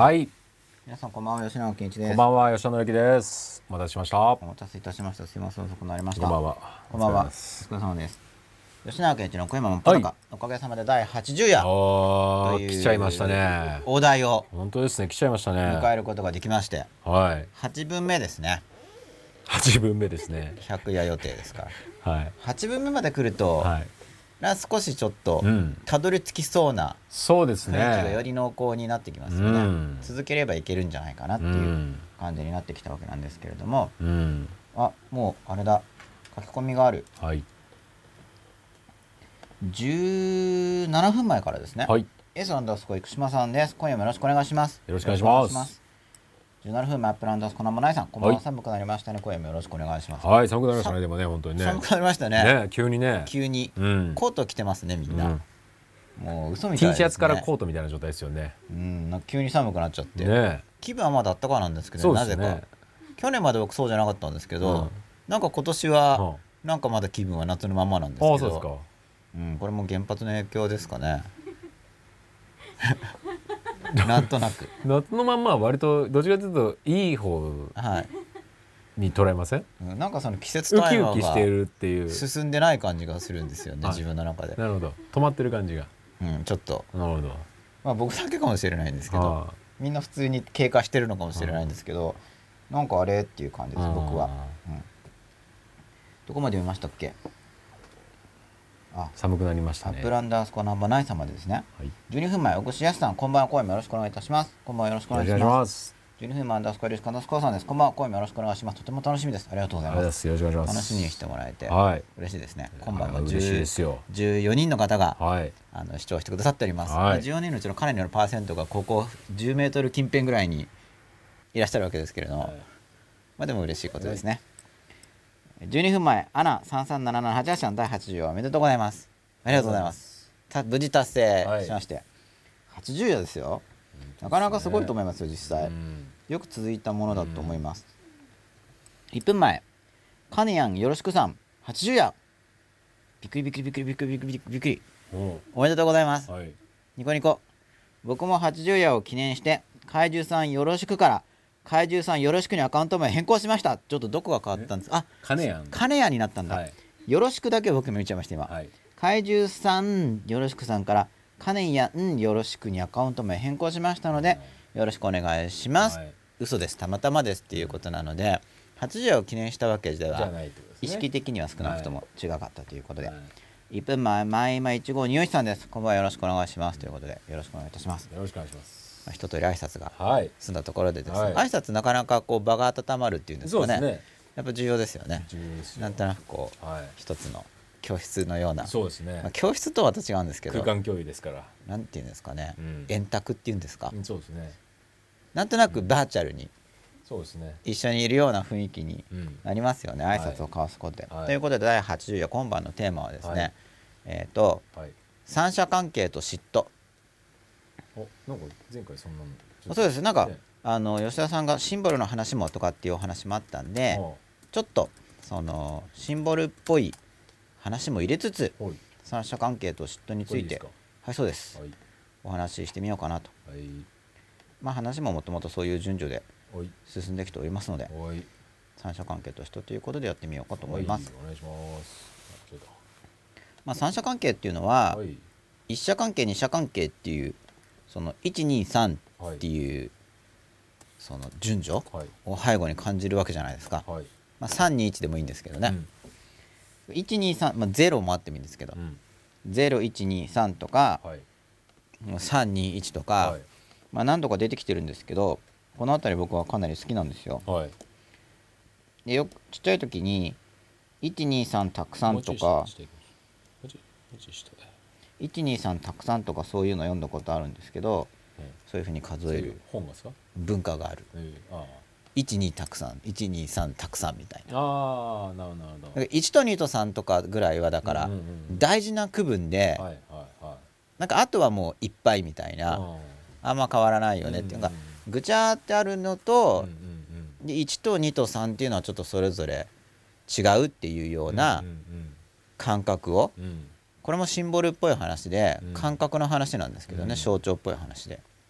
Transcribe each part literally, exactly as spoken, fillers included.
はい。 皆さんこんばんは、吉永健一です。 こんばんは、吉野由紀です。お待たせしました。 お待たせいたしました。すいません、遅くなりました。 こんばんは。 こんばんは。お疲れ様です。吉永健一の小山真っ裸、はい、おかげさまでだいはちじゅう夜という来ちゃいましたね。 大台を本当ですね、来ちゃいましたね。 迎えることができまして、 はい。 はちぶんめですね。 はちぶんめですね。 ひゃく夜予定ですから。 はい。 はちぶんめまで来ると。はい。少しちょっとたどり着きそうなそうですね、 雰囲気がより濃厚になってきますよね、うん、続ければいけるんじゃないかなっていう感じになってきたわけなんですけれども、うん、あ、もうあれだ、書き込みがある、はい、じゅうななふんまえからですね、はい、エースアンダースコ生島さんです。今夜もよろしくお願いします。 よろしくお願いします。 じゅうななふんまえアップランダースコナンバナイさん、こんばんは。寒くなりましたね。今夜もよろしくお願いします。 はい、寒くなりましたね。でもね、本当にね。 寒くなりましたね。 ね、急にね。 急に、うん、コート着てますね、みんな。うん、もう嘘みたいですね。 T シャツからコートみたいな状態ですよね。 うん、なんか急に寒くなっちゃって、ね、気分はまだあったかなんですけど、ね、なぜか去年まで僕そうじゃなかったんですけど、うん、なんか今年はなんかまだ気分は夏のままなんですけど、ああ、そうですか。うん、これも原発の影響ですかね。なんとなく夏のまんまは割とどっちかというといい方に捉えません？ はい、なんかその季節タイマーが進んでない感じがするんですよね、自分の中で。 なるほど、止まってる感じが、 うん、ちょっと。 なるほど。 まあ僕だけかもしれないんですけど、みんな普通に経過してるのかもしれないんですけど、なんかあれっていう感じです、僕は。うん、どこまで読みましたっけ？ あ、寒くなりましたね。 アップランダースコナンバナイさんまでですね、はい、じゅうにふんまえ、お越しやすさん、こんばんは、声もよろしくお願いいたします。こんばんは、よろしくお願いします。じゅうにふんまえアンダースコアリスカンダースコアさんです。こんばんは、声もよろしくお願いします。とても楽しみです。ありがとうございます。 よろしくお願いします。 楽しみにしてもらえて、 はい、 嬉しいですね。今晩は嬉しいですよ。 じゅうよにんの方が、 はい、 あの視聴してくださっております。 はい、 じゅうよにんのうちのかなりのパーセントがここじゅうメートル近辺ぐらいにいらっしゃるわけですけれども、はい、まあでも嬉しいことですね。はい、じゅうにふんまえ、アナさんさんななななはちはちさんだいはちじゅうおめでとうございます。ありがとうございます。無事達成しまして、はい、はちじゅう夜ですよ。なかなかすごいと思いますよ、実際。よく続いたものだと思います。いっぷんまえ、カネヤンよろしくさん、はちじゅう夜。びっくりびっくりびっくりびっくりびっくりびっくり。おめでとうございます。はい、ニコニコ。僕もはちじゅう夜を記念して、怪獣さんよろしくから、怪獣さんよろしくにアカウント名変更しました。ちょっとどこが変わったんですか？あ、 カネヤン。 カネヤンになったんだ。はい、よろしくだけ僕も言っちゃいました、今。はい、怪獣さんよろしくさんからカネヤンよろしくにアカウント名変更しましたので、よろしくお願いします、はい、嘘です、たまたまですっていうことなので、はちじゅう夜を記念したわけでは意識的には少なくとも違かったということで、はい、いっぷんまえ、まいまいちごうによしさんです。こんばんは、よろしくお願いしますということで、よろしくお願いいたします。 よろしくお願いします。 まあ、一通り挨拶が済んだところでですね、はい、挨拶なかなかこう場が温まるっていうんですか ね, ねやっぱ重要ですよね。なんとなくこう、はい、一つの教室のような。 そうですね、 まあ、教室とはまた違うんですけど、 空間共有ですから、 なんていうんですかね、うん、円卓っていうんですか、 うん、そうですね、 なんとなくバーチャルに、 うん、そうですね、 一緒にいるような雰囲気になりますよね、うん、挨拶を交わすことで、はい、ということでだいはちじゅう夜今晩のテーマはですね、はい、えっ、ー、と、はい、三者関係と嫉妬。 お、なんか前回そんなの。 そうです、なんか、ね、あの吉田さんがシンボルの話もとかっていうお話もあったんで、ちょっとそのシンボルっぽい話も入れつつ、三者関係と嫉妬について、はい、そうです、はい、お話ししてみようかなと、はい、まあ話ももともとそういう順序で進んできておりますので、はい、三者関係と嫉妬ということでやってみようかと思います。 はい、お願いします。 まあ三者関係っていうのは、はい、一者関係二者関係っていうそのいちにさんっていう、はい、その順序を背後に感じるわけじゃないですか、はい、まあ、さんにいちでもいいんですけどね、うん、いちにさん、まあ、ゼロもあってもいいんですけど、うん、ゼロいちにさんとか、はい、さんにいちとか、はい、まあ、何度か出てきてるんですけど、この辺り僕はかなり好きなんですよ、はい、でよくちっちゃい時にいちにさんたくさんとかいちにさんたくさんとかそういうの読んだことあるんですけど、うん、そういうふうに数える文化がある、えー、あいちにたくさんいちにさんたくさんみたいな。 ああ、なるほど。 いちとにとさんとかぐらいはだから大事な区分で、なんかあとはもういっぱいみたいな、あんま変わらないよねっていうか、ぐちゃってあるのと、でいちとにとさんっていうのはちょっとそれぞれ違うっていうような感覚を、これもシンボルっぽい話で、感覚の話なんですけどね、象徴っぽい話で、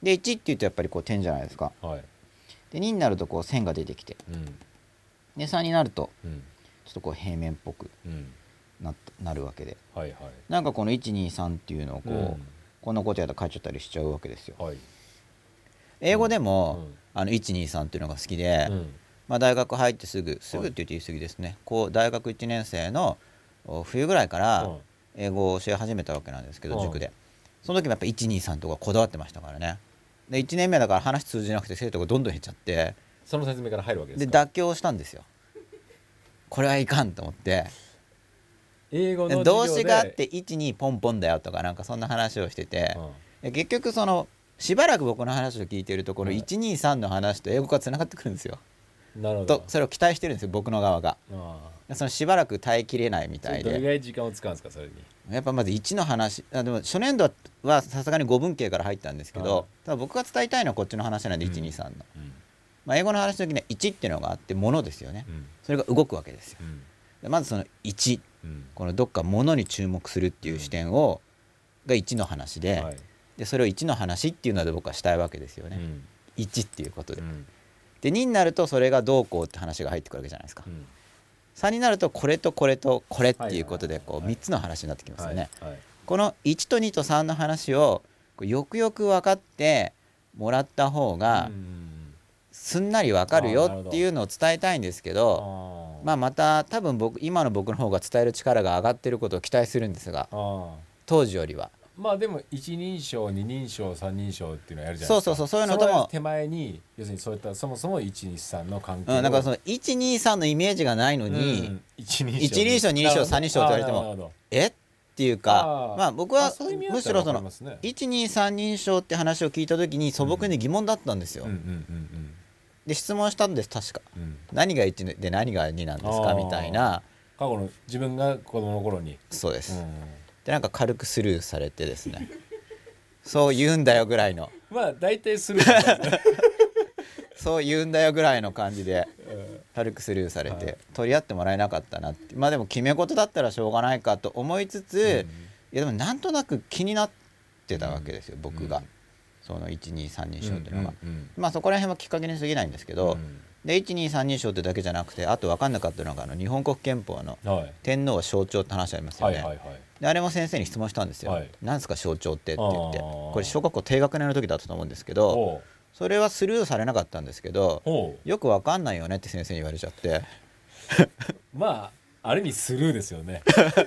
でいちっていうとやっぱりこう点じゃないですか。 はい。 でにになるとこう線が出てきて、 うん。 でさんになるとうん。 ちょっとこう平面っぽくうん。 ななるわけで、 はいはい。 なんかこのいちにさんっていうのをこう、 うん、 こんなことやったら書いちゃったりしちゃうわけですよ。 はい。 英語でも、 うん、 あのいちにさんっていうのが好きで、 うん、 まあ、大学入ってすぐすぐって言って言い過ぎですね、こう大学いちねん生の冬ぐらいから英語を教え始めたわけなんですけど、塾でその時もやっぱいちにさんとかこだわってましたからね。でいちねんめだから話通じなくて生徒がどんどん減っちゃって、 その説明から入るわけですか。 で妥協したんですよ。これはいかんと思って、 英語の授業で動詞があっていちにポンポンだよとかなんかそんな話をしてて、うん、結局そのしばらく僕の話を聞いてるところ、はい、いちにさんの話と英語がつながってくるんですよ。 なるほど。 とそれを期待してるんですよ僕の側が。あそのしばらく耐えきれないみたいで。 どれぐらい時間を使うんですかそれに。 やっぱまずいちの話、あでも初年度はさすがにご文系から入ったんですけど、ただ僕が伝えたいのはこっちの話なんで、うん、いちにさんの、うんまあ、英語の話の時にはいちっていうのがあってものですよね、うん、それが動くわけですよ、うん、でまずそのいち、うん、このどっかものに注目するっていう視点を、うん、がいちの話で、はい、でそれをいちの話っていうので僕はしたいわけですよね、うん、いちっていうことで、うん、でにになるとそれがどうこうって話が入ってくるわけじゃないですか、うん、さんになるとこれとこれとこれっていうことでこうみっつの話になってきますよね、はいはい、このいちとにとさんの話をよくよく分かってもらった方がすんなり分かるよっていうのを伝えたいんですけど、まあまた多分僕今の僕の方が伝える力が上がってることを期待するんですが、当時よりはまあでも一人称二人称三人称っていうのをやるじゃないですか。 そうそうそう、そういうのとも手前に要するにそういったそもそもいちにさんの関係を、 うん、なんかそのいちにさんのイメージがないのに、うん、一人称二人称三人称って言われてもえっていうか、まあ僕はむしろそのいちにさん人称って話を聞いた時に素朴に疑問だったんですよ。で質問したんです確か、うん、何がいちで何がになんですかみたいな。 過去の自分が子供の頃に。 そうです、うん、でなんか軽くスルーされてですねそう言うんだよぐらいのまあ大体スルーされてそう言うんだよぐらいの感じで軽くスルーされて、はい、取り合ってもらえなかったなって。まあでも決め事だったらしょうがないかと思いつつ、うん、いやでもなんとなく気になってたわけですよ、うん、僕が、うん、そのいちにさん人称っていうのが、うんうんうん、まあそこら辺はきっかけに過ぎないんですけど、うん、でいちにさん人称ってだけじゃなくてあと分かんなかったのがあの日本国憲法の天皇は象徴って話ありますよね、はいはいはいはい、であれも先生に質問したんですよ、はい、何ですか象徴ってって言って、これ小学校低学年の時だったと思うんですけど、それはスルーされなかったんですけど、よく分かんないよねって先生に言われちゃってまあある意味スルーですよね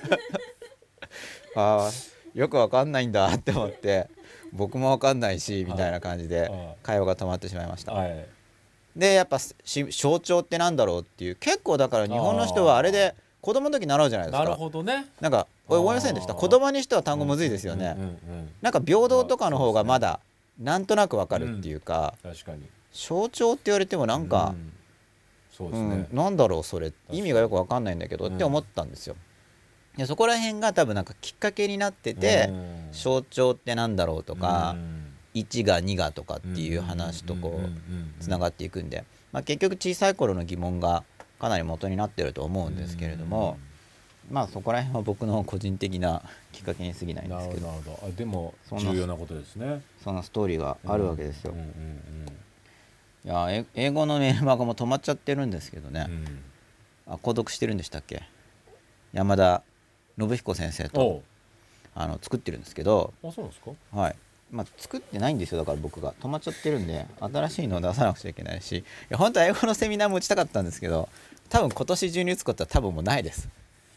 あよく分かんないんだって思って僕も分かんないしみたいな感じで会話が止まってしまいました、はい、でやっぱ象徴ってなんだろうっていう、結構だから日本の人はあれで子供の時習うじゃないですか。 なるほどね。 なんか思いませんでした？言葉にしては単語むずいですよね、うんうんうんうん、なんか平等とかの方がまだなんとなくわかるっていうか、 うん、確かに象徴って言われてもなんか、うんそうですね、 うん、なんだろうそれ意味がよくわかんないんだけどって思ったんですよ。でそこら辺が多分なんかきっかけになってて、うん、象徴ってなんだろうとか、うん、いちがにがとかっていう話とこうつながっていくんで、まあ、結局小さい頃の疑問がかなり元になってると思うんですけれども、うん、まあそこら辺は僕の個人的なきっかけに過ぎないんですけど。 なるほど。あでも重要なことですね。 そんなストーリーがあるわけですよ、うんうんうんうん、いや英語のメールマガも止まっちゃってるんですけどね、うん、あ購読してるんでしたっけ、山田信彦先生とあの作ってるんですけど。 あそうなんですか。 はい、まあ、作ってないんですよ。だから僕が止まっちゃってるんで新しいのを出さなくちゃいけないし、いや本当は英語のセミナーも打ちたかったんですけど多分今年中に打つことは多分もうないです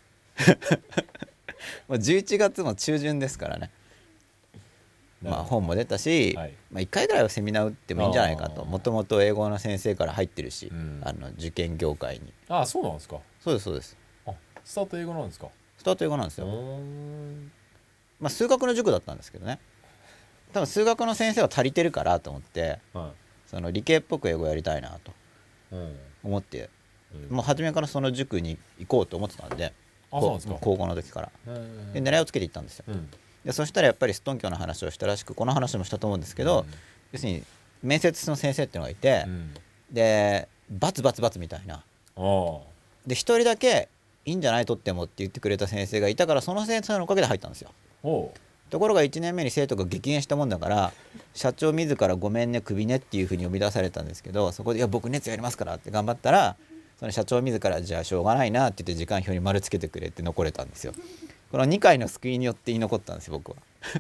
もうじゅういちがつも中旬ですからね。まあ本も出たし、はい、まあ、いっかいぐらいはセミナー打ってもいいんじゃないかと。もともと英語の先生から入ってるし、うん、あの受験業界に。 ああそうなんですか。 そうですそうです。 あスタート英語なんですか。 スタート英語なんですよ。まあ数学の塾だったんですけどね、多分数学の先生は足りてるからと思って、はい、その理系っぽく英語やりたいなと思って、うん、もう初めからその塾に行こうと思ってたんで、 あそうですか。 高校の時からで狙いをつけていったんですよ、うん、でそしたらやっぱりストンキョの話をしたらしく、この話もしたと思うんですけど、うん、要するに面接の先生っていうのがいて、うん、でバツバツバツみたいなで一人だけいいんじゃないとってもって言ってくれた先生がいたから、その先生のおかげで入ったんですよ。 ところがいちねんめに生徒が激減したもんだから社長自らごめんねクビねっていうふうに呼び出されたんですけど、そこでいや僕熱やりますからって頑張ったら、その社長自らじゃあしょうがないなって言って時間表に丸つけてくれって残れたんですよ。このにかいの救いによって居残ったんですよ僕は。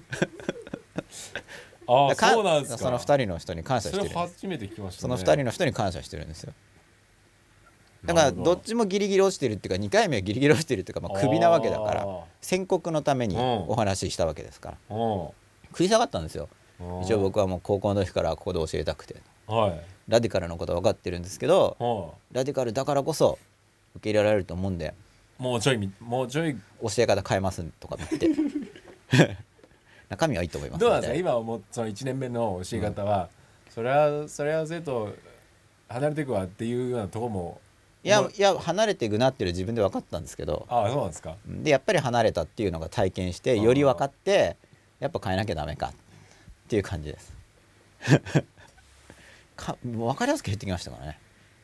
ああそうなんですか。 そのふたりの人に感謝してるんです。 それ初めて聞きましたね。 そのふたりの人に感謝してるんですよ。だからどっちもギリギリ落ちてるっていうかにかいめはギリギリ落ちてるっていうか、まあ、クビなわけだから宣告のためにお話ししたわけですから、うん、食い下がったんですよ。一応僕はもう高校の時からここで教えたくて、はい、ラディカルのことは分かってるんですけど、はい、ラディカルだからこそ受け入れられると思うんで、 もうちょいもうちょい教え方変えますとかって中身はいいと思います。 どうなんですか今はもうそのいちねんめの教え方は、うん、それはそれは生徒離れていくわっていうようなところもいやいや離れていくなっていう自分で分かったんですけど、 ああそうなんですか。 でやっぱり離れたっていうのが体験してより分かって、やっぱ変えなきゃダメかっていう感じですかもう分かりやすく言ってきましたからね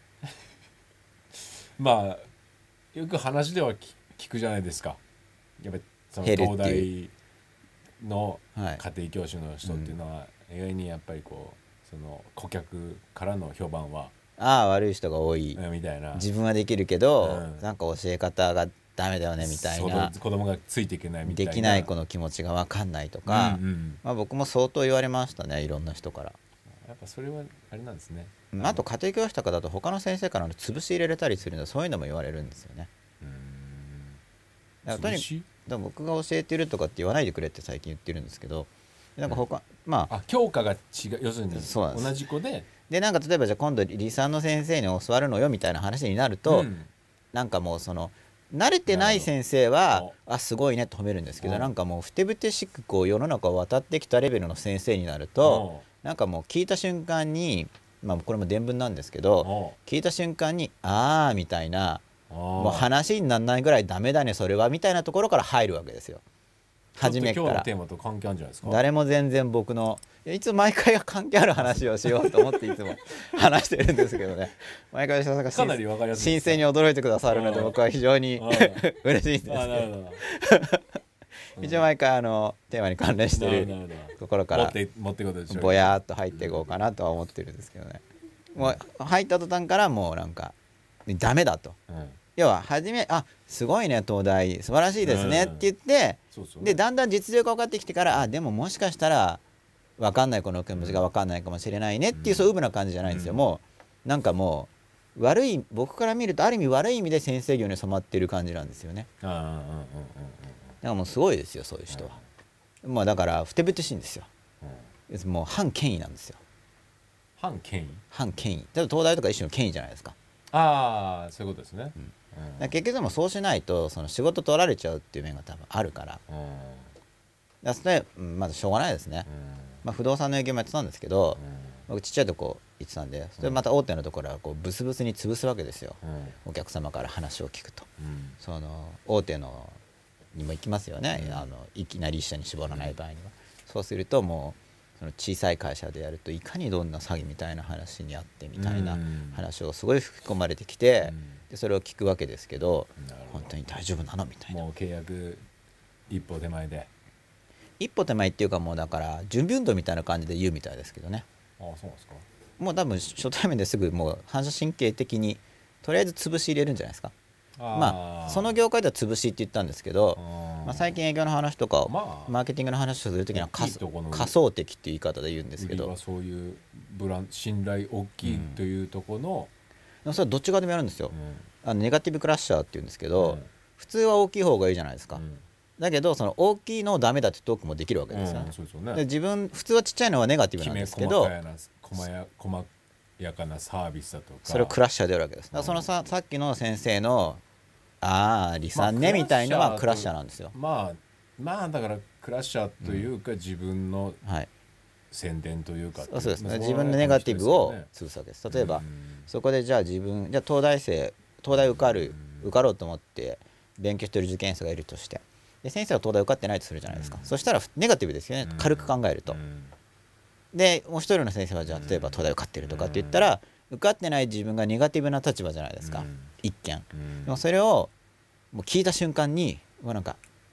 まあよく話では聞くじゃないですか。やっぱりその東大の家庭教師の人っていうのは意外にやっぱりこうその顧客からの評判はああ悪い人が多いみたいな、 自分はできるけど、うん、なんか教え方がダメだよねみたいな、 子供がついていけないみたいな、 できない子の気持ちが分かんないとか、うんうん、まあ、僕も相当言われましたね、いろんな人から。 やっぱそれはあれなんですね。 あと家庭教師とかだと他の先生からの潰し入れれたりするので、そういうのも言われるんですよね。うーん、だからとにかくだから僕が教えてるとかって言わないでくれって最近言ってるんですけど、なんか他、うん、まあ、 あ教科が違う、要するに同じ子ででなんか例えばじゃあ今度理さんの先生に教わるのよみたいな話になると、うん、なんかもうその慣れてない先生はあすごいねって褒めるんですけど、なんかもうふてぶてしくこう世の中を渡ってきたレベルの先生になると、なんかもう聞いた瞬間に、まあこれも伝聞なんですけど、聞いた瞬間にあーみたいな、もう話にならないぐらいダメだねそれはみたいなところから入るわけですよ。初めから今日のテーマと関係あるんじゃないですか。 誰も全然僕のいつも毎回関係ある話をしようと思っていつも話してるんですけどね、毎回吉田さんがかなり分かりやすい新鮮に驚いてくださるので僕は非常に嬉しいんですけど一応毎回あのテーマに関連してるところからぼやーっと入っていこうかなとは思ってるんですけどね、もう入った途端からもうなんかダメだと、うん、要は初めあすごいね東大素晴らしいですねって言って、うん、でだんだん実力が分かってきてからあでももしかしたら分かんない子の気持ちが分かんないかもしれないねっていう、そういううぶな感じじゃないんですよ、うん、もうなんかもう悪い僕から見るとある意味悪い意味で先生業に染まってる感じなんですよね。だからもうすごいですよそういう人は、うん、まあだからふてぶてしいんですよ、うん、もう反権威なんですよ。 反権威反権威だ東大とか一種の権威じゃないですか。 ああそういうことですね、うんうん、結局でもそうしないとその仕事取られちゃうっていう面が多分あるから、うん、だそれまだしょうがないですね、うん、まあ、不動産の営業もやってたんですけど、うん、僕ちっちゃいとこ行ってたんで、それまた大手のところはこうブスブスに潰すわけですよ、うん、お客様から話を聞くと、うん、その大手のにも行きますよね、うん、あのいきなり一社に絞らない場合には、うん、そうするともうその小さい会社でやるといかにどんな詐欺みたいな話にあってみたいな話をすごい吹き込まれてきて、うん、でそれを聞くわけですけど、本当に大丈夫なのみたいな、 もう契約一歩手前で一歩手前っていうかもうだから準備運動みたいな感じで言うみたいですけどね。 ああそうなんですか。 もう多分初対面ですぐもう反射神経的にとりあえず潰し入れるんじゃないですか。あまあその業界では潰しって言ったんですけど、まあ、最近営業の話とかを、まあ、マーケティングの話をするときには仮想的っていう言い方で言うんですけど、 はそういうブラン信頼大きいというところの、 うん、それはどっち側でもやるんですよ、うん、あのネガティブクラッシャーっていうんですけど、うん、普通は大きい方がいいじゃないですか、うん、だけどその大きいのをダメだってトークもできるわけですよね、うん、そうですよね。で自分普通はちっちゃいのはネガティブなんですけど、 細や細やかなサービスだとかそれをクラッシャーでやるわけです。だからその さ, さっきの先生のああリさんねみたいのはクラッシャーなんですよ。 まあまあだからクラッシャーというか、うん、自分の宣伝というか、 はい、そうですね、自分のネガティブを潰すわけです。例えば、うん、そこでじゃあ自分じゃあ東大生東大受かる、うん、受かろうと思って勉強してる受験生がいるとして、で先生は東大受かってないとするじゃないですか、うん、そしたらネガティブですよね、うん、軽く考えると、うん、でもう一人の先生はじゃあ例えば東大受かってるとかって言ったら、受かってない自分がネガティブな立場じゃないですか、うん、一見、うん、でもそれをもう聞いた瞬間にもうなんか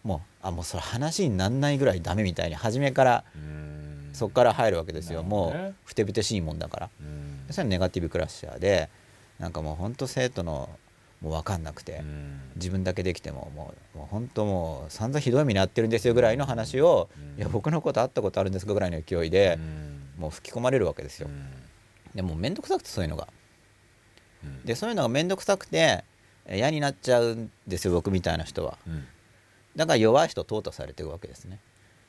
もうあもうそれ話になんないぐらいダメみたいに初めからそこから入るわけですよ、ね、もうふてぶてしいもんだから。それはネガティブクラッシャーで、なんかもうほんと生徒のもう分かんなくて、自分だけできてももうもう本当もう散々ひどい目に遭ってるんですよぐらいの話を、いや僕のこと会ったことあるんですかぐらいの勢いでもう吹き込まれるわけですよ。でもうめんどくさくてそういうのが、でそういうのがめんどくさくて嫌になっちゃうんですよ僕みたいな人は。だから弱い人淘汰されてるわけですね。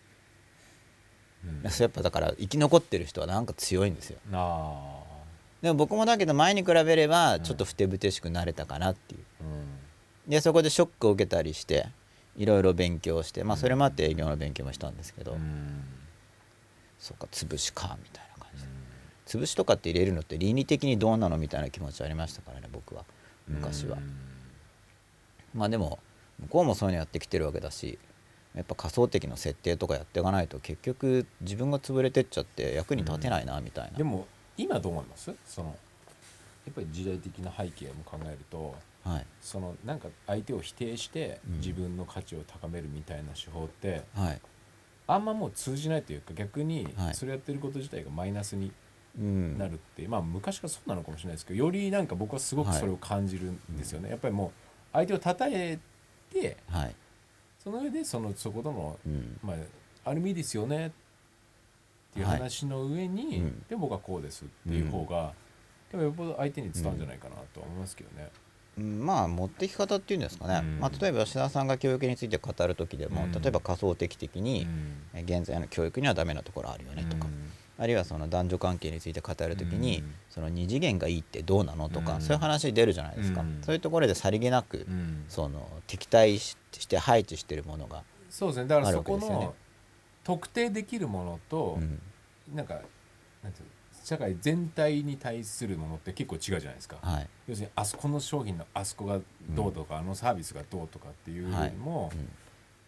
それやっぱだから生き残ってる人はなんか強いんですよ。あでも僕もだけど前に比べればちょっとふてぶてしくなれたかなっていう、うん、でそこでショックを受けたりしていろいろ勉強して、まあそれもあって営業の勉強もしたんですけど、うん、そうか潰しかみたいな感じで、うん、潰しとかって入れるのって倫理的にどうなのみたいな気持ちありましたからね僕は昔は、うん、まあでも向こうもそういうのやってきてるわけだし、やっぱ仮想的の設定とかやっていかないと結局自分が潰れてっちゃって役に立てないなみたいな、うん、 でも今どう思います？そのやっぱり時代的な背景も考えると、はい、そのなんか相手を否定して自分の価値を高めるみたいな手法って、うん、あんまもう通じないというか逆にそれやってること自体がマイナスになるって、はい、まあ昔からそうなのかもしれないですけど、よりなんか僕はすごくそれを感じるんですよね、はい、やっぱりもう相手を称えて、はい、その上でそのそことの、うん、まあある意味ですよねっていう話の上に、はい、うん、で僕はこうですっていう方が、うん、でもよっぽど相手に伝わるんじゃないかなと思いますけどね、 うん、まあ持ってき方っていうんですかね、うん、まあ、例えば吉田さんが教育について語る時でも、うん、例えば仮想的的に、うん、現在の教育にはダメなところあるよねとか、うん、あるいはその男女関係について語る時に、うん、その二次元がいいってどうなのとか、うん、そういう話出るじゃないですか、うん、そういうところでさりげなく、うん、その敵対して配置してるものがそうですね、だからそこの特定できるものと、うん、なんかなんていう社会全体に対するものって結構違うじゃないですか、はい、要するにあそこの商品のあそこがどうとか、うん、あのサービスがどうとかっていうよりも、はい、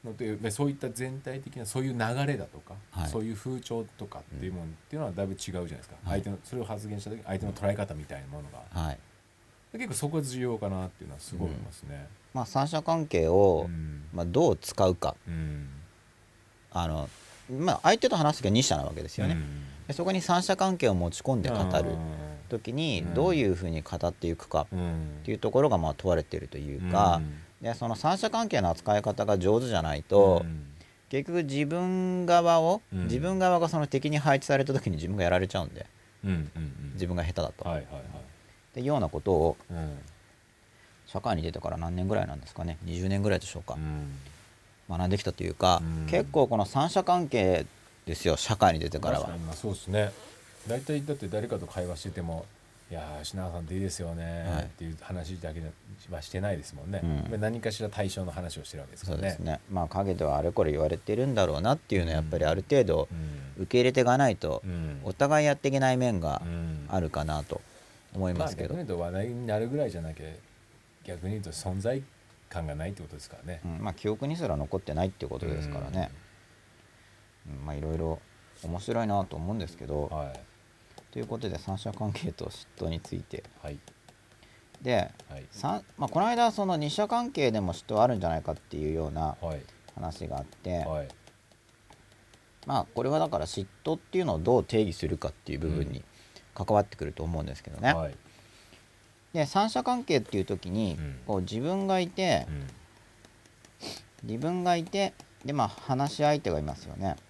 のでそういった全体的なそういう流れだとか、はい、そういう風潮とかっていうものっていうのはだいぶ違うじゃないですか、はい、相手のそれを発言した時に相手の捉え方みたいなものが、はい、結構そこが重要かなっていうのはすごい思いますね、うん、 まあ、三者関係を、うん、まあ、どう使うか、うん、あのまあ、相手と話す時は二者なわけですよね、うん、でそこに三者関係を持ち込んで語る時にどういうふうに語っていくかっていうところがまあ問われているというか、うん、でその三者関係の扱い方が上手じゃないと、うん、結局自分側を、うん、自分側がその敵に配置された時に自分がやられちゃうんで、うんうんうん、自分が下手だと、はいはいはい、っていうようなことを、うん、社会に出てから何年ぐらいなんですかね、にじゅうねんぐらいでしょうか、うん、学んできたというか、うん、結構この三者関係ですよ社会に出てからは。 確かにまあそうですね。大体だって誰かと会話しててもいやー品川さんっていいですよね、はい、っていう話だけはしてないですもんね、うん、何かしら対象の話をしてるわけですからね。 そうですね、まあ陰ではあれこれ言われてるんだろうなっていうのはやっぱりある程度受け入れていかないとお互いやっていけない面があるかなと思いますけど、 まあ、逆に言うと話題になるぐらいじゃなきゃ逆に言うと存在感がないってことですからね、 うん、まあ記憶にすら残ってないってことですからね、うん、まあいろいろ面白いなと思うんですけど、はい、ということで三者関係と嫉妬について、はい、で、はい、まあ、この間その二者関係でも嫉妬あるんじゃないかっていうような話があって、はい、まあこれはだから嫉妬っていうのをどう定義するかっていう部分に関わってくると思うんですけどね、はい、で三者関係っていう時にこう自分がいて、うん、自分がいてでまあ話し相手がいますよね、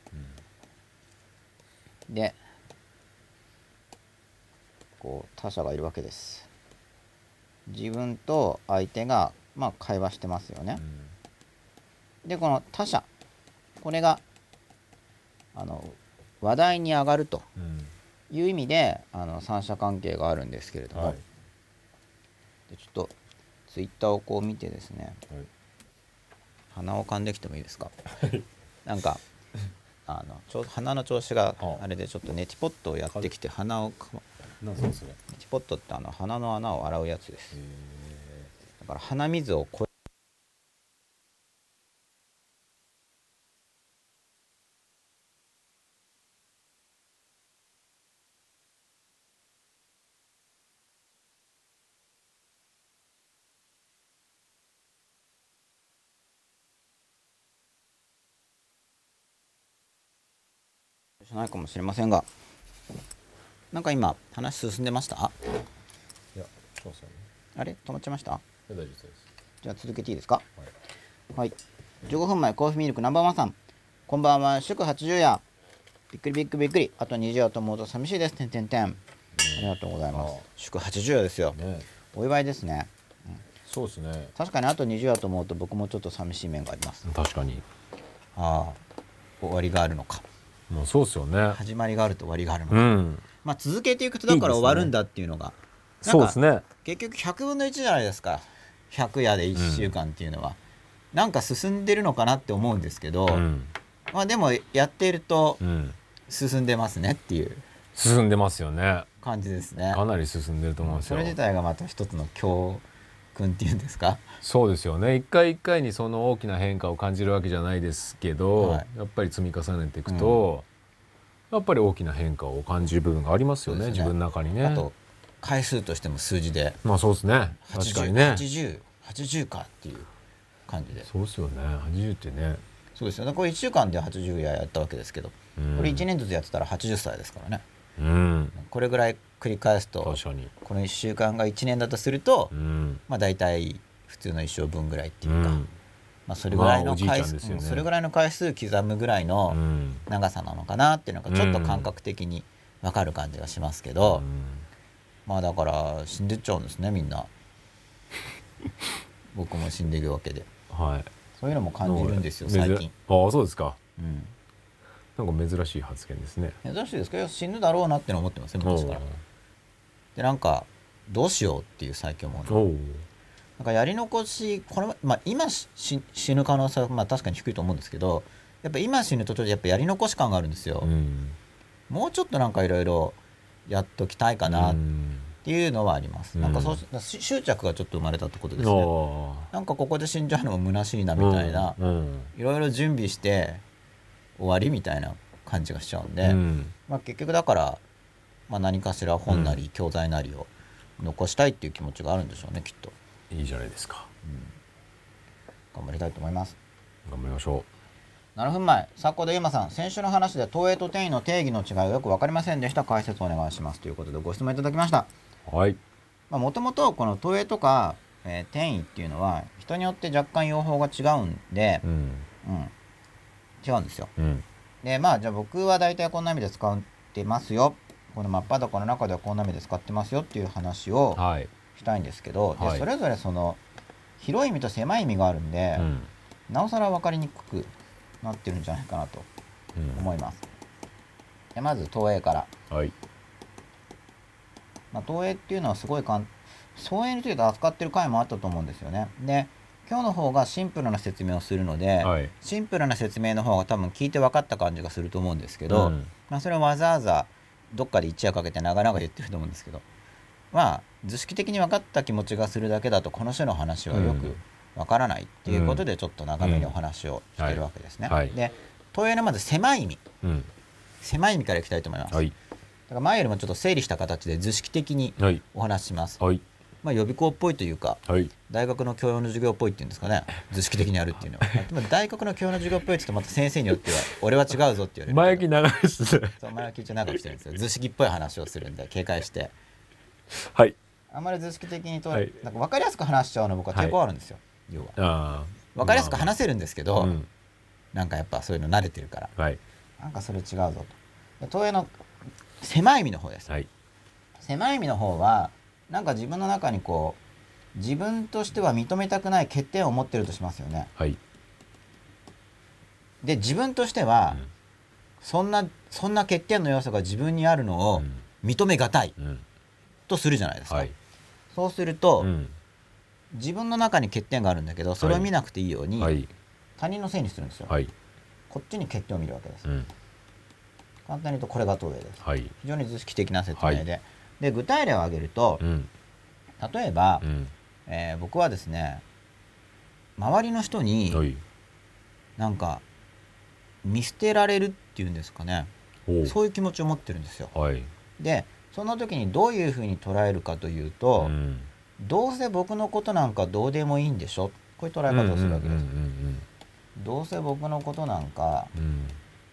うん、でこう他者がいるわけです。自分と相手がまあ会話してますよね、うん、でこの他者これがあの話題に上がるという意味で、あの三者関係があるんですけれども、はい、でちょっとツイッターをこう見てですね、はい、鼻をかんできてもいいですかなんかあのちょ鼻の調子があれでちょっとネチポットをやってきて鼻をかなんそれそれネチポットってあの鼻の穴を洗うやつです。だから鼻水をこじゃないかもしれませんが、なんか今話進んでました？ いやそうですよね。 あれ止まっちゃいました？ 大丈夫です。 じゃあ続けていいですか？ はい、 はい、じゅうごふんまえコーヒーミルクナンバーワンさん、こんばんは、祝はちじゅうやびっくりびっくりびっくり、あとにじゅうやと思うと寂しいです。てんてんてん。ありがとうございます。祝はちじゅうやですよ、ね、お祝いですね、うん、 そうですね。 確かにあとにじゅうやと思うと僕もちょっと寂しい面があります。 確かに。 ああ、終わりがあるのか。 もうそうですよね。 始まりがあると終わりがあるのか、 うん、 まあ続けていくとだから終わるんだっていうのがいい、ね、 そうですね。 結局ひゃくぶんのいちじゃないですか、ひゃくやでいっしゅうかんっていうのは、うん、なんか進んでるのかなって思うんですけど、うん、まあでもやっていると進んでますねっていう、 進んでますよね感じですね。 かなり進んでると思うんですよ。 それ自体がまた一つの教訓っていうんですか。 そうですよね。一回一回にその大きな変化を感じるわけじゃないですけど、はい、やっぱり積み重ねていくと、うん、やっぱり大きな変化を感じる部分がありますよ ね, すね自分の中にね。 あと回数としても数字で、 まあそうですね、確かにね、 はちじゅう、はちじゅうかっていう感じで。 そうですよね、はちじゅうってね。 そうですよね。これいっしゅうかんではちじゅうややったわけですけど、うん、これいちねんずつやってたらはちじゅっさいですからね、うん、これぐらい繰り返すと、確かにこのいっしゅうかんがいちねんだとすると、うん、まあ大体普通の一生分ぐらいっていうか、うん、まあそれぐらいの回数、まあね、それぐらいの回数刻むぐらいの長さなのかなっていうのがちょっと感覚的に分かる感じがしますけど、うん、まあだから死んでっちゃうんですねみんな僕も死んでいくわけで、はい、そういうのも感じるんですよ最近。 ああそうですか、うん、なんか珍しい発言ですね。 珍しいですか？死ぬだろうなっての思ってますね昔から。でなんかどうしようっていう最近思う。なんかやり残しこれ、まあ、今死ぬ可能性はまあ確かに低いと思うんですけど、やっぱ今死ぬとちょっとやっぱやり残し感があるんですよ、うん、もうちょっとなんかいろいろやっときたいかなっていうのはあります、うん、なんかそう執着がちょっと生まれたってことですね、うん、なんかここで死んじゃうのも虚しいなみたいな、いろいろ準備して終わりみたいな感じがしちゃうんで、うん、まあ、結局だから、まあ、何かしら本なり教材なりを残したいっていう気持ちがあるんでしょうねきっと。 いいじゃないですか、うん、 頑張りたいと思います。 頑張りましょう。ななふんまえ、さっこでゆうまさん、先週の話で投影と転移の定義の違いがよく分かりませんでした。解説お願いしますということでご質問いただきました。はい。もともとこの投影とか、えー、転移っていうのは人によって若干用法が違うんで、うん、うん、違うんですよ、うん、でまあじゃあ僕は大体こんな意味で使ってますよ、この真っ裸の中ではこんな意味で使ってますよっていう話を、はい、したいんですけど、で、はい、それぞれその広い意味と狭い意味があるんで、うん、なおさら分かりにくくなってるんじゃないかなと思います、うん、でまず投影から、はい、まあ、投影っていうのはすごい簡単、投影について扱ってる回もあったと思うんですよね。で今日の方がシンプルな説明をするので、はい、シンプルな説明の方が多分聞いて分かった感じがすると思うんですけど、うん、まあ、それをわざわざどっかで一夜かけて長々言ってると思うんですけど、まあ図式的に分かった気持ちがするだけだとこの種の話はよく分からないっていうことでちょっと長めにお話をしてるわけですね、うんはい、で投影のまず狭い意味、うん、狭い意味からいきたいと思います、はい、だから前よりもちょっと整理した形で図式的にお話しします、はい、まあ、予備校っぽいというか、はい、大学の教養の授業っぽいっていうんですかね、図式的にやるっていうのはでも大学の教養の授業っぽいって言うとまた先生によっては俺は違うぞって言われる。 前置き長いですね。 そう、前置き長くしてるんですよ。図式っぽい話をするんで警戒して、 はい、 あんまり図式的にと、はい、なんか分かりやすく話しちゃうの僕は抵抗あるんですよ、はい、要はあ分かりやすく話せるんですけど、まあまあ、うん、なんかやっぱそういうの慣れてるから、はい、なんかそれ違うぞと。投影の狭い意味の方です、はい、狭い意味の方はなんか自分の中にこう自分としては認めたくない欠点を持ってるとしますよね、はい、で自分としては、うん、そんなそんな欠点の要素が自分にあるのを認めがたい、うん、とするじゃないですか、はい、そうすると、うん、自分の中に欠点があるんだけどそれを見なくていいように、はい、他人のせいにするんですよ、はい、こっちに欠点を見るわけです、うん、簡単に言うとこれが投影です、はい、非常に図式的な説明で、はい、で具体例を挙げると、うん、例えば、うん、えー、僕はですね周りの人に、はい、なんか見捨てられるっていうんですかね、そういう気持ちを持ってるんですよ、はい、でその時にどういうふうに捉えるかというと、うん、どうせ僕のことなんかどうでもいいんでしょ、こういう捉え方をするわけです。どうせ僕のことなんか、うん、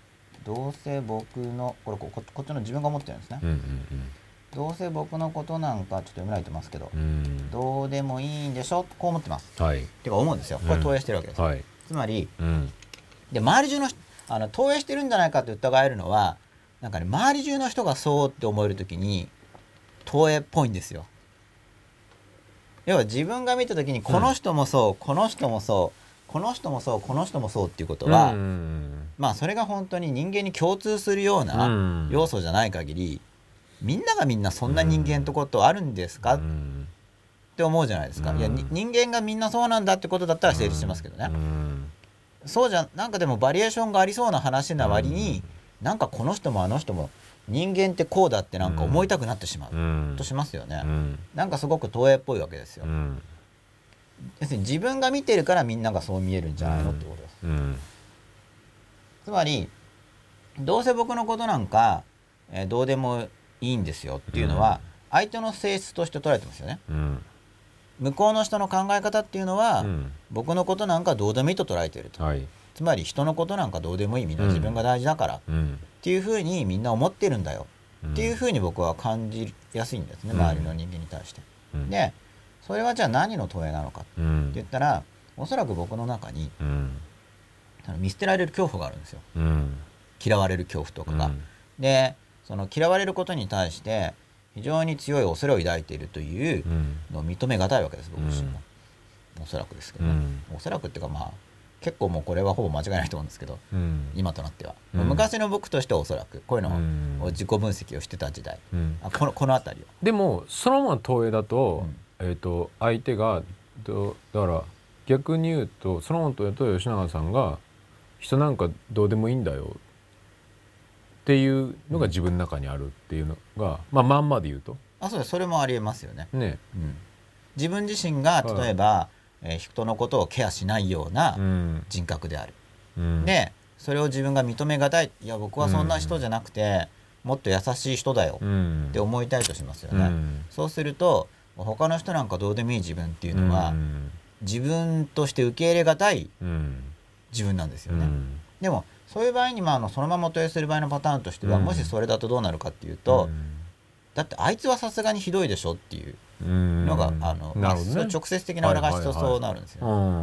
どうせ僕のこれ こ, こっちの自分が思ってるんですね、 うんうんどうせ僕のことなんかちょっと読めないと思いますけど、 うん、 どうでもいいんでしょ、こう思ってます、 はい、 てか思うんですよ。これ投影してるわけです、 うん、はい、 つまり、 うん、 で周り中のあの投影してるんじゃないかと疑えるのはなんかね、周り中の人がそうって思えるときに投影っぽいんですよ。要は自分が見たときにこの人もそう、うん、この人もそうこの人もそうこの人もそうっていうことは、うん、まあそれが本当に人間に共通するような要素じゃない限り、みんながみんなそんな人間ってことあるんですか、うん、って思うじゃないですか、うん、いや人間がみんなそうなんだってことだったら成立しますけどね、うん、そうじゃなんかでもバリエーションがありそうな話な割に、うん、なんかこの人もあの人も人間ってこうだってなんか思いたくなってしまう、うん、としますよね、うん、なんかすごく投影っぽいわけですよ、うん、要するに自分が見てるからみんながそう見えるんじゃないのってことです、うん、つまりどうせ僕のことなんか、えー、どうでもいいんですよっていうのは、うん、相手の性質として捉えてますよね、うん、向こうの人の考え方っていうのは、うん、僕のことなんかどうでもいいと捉えていると、はい、つまり人のことなんかどうでもいい、みんな自分が大事だから、うん、っていうふうにみんな思ってるんだよ、うん、っていうふうに僕は感じやすいんですね、うん、周りの人間に対して、うん、でそれはじゃあ何の投影なのかって言ったら、おそらく僕の中に、うん、見捨てられる恐怖があるんですよ、うん、嫌われる恐怖とかが、うん、でその嫌われることに対して非常に強い恐れを抱いているというのを認めがたいわけです、僕自身も、うん、おそらくですけどね、うん、おそらくっていうかまあ結構もうこれはほぼ間違いないと思うんですけど、うん、今となっては、うん、昔の僕としてはおそらくこういうのを自己分析をしてた時代、うん、あこの、この辺りをでもそのまま投影だと、うん、えーと相手がどだから逆に言うとそのまま投影と吉永さんが人なんかどうでもいいんだよっていうのが自分の中にあるっていうのが、まあ、まんまで言うとあそうです、それもありえますよね、ね、うん、自分自身が例えば、えー、人のことをケアしないような人格である、うん、でそれを自分が認めがたい、いや僕はそんな人じゃなくて、うん、もっと優しい人だよって思いたいとしますよね、うん、そうすると他の人なんかどうでもいい自分っていうのは、うん、自分として受け入れがたい自分なんですよね、うん、でもそういう場合に、まあ、あのそのまま投影する場合のパターンとしては、うん、もしそれだとどうなるかっていうと、うん、だってあいつはさすがにひどいでしょっていうのが、うん、あの、まあね、直接的な裏返しとそうなるんですよ、ね、はいはいはい、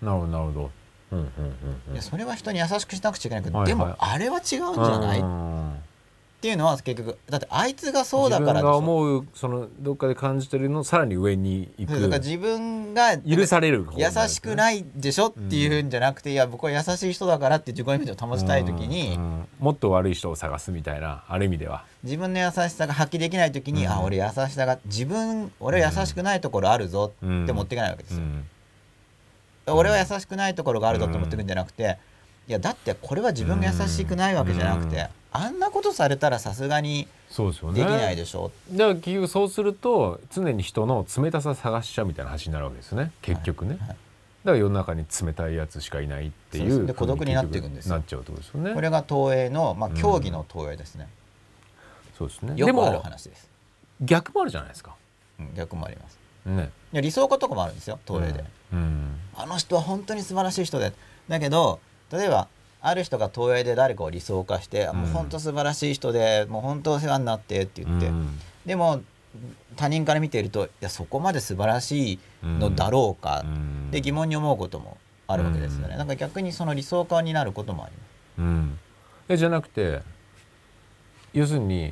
なるほどなるほど、うんうんうんうん、 それは人に優しくしなくちゃいけないけど、はいはい、でもあれは違うんじゃないっていうのは結局だってあいつがそうだからでしょ、 自分が思うそのどっかで感じてるのさらに上に行く、 だから自分が許される方、 優しくないでしょっていうんじゃなくて、うん、いや僕は優しい人だからって自己イメージを保ちたい時に、うんうん、 もっと悪い人を探すみたいな、ある意味では自分の優しさが発揮できない時に、うん、あ俺優しさが自分俺は優しくないところあるぞって持っていかないわけですよ、うんうん、俺は優しくないところがあるぞって持っていくんじゃなくて、いやだってこれは自分が優しくないわけじゃなくて、うん、あんなことされたらさすがにできないでしょ、 ね、だから結局そうすると常に人の冷たさ探しちゃうみたいな話になるわけですよね結局ね、はいはい、だから世の中に冷たいやつしかいないっていう、 で孤独になっていくんですよ、 なっちゃうってことですよね。 これが投影の、まあ、競技の投影ですね、 うん、そうですね。 よくある話です。 逆もあるじゃないですか、 うん、逆もあります、 ね、 いや理想化とかもあるんですよ投影で、うんうん、あの人は本当に素晴らしい人で、だけど例えばある人が投影で誰かを理想化して、うん、もう本当素晴らしい人でもう本当お世話になってって言って、うん、でも他人から見ているといやそこまで素晴らしいのだろうか、うん、で疑問に思うこともあるわけですよね、うん、なんか逆にその理想化になることもあります、 うん、えじゃなくて要するに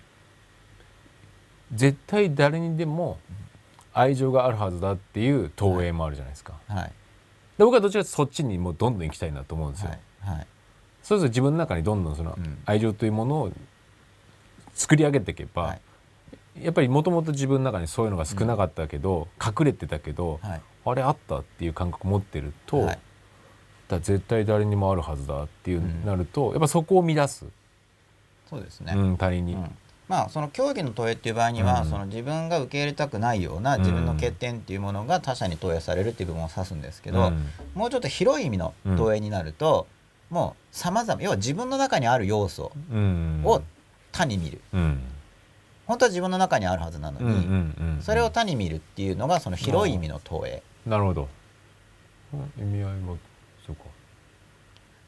絶対誰にでも愛情があるはずだっていう投影もあるじゃないですか、はいはい、で僕はどちらかというとそっちにもうどんどん行きたいなと思うんですよ、はいはい、そうすると自分の中にどんどんその愛情というものを作り上げていけば、はい、やっぱりもともと自分の中にそういうのが少なかったけど、うん、隠れてたけど、はい、あれあったっていう感覚を持ってると、はい、だ絶対誰にもあるはずだっていう、うん、なるとやっぱそこを乱す、 そうですね、 うん、他人に、うん、 まあその競技の投影っていう場合には、うん、その自分が受け入れたくないような自分の欠点っていうものが他者に投影されるっていう部分を指すんですけど、うん、もうちょっと広い意味の投影になると、うん、もう様々要は自分の中にある要素を他に見る、うん、本当は自分の中にあるはずなのに、うんうんうんうん、それを他に見るっていうのがその広い意味の投影。 なるほど、意味合いもそうか。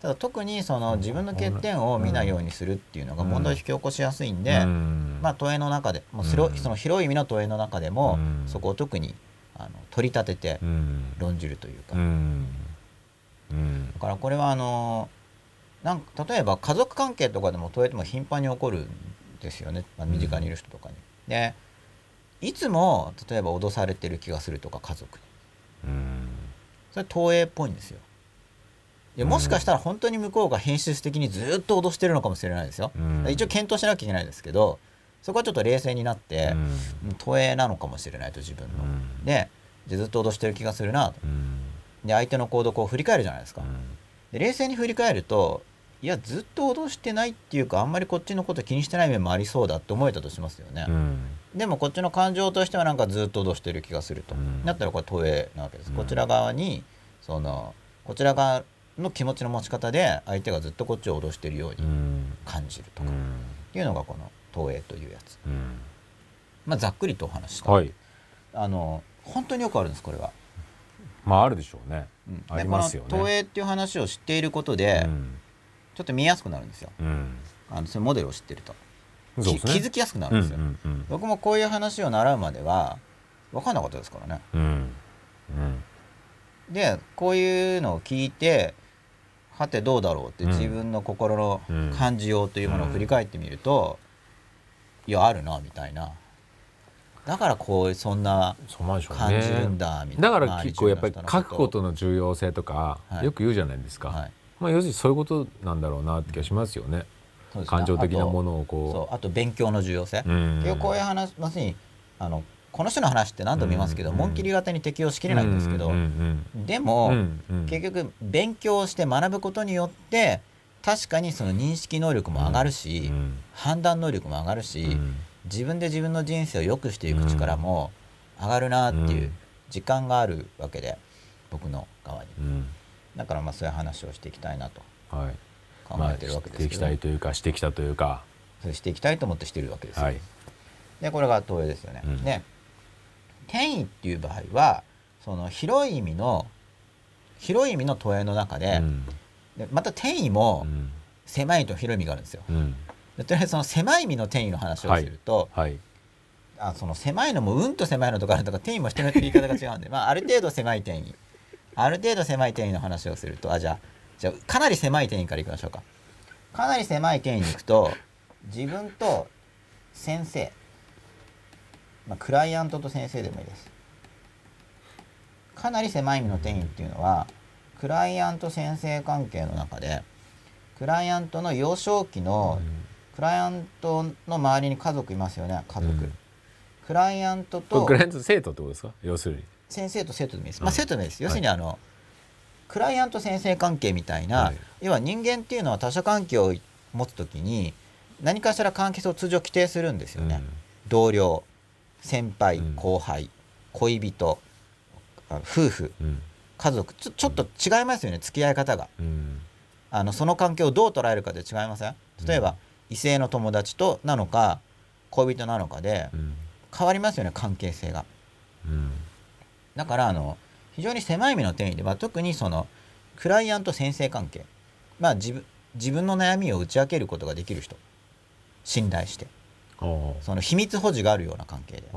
ただ特にその自分の欠点を見ないようにするっていうのが問題を引き起こしやすいんで、うん、まあ投影の中でもうその広い意味の投影の中でも、うん、そこを特にあの取り立てて論じるというか、うんうん、だからこれはあのなんか例えば家族関係とかでも投影っても頻繁に起こるんですよね、まあ、身近にいる人とかに。でいつも例えば脅されてる気がするとか家族に、うん、それ投影っぽいんですよ。いやもしかしたら本当に向こうが変質的にずっと脅してるのかもしれないですよ、うん、一応検討しなきゃいけないですけど、そこはちょっと冷静になって、うん、投影なのかもしれないと自分の、うん、でずっと脅してる気がするなと、うん、で相手の行動をこう振り返るじゃないですか、うん、で冷静に振り返るといやずっと脅してないっていうかあんまりこっちのこと気にしてない面もありそうだって思えたとしますよね、うん、でもこっちの感情としてはなんかずっと脅してる気がすると、うん、だったらこれ投影なわけです、うん、こちら側にそのこちら側の気持ちの持ち方で相手がずっとこっちを脅してるように感じるとか、うん、っていうのがこの投影というやつ、うん、まあざっくりとお話した、はい、あの本当によくあるんですこれは。 まああるでしょうね、うん、ありますよね。 この投影っていう話を知っていることで、うん、ちょっと見やすくなるんですよ、うん、あのそのモデルを知ってると、そうですね、気づきやすくなるんですよ、うんうんうん、僕もこういう話を習うまでは分かんなかったですからね、うんうん、でこういうのを聞いてはてどうだろうって自分の心の感じようというものを振り返ってみると、いやあるなみたいな、だからこうそんな感じるんだみたいな、 だから結構やっぱり書くことの重要性とかよく言うじゃないですか、はい、まあ、要するにそういうことなんだろうなって気がしますよね、うん、感情的なものをこう、 そう、あと勉強の重要性、うん、結構こういう話、まさにあのこの人の話って何度も見ますけど、紋切り型に適用しきれないんですけど、でも結局勉強して学ぶことによって確かにその認識能力も上がるし、判断能力も上がるし、自分で自分の人生を良くしていく力も上がるなっていう時間があるわけで、僕の側に、だからまあそういう話をしていきたいなと考えてるわけですけど、 していきたいというかしてきたというか、 それしていきたいと思ってしてるわけですよ、はい、でこれが投影ですよね、うん、で転移っていう場合はその広い意味の広い意味の投影の中で、うん、でまた転移も狭いと広い意味があるんですよ、うん、でとりあえずその狭い意味の転移の話をすると、はいはい、あその狭いのもうんと狭いのとかあるとか、転移も人によって言い方が違うんで、まあ、ある程度狭い転移ある程度狭い転移の話をすると、あじゃあじゃあかなり狭い転移からいきましょうか。かなり狭い転移に行くと自分と先生、まあ、クライアントと先生でもいいです。かなり狭い意味の転移っていうのはクライアント先生関係の中で、クライアントの幼少期の、うん、クライアントの周りに家族いますよね、家族、うん、クライアントとクライアント生徒ってことですか、要するに先生と生徒でもいいです、まあ、生徒でもいいです、うん、要するにあの、はい、クライアント先生関係みたいな、はい、要は人間っていうのは他者関係を持つときに何かしら関係性を通常規定するんですよね、うん、同僚、先輩、後輩、うん、恋人、夫婦、うん、家族、ちょ、ちょっと違いますよね、付き合い方が、うん、あのその関係をどう捉えるかで違いません？例えば、うん、異性の友達となのか恋人なのかで変わりますよね、関係性が、うん、だからあの非常に狭い意味の転移で、まあ、特にそのクライアント先生関係、まあ、自分、自分の悩みを打ち明けることができる人、信頼してその秘密保持があるような関係で、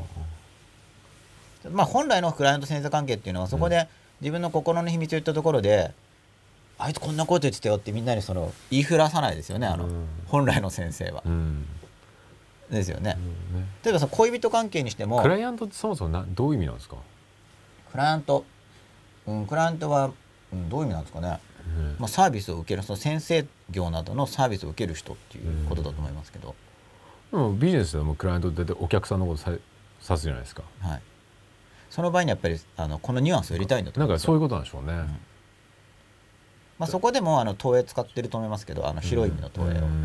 まあ、本来のクライアント先生関係っていうのはそこで自分の心の秘密を言ったところで、あいつこんなこと言ってたよってみんなにその言いふらさないですよね、あの本来の先生は、うん、ですよね、うんね、例えばその恋人関係にしてもクライアントってそもそもなどういう意味なんですか？ クライアント、うん、クライアントは、うん、どういう意味なんですかね、うん、まあ、サービスを受ける、その先生業などのサービスを受ける人っていうことだと思いますけど、 うん、でもビジネスでもクライアントってお客さんのことさ指すじゃないですか、 はい、その場合にやっぱりあのこのニュアンスを入れたいんだと思います。なんかそういうことなんでしょうね、うん、 まあ、そこでもあの投影使ってると思いますけど、あの広い意味の投影を、うんうんうんうん、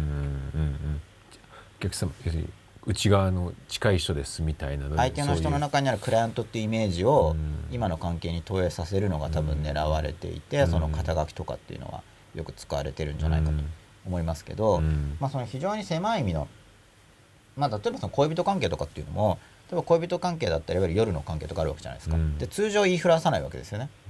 お客様要するに内側の近い人ですみたいな、 相手の人の中にあるクライアントっていうイメージを今の関係に投影させるのが多分狙われていて、その肩書きとかっていうのはよく使われてるんじゃないかと思いますけど、まあ、その非常に狭い意味の、まあ、例えばその恋人関係とかっていうのも、例えば恋人関係だったらいわゆる夜の関係とかあるわけじゃないですか、で通常言いふらさないわけですよね、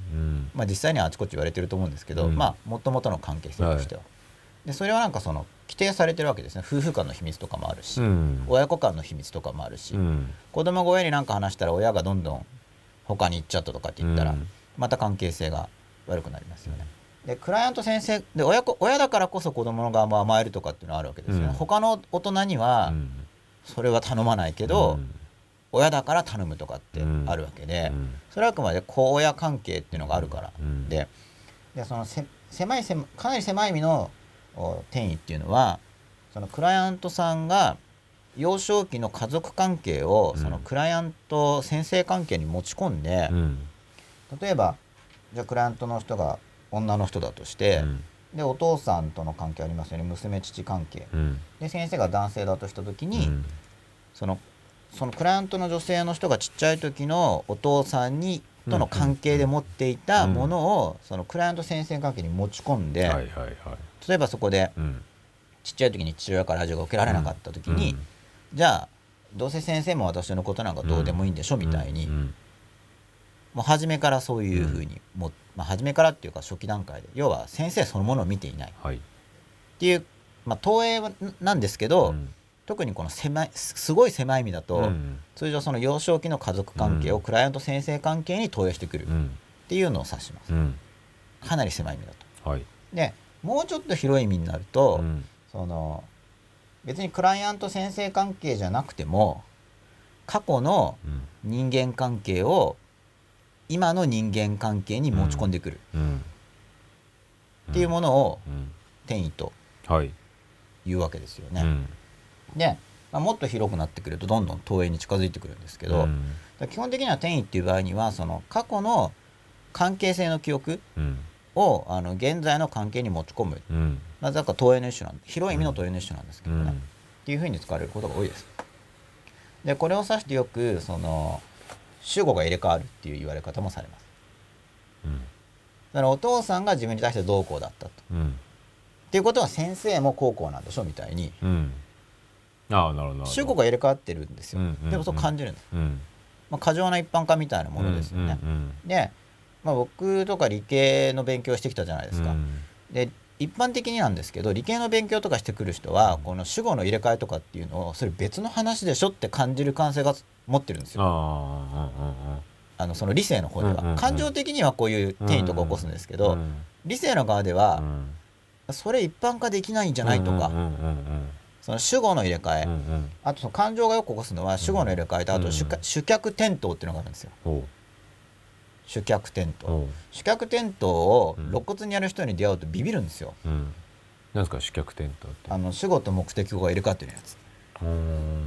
うん、 まあ、実際にはあちこち言われてると思うんですけど、うん、まあもともとの関係性としては、はい、でそれはなんかその規定されてるわけですね。夫婦間の秘密とかもあるし、うん、親子間の秘密とかもあるし、うん、子供が親に何か話したら親がどんどん他に行っちゃったとかって言ったら、うん、また関係性が悪くなりますよね。でクライアント先生で 親, 親だからこそ子供の側も甘えるとかっていうのはあるわけですよね、うん、他の大人にはそれは頼まないけど、うん、親だから頼むとかってあるわけで、うん、それはあくまで子親関係っていうのがあるから、うん、で, でそのせ狭い狭かなり狭い意味の転移っていうのはそのクライアントさんが幼少期の家族関係をそのクライアント先生関係に持ち込んで、うん、例えばじゃあクライアントの人が女の人だとして、うん、でお父さんとの関係ありますよね、娘父関係、うん、で先生が男性だとした時に、うん、そのそのクライアントの女性の人がちっちゃい時のお父さんにとの関係で持っていたものを、うん、そのクライアント先生関係に持ち込んで、はいはいはい、例えばそこで、うん、ちっちゃい時に父親からラジオが受けられなかった時に、うん、じゃあどうせ先生も私のことなんかどうでもいいんでしょみたいに、うんうん、もう初めからそういうふうにも、まあ、初めからっていうか初期段階で要は先生そのものを見ていない、はい、っていう、まあ、投影なんですけど、うん、特にこの狭いすごい狭い意味だと、うん、通常その幼少期の家族関係をクライアント先生関係に投影してくるっていうのを指します、うん、かなり狭い意味だと、はい、でもうちょっと広い意味になると、うん、その別にクライアント先生関係じゃなくても過去の人間関係を今の人間関係に持ち込んでくるっていうものを転移というわけですよね、うん、で、まあ、もっと広くなってくるとどんどん投影に近づいてくるんですけど、うん、基本的には転移っていう場合にはその過去の関係性の記憶を、うん、あの現在の関係に持ち込む、うん、なぜか投影の一種なん広い意味の投影の一種なんですけどね、うん、っていうふうに使われることが多いです。でこれを指してよくその主語が入れ替わるっていう言われ方もされます、うん、だからお父さんが自分に対してどうこうだったと、うん、っていうことは先生もこうこうなんでしょみたいに、うん、ああなるほど主語が入れ替わってるんですよ、うんうんうん、でもそう感じるんです、うんまあ、過剰な一般化みたいなものですよね、うんうんうん、で、まあ、僕とか理系の勉強してきたじゃないですか、うん、で一般的になんですけど理系の勉強とかしてくる人はこの主語の入れ替えとかっていうのをそれ別の話でしょって感じる感性が持ってるんですよ。ああのその理性の方では、うんうんうん、感情的にはこういう転移とか起こすんですけど、うんうん、理性の側では、うん、それ一般化できないんじゃないとか、うんうんうんうん、その主語の入れ替え、うんうん、あとその感情がよく起こすのは主語の入れ替えとあと 主,、うん、主客転倒っていうのがあるんですよ。主客転倒主客転倒を露骨にやる人に出会うとビビるんですよ、うん、 何ですか主客転倒って。 あの主語と目的語が入れ替わってるやつ。うー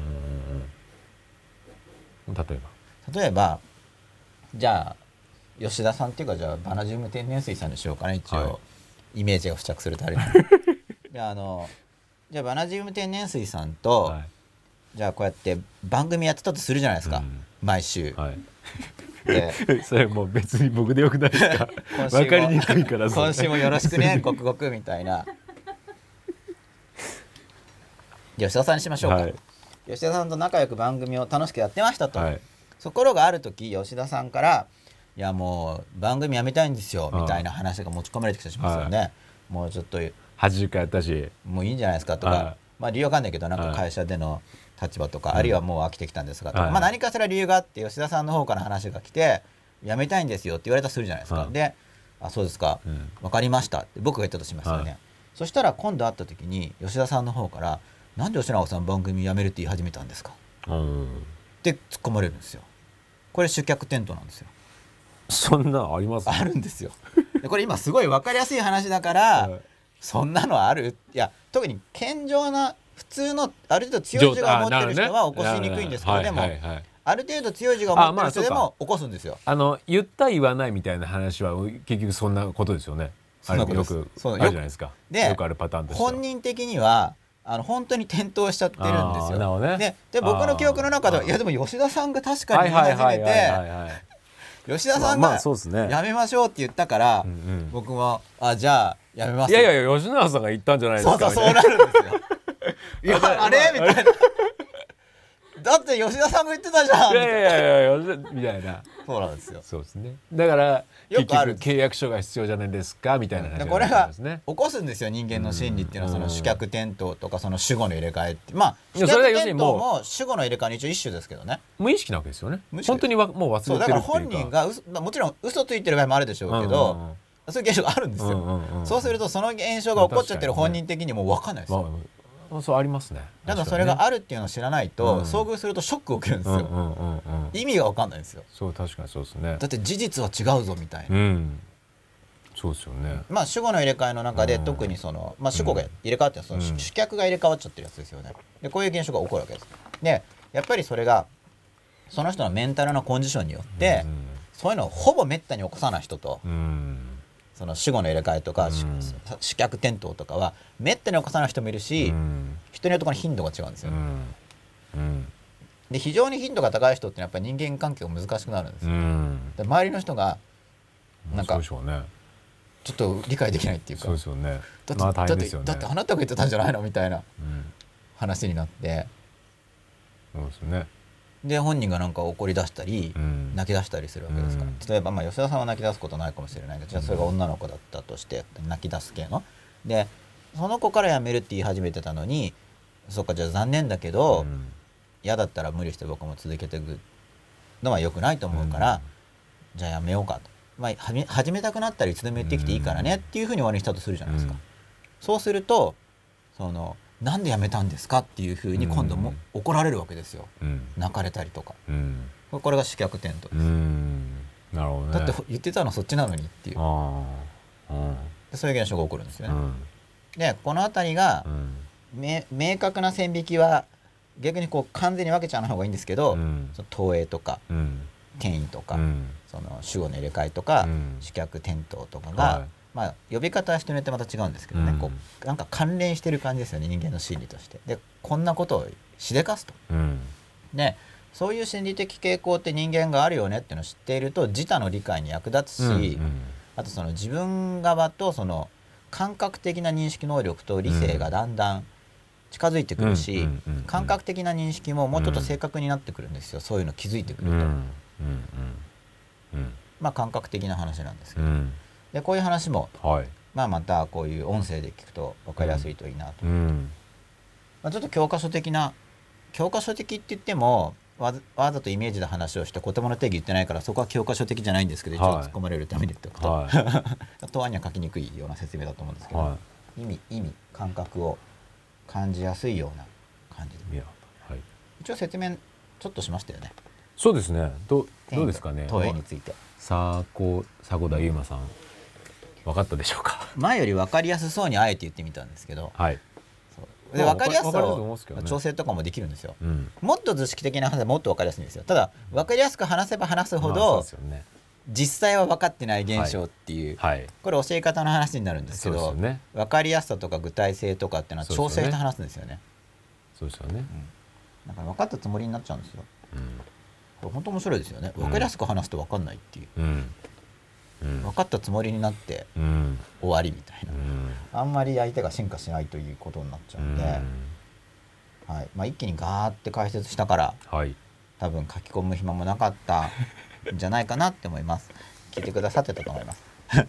ん例えば例えばじゃあ吉田さんっていうかじゃあバナジウム天然水さんにしようかな一応、はい、イメージが付着するとあれなんでじゃああのじゃあバナジウム天然水さんと、はい、じゃあこうやって番組やってたとするじゃないですか、うん、毎週、はいでそれもう別に僕でよくないですか分かりにくいから今週もよろしくねごくごくみたいな吉田さんにしましょうか、はい、吉田さんと仲良く番組を楽しくやってましたと、はい、ところがある時吉田さんからいやもう番組やめたいんですよみたいな話が持ち込まれてきたりしますよね、はい、もうちょっとはちじゅっかいやったしもういいんじゃないですかとか、はい、まあ理由わかんないけどなんか会社での立場とか、うん、あるいはもう飽きてきたんですがとか、はい、まあ何かしら理由があって吉田さんの方から話が来てやめたいんですよって言われたとするじゃないですか、はい、であそうですか、うん、分かりましたって僕が言ったとしますよね、はい、そしたら今度会った時に吉田さんの方からなんで吉永さん番組やめるって言い始めたんですか、うん、って突っ込まれるんですよ。これ主客転倒なんですよ。 そんなのあります、 ね、あるんですよ。でこれ今すごい分かりやすい話だから、はい、そんなのあるいや特に健常な普通のある程度強い自我を持ってる人は起こしにくいんですけど、でも、はいはいはい、ある程度強い自我を持ってる人でも起こすんですよ。 あの言った言わないみたいな話は結局そんなことですよね。あれよくあるじゃないですか。 でよくあるパターンとしては本人的にはあの本当に転倒しちゃってるんですよ、ね、で, で僕の記憶の中ではいやでも吉田さんが確かに言い始めて吉田さんがやめましょうって言ったから、まあまあね、僕はあじゃあやめますいやいや吉永さんが言ったんじゃないですか。 そうそうそうなるんですよいやあれみたいなだって吉田さんが言ってたじゃんいやいやいや吉田みたいな。 そうなんですよ。 そうですね。だからよくある結局契約書が必要じゃないですかみたいな話これががあるんですね。 起こすんですよ人間の心理っていうのは、その主客転倒とかその主語の入れ替えってまあ主いやそれ客転倒が要するにもうも主語の入れ替えの一応一種ですけどね。 無意識なわけですよね。 無意識本当にわもう忘そうだかられてるっていうか。 本人が嘘まあもちろん嘘ついてる場合もあるでしょうけど、 うんうんうんそういう現象があるんですよ、 うんうんうんそうするとその現象が起こっちゃってる本人的にもう分かんないですよ、 まあ、そうありますね。 ただそれがあるっていうのを知らないと、 うん遭遇するとショックを受けるんですよ、 うんうんうんうん、 意味が分かんないんですよ。 そう確かにそうですね。 だって事実は違うぞみたいな、 うん、そうですよね。 まあ主語の入れ替えの中で、 うん特にその、まあ、主語が入れ替わってその、 うん主客が入れ替わっちゃってるやつですよね。でこういう現象が起こるわけです。でやっぱりそれがその人のメンタルなコンディションによって、 うんそういうのをほぼめったに起こさない人と、 うんその主語の入れ替えとか、 うん主客転倒とかはめったに起こさない人もいるし、 うん人によってこの頻度が違うんですよ、 うんうんで非常に頻度が高い人ってやっぱり人間関係が難しくなるんですよ、 うんで周りの人がなんかそうでしょうね。 ちょっと理解できないっていうか、 そうですよね。 だって、 まあ大だって変ですよね。 だってあなたが言ってたんじゃないのみたいなうん話になって、 そうですね。 で本人がなんか怒り出したり、 うん泣き出したりするわけですから、 うん例えば、まあ、吉田さんは泣き出すことないかもしれないけど、じゃあそれが女の子だったとして泣き出す系のでその子から辞めるって言い始めてたのに、そっかじゃあ残念だけど、 うん嫌だったら無理して僕も続けていくのは良くないと思うから、 うんじゃあやめようかと、まあ、はめ始めたくなったらいつでも言ってきていいからねっていうふうに終わりにしたとするじゃないですか、 うんそうするとそのなんでやめたんですかっていうふうに今度も怒られるわけですよ、 うん泣かれたりとか、 うんこれが主客転倒です、 うんなるほどね。 だって言ってたのそっちなのにっていうああうんでそういう現象が起こるんですよね、 うんでこの辺りがうんめ明確な線引きは逆にこう完全に分けちゃう方がいいんですけど、 うんその投影とかうん転移とか、 うんその主語の入れ替えとか、 うん主客転倒とかが、 はいまあ、呼び方は人によってまた違うんですけどね、 うんこうなんか関連してる感じですよね人間の心理として。でこんなことをしでかすと。 うんでそういう心理的傾向って人間があるよねっていうのを知っていると自他の理解に役立つし、 うんうんあとその自分側とその感覚的な認識能力と理性がだんだん近づいてくるし、 うんうんうんうん感覚的な認識ももうちょっと正確になってくるんですよ、そういうの気づいてくると、 うんうんうんまあ感覚的な話なんですけど、 うんでこういう話も、 はいまあ、またこういう音声で聞くと分かりやすいといいなと、 うんまあ、ちょっと教科書的な教科書的って言ってもわざわざとイメージで話をして言葉の定義言ってないからそこは教科書的じゃないんですけど、一応はい突っ込まれるために言っておくと、 は答案には書きにくいような説明だと思うんですけど、 は意味意味感覚を感じやすいような感じでいいやはい一応説明ちょっとしましたよね。 そうですね。どどうですかね。 投影についてさこ迫田悠馬さん分かったでしょうか。 前より分かりやすそうにあえて言ってみたんですけど、 はい。 そうでまあ分かりやすさ分かりやすいと思うんですけどねを調整とかもできるんですよ。 うん。 もっと図式的な話はもっと分かりやすいんですよ。ただ分かりやすく話せば話すほまあそうどですよね。 実際は分かってない現象っていう、 はい。 これ教え方の話になるんですけそうですど、 よね。 分かりやすさとか具体性とかっていうのは調整して話すんですよね。 そうですよね。 だから分かったつもりになっちゃうんですよ。 うんこれ本当面白いですよね。 うん分かりやすく話すと分かんないっていう、 うんうん分かったつもりになってうん終わりみたいな、 うんあんまり相手が進化しないということになっちゃうんで、はいまあ、一気にガーって解説したからはい。 多分書き込む暇もなかったんじゃないかなって思います。聞いてくださってたと思います。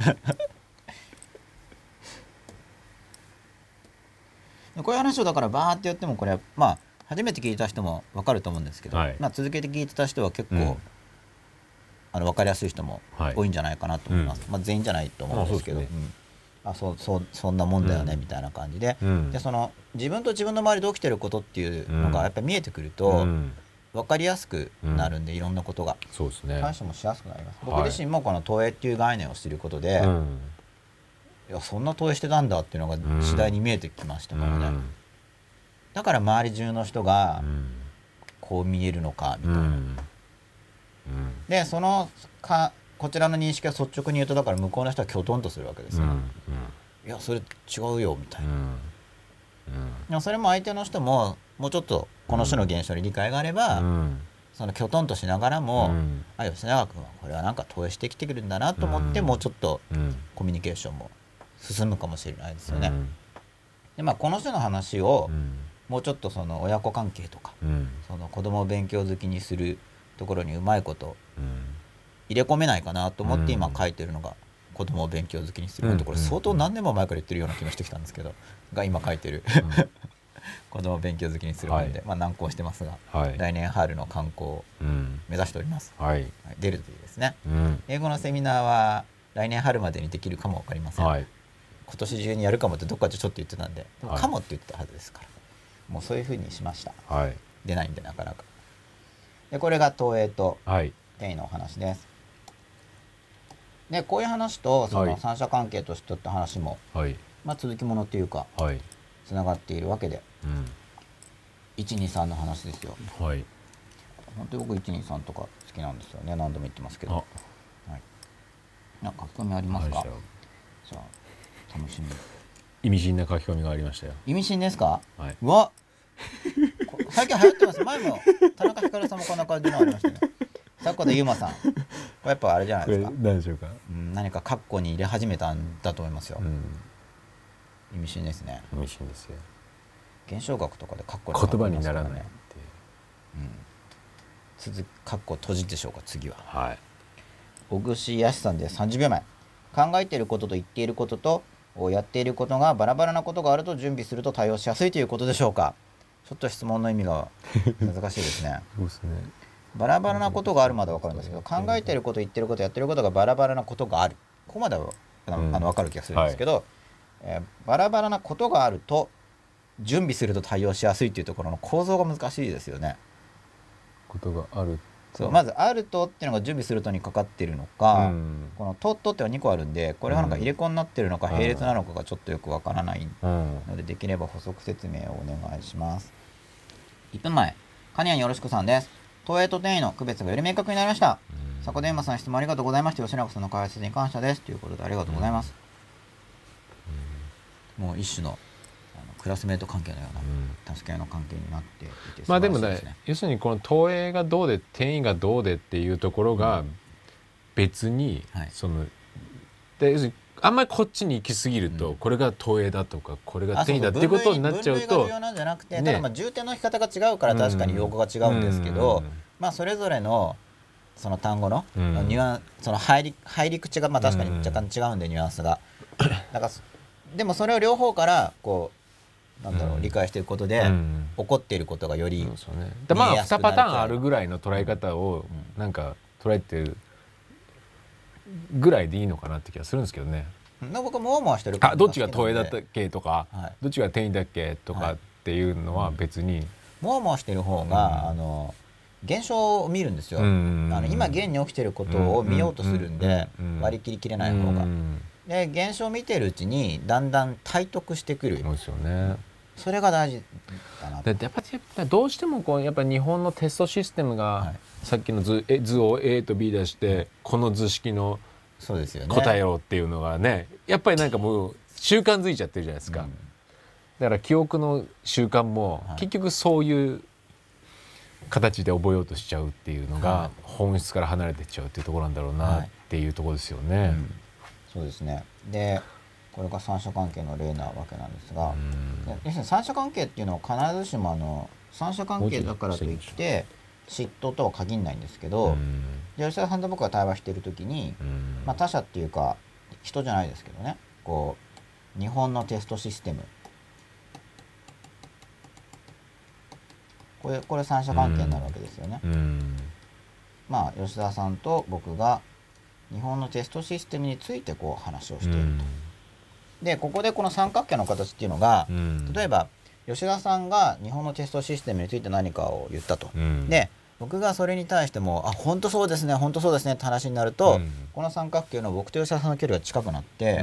こういう話をだからバーってやってもこれはまあ初めて聞いた人も分かると思うんですけど、 はいまあ、続けて聞いてた人は結構、 うんあの分かりやすい人もはい多いんじゃないかなと思います。まあ、全員じゃないと思うんですけど、 まあそうですねうんあそうそうそんなもんだよねうんみたいな感じで、 うんでその自分と自分の周りで起きてることっていうのがやっぱり見えてくると、 うん分かりやすくなるんで、いろんなことがそうですね。 対処もしやすくなります。 はい僕自身もこの投影っていう概念を知ることで、 うんいやそんな投影してたんだっていうのが次第に見えてきましたからね、 うんだから周り中の人がうんこう見えるのかみたいな、 うんでそのかこちらの認識は率直に言うとだから向こうの人はきょとんとするわけですよ、 うんいやそれ違うよみたいな、 うんでもそれも相手の人ももうちょっとこの種の現象に理解があれば、 うんそのきょとんとしながらも、 うんあ吉永君はこれはなんか投影してきてくるんだなと思って、 うんもうちょっとうんコミュニケーションも進むかもしれないですよね。 うんでまあこの人の話を、 うんもうちょっとその親子関係とか、 うん、 その子供を勉強好きにするところにうまいこと入れ込めないかなと思って今書いてるのが子供を勉強好きにするのと、これ相当何年も前から言ってるような気もしてきたんですけどが今書いてる子供を勉強好きにする本で、まあ難航してますが、はい、来年春の刊行を目指しております、はい、出るといいですね、うん、英語のセミナーは来年春までにできるかも分かりません、はい、今年中にやるかもってどっかでちょっと言ってたんで、でもかもって言ってたはずですから、もうそういう風にしました、はい、出ないんでなかなかで、これが東映とテイのお話です、はい、でこういう話とその三者関係としてった話も、はい、まあ、続きものっていうか、はい、つながっているわけで、うん、いちにさんの話ですよ、はい、本当に僕いちにさんとか好きなんですよね、何度も言ってますけど、はい、なんか書き込みありますか？じゃあ楽しみ。 意味深な書き込みがありましたよ。 意味深ですか？はい、うわ最近流行ってます。前も田中ひかるさんもこんな感じのありましたね。迫田悠馬さん、これやっぱあれじゃないですか。 何でしょうか。 うん、何か括弧に入れ始めたんだと思いますよ。うん、意味深ですね。 意味深ですよ。 現象学とかで括弧に言葉にならないっていう。 うん、続括弧閉じでしょうか、次は。はい。小串康さんでさんじゅうびょうまえ。考えていることと言っていることとやっていることがバラバラなことがあると準備すると対応しやすいということでしょうか。ちょっと質問の意味が難しいですね。 そうですね。 バラバラなことがあるまで分かるんですけど、考えていること言っていることやっていることがバラバラなことがある、ここまではあの、うん、あの分かる気がするんですけど、はい、えー、バラバラなことがあると準備すると対応しやすいというところの構造が難しいですよね。 ことがある、 そうまずあるとっていうのが準備するとにかかっているのか、うん、このととってはにこあるんで、これがなんか入れ子になってるのか並列なのかがちょっとよくわからないので、できれば補足説明をお願いします。いっぷんまえ、カニアンよろしくさんです。東映と転移の区別がより明確になりました。坂電馬さん、質問ありがとうございました。吉永さんの解説に感謝ですということでありがとうございます。うん、もう一種のクラスメート関係のような助け合いの関係になっていて、うん、 まあでもね、要するにこの東映がどうで転移がどうでっていうところが別に、うん、はい、そので要するにあんまりこっちに行き過ぎると、うん、これが東映だとかこれが転移だっていうことになっちゃうと、分類が重要なんじゃなくて、ね、ただまあ重点の引き方が違うから確かに用語が違うんですけど、うん、まあそれぞれのその単語のニュアンその入り入り口がまあ確かに若干違うんで、ニュアンスがだからでもそれを両方からこうなんだろう、うん、理解していくことで、うん、起こっていることがより見えやすくなる。そうですね。まあにパターンあるぐらいの捉え方をなんか捉えてるぐらいでいいのかなって気がするんですけどね。 僕はもわもわしてるあどっちが東映だったっけとか、はい、どっちが転移だっけとかっていうのは別に、はい、 もわもわしてる方が、うん、あの現象を見るんですよ、うん、あの今現に起きてることを見ようとするんで、うん、割り切りきれない方が、うん、で現象を見てるうちにだんだん体得してくる。 そうですよね。 それが大事だな。 でやっぱりどうしてもこうやっぱ日本のテストシステムが、はい、さっきの 図, 図を A と B 出してこの図式の答えろっていうのがね、やっぱりなんかもう習慣づいちゃってるじゃないですか、うん、だから記憶の習慣も結局そういう形で覚えようとしちゃうっていうのが本質から離れていっちゃうっていうところなんだろうなっていうところですよね、はい、うん、 そうですね。でこれが三者関係の例なわけなんですが、要するに三者関係っていうのは必ずしもあの三者関係だからといって嫉妬とは限らないんですけど、吉田さんと僕が対話している時に、まあ、他者っていうか人じゃないですけどね、こう日本のテストシステム、これこれ三者関係になるわけですよね。まあ吉田さんと僕が日本のテストシステムについてこう話をしていると。でここでこの三角形の形っていうのが、うん、例えば吉田さんが日本のテストシステムについて何かを言ったと、うん、で僕がそれに対してもあ本当そうですね本当そうですねって話になると、うん、この三角形の僕と吉田さんの距離が近くなって、うん、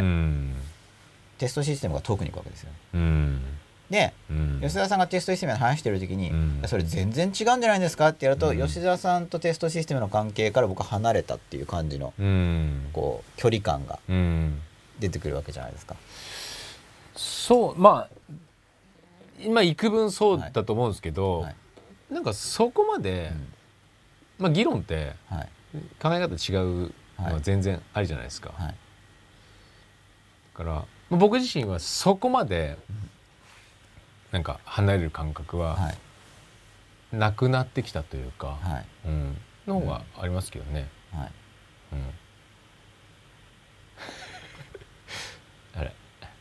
テストシステムが遠くに行くわけですよ、うん、で、うん、吉田さんがテストシステムで話してる時に、うん、それ全然違うんじゃないですかってやると、うん、吉田さんとテストシステムの関係から僕は離れたっていう感じの、うん、こう距離感が、うん出てくるわけじゃないですか。 そうまあ今幾分そうだと思うんですけど、はいはい、なんかそこまで、うんまあ、議論って考え方違うのは全然ありじゃないですか、はいはい、だから僕自身はそこまでなんか離れる感覚はなくなってきたというか、 はいうん、の方がありますけどね、 はい、 うん、あれ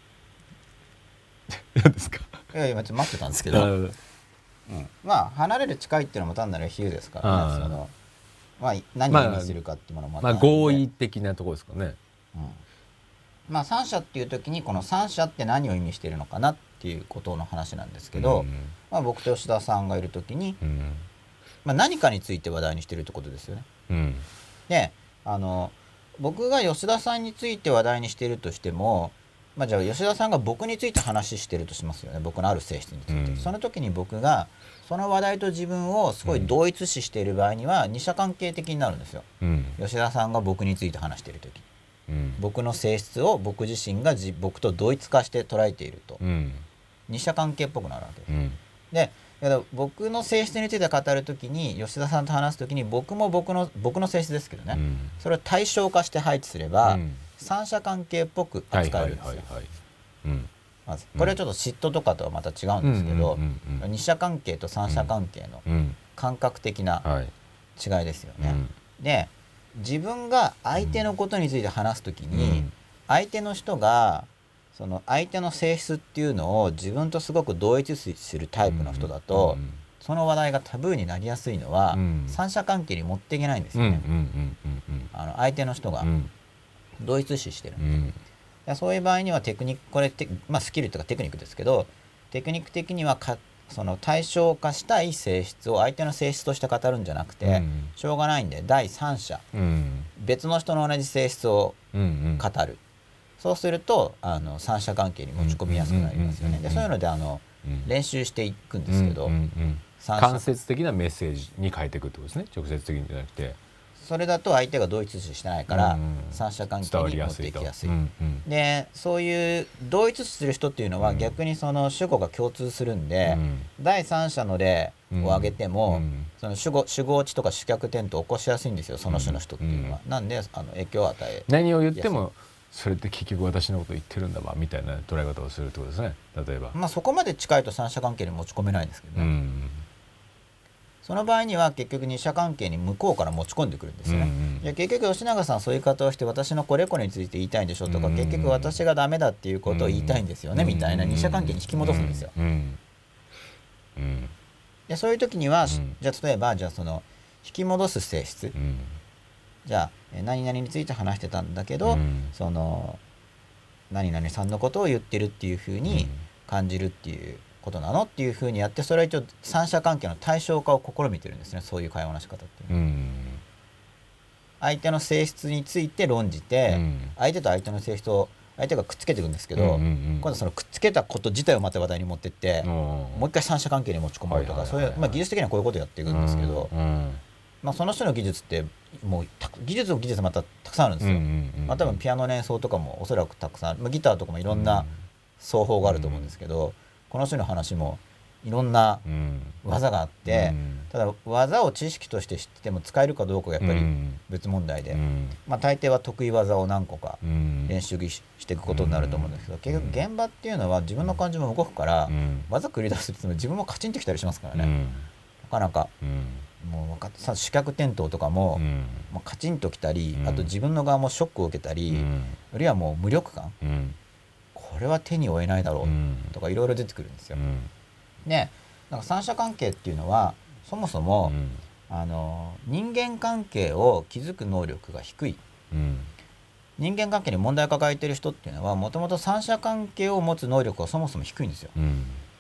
何ですか？ いや今ちょっと待ってたんですけど、うん、まあ離れる近いっていうのも単なる比喩ですからね、そのまあ何を意味するかっていうものもまあ、まあ合意的なところですかね、 うん、まあ三者っていう時にこの三者って何を意味しているのかなっていうことの話なんですけど、うん、まあ、僕と吉田さんがいる時に、うん、まあ、何かについて話題にしてるってことですよね、うん、であの僕が吉田さんについて話題にしてるとしても、まあ、じゃあ吉田さんが僕について話してるとしますよね、僕のある性質について、うん、その時に僕がその話題と自分をすごい同一視している場合には二者関係的になるんですよ、うん、吉田さんが僕について話している時、うん、僕の性質を僕自身がじ僕と同一化して捉えていると、うん、二者関係っぽくなるわけです、うん、で僕の性質について語るときに吉田さんと話すときに僕も僕の僕の性質ですけどね、うん、それを対象化して配置すれば、うん、三者関係っぽく扱えるんですよ。まずこれはちょっと嫉妬とかとはまた違うんですけど、二者関係と三者関係の感覚的な違いですよね、うんうん、で自分が相手のことについて話すときに、うん、相手の人がその相手の性質っていうのを自分とすごく同一視するタイプの人だと、うん、その話題がタブーになりやすいのは、うん、三者関係に持っていけないんですよね、あの相手の人が同一視してるんで、うん、そういう場合にはテクニックこれて、まあ、スキルとかテクニックですけどテクニック的にはかその対象化したい性質を相手の性質として語るんじゃなくて、うん、しょうがないんで第三者、うん、別の人の同じ性質を語る、うんうん、そうするとあの三者関係に持ち込みやすくなりますよね。でそういうのであの、うん、練習していくんですけど、うんうんうん、 間接的なメッセージに変えていくってことですね、直接的にじゃなくて。 それだと相手が同一視してないから、うんうん、三者関係に持っていきやすい、うんうん、でそういう同一視する人っていうのは、うん、逆にその主語が共通するんで、うん、第三者の例を挙げても、うん、その主語主語値とか主客点と起こしやすいんですよ、その種の人っていうのは、うん、なんであの影響を与え何を言ってもそれって結局私のこと言ってるんだわみたいな捉え方をするってことですね、例えば。 まあそこまで近いと三者関係に持ち込めないんですけどね、うん、その場合には結局二者関係に向こうから持ち込んでくるんですよね、うんうん、いや結局吉永さんそういう言い方をして私のこれこれについて言いたいんでしょとか、うんうん、結局私がダメだっていうことを言いたいんですよね、うんうん、みたいな二者関係に引き戻すんですよ、うんうんうん、でそういう時には、うん、じゃあ例えばじゃあその引き戻す性質、うん、じゃあ何々について話してたんだけど、うん、その何々さんのことを言ってるっていうふうに感じるっていうことなのっていうふうにやって、それは一応三者関係の対象化を試みてるんですね、そういう会話の仕方っていうのは、うん、相手の性質について論じて、うん、相手と相手の性質を相手がくっつけていくんですけど、うんうんうん、今度そのくっつけたこと自体をまた話題に持ってって、うん、もう一回三者関係に持ち込もうとか、そういう、まあ、技術的にはこういうことをやっていくんですけど、うんうん、まあ、その人の技術ってもう技術の技術またたくさんあるんですよ、うんうんうん、まあ、多分ピアノの演奏とかもおそらくたくさんある、まあ、ギターとかもいろんな奏法があると思うんですけど、うん、この人の話もいろんな技があって、うん、ただ技を知識として知ってても使えるかどうかがやっぱり別問題で、うん、まあ、大抵は得意技を何個か練習していくことになると思うんですけど、結局現場っていうのは自分の感情も動くから、技繰り出すって自分もカチンときたりしますからね、うん、なかなか、うん、もうさ主客転倒とかも、うん、もうカチンときたり、あと自分の側もショックを受けたり、うん、あるいはもう無力感、うん、これは手に負えないだろうとかいろいろ出てくるんですよ、うん、でなんか三者関係っていうのはそもそも、うん、あの人間関係を築く能力が低い、うん、人間関係に問題を抱えている人っていうのはもともと三者関係を持つ能力がそもそも低いんですよ、うん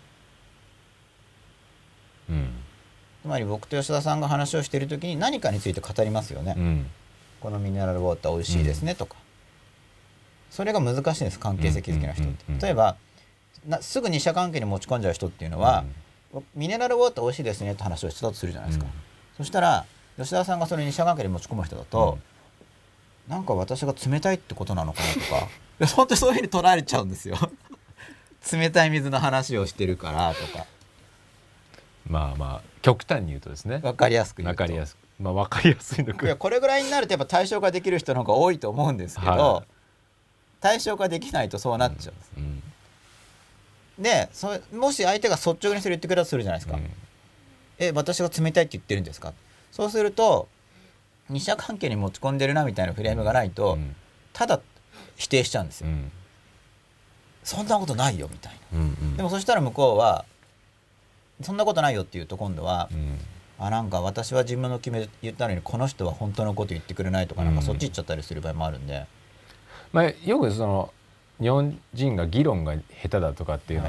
うん、つまり僕と吉田さんが話をしている時に何かについて語りますよね、うん、このミネラルウォーター美味しいですねとか、それが難しいんです、関係性築きの人って、うんうんうん、例えばなすぐ二者関係に持ち込んじゃう人っていうのは、うん、ミネラルウォーター美味しいですねって話をしてたとするじゃないですか、うん、そしたら吉田さんがそれ二者関係に持ち込む人だと、うん、なんか私が冷たいってことなのかなとかいや本当にそういうふうに捉えちゃうんですよ冷たい水の話をしてるからとか、 まあまあ極端に言うとですね、 分かりやすく言うと分かりやすく、まあ、分かりやすいのか、 いやこれぐらいになるとやっぱ対象化できる人の方が多いと思うんですけど、はい、対象化できないとそうなっちゃうんです、うんうん、 でそれもし相手が率直にそれ言ってくれたとするじゃないですか、うん、え私が冷たいって言ってるんですか。そうすると二者関係に持ち込んでるなみたいなフレームがないと、うん、ただ否定しちゃうんですよ、うん、そんなことないよみたいな、うんうん、でもそしたら向こうはそんなことないよって言うと今度は、うん、あなんか私は自分の決め言ったのにこの人は本当のこと言ってくれないとか、なんかそっち行っちゃったりする場合もあるんで、 まあ、よくその日本人が議論が下手だとかっていうのって、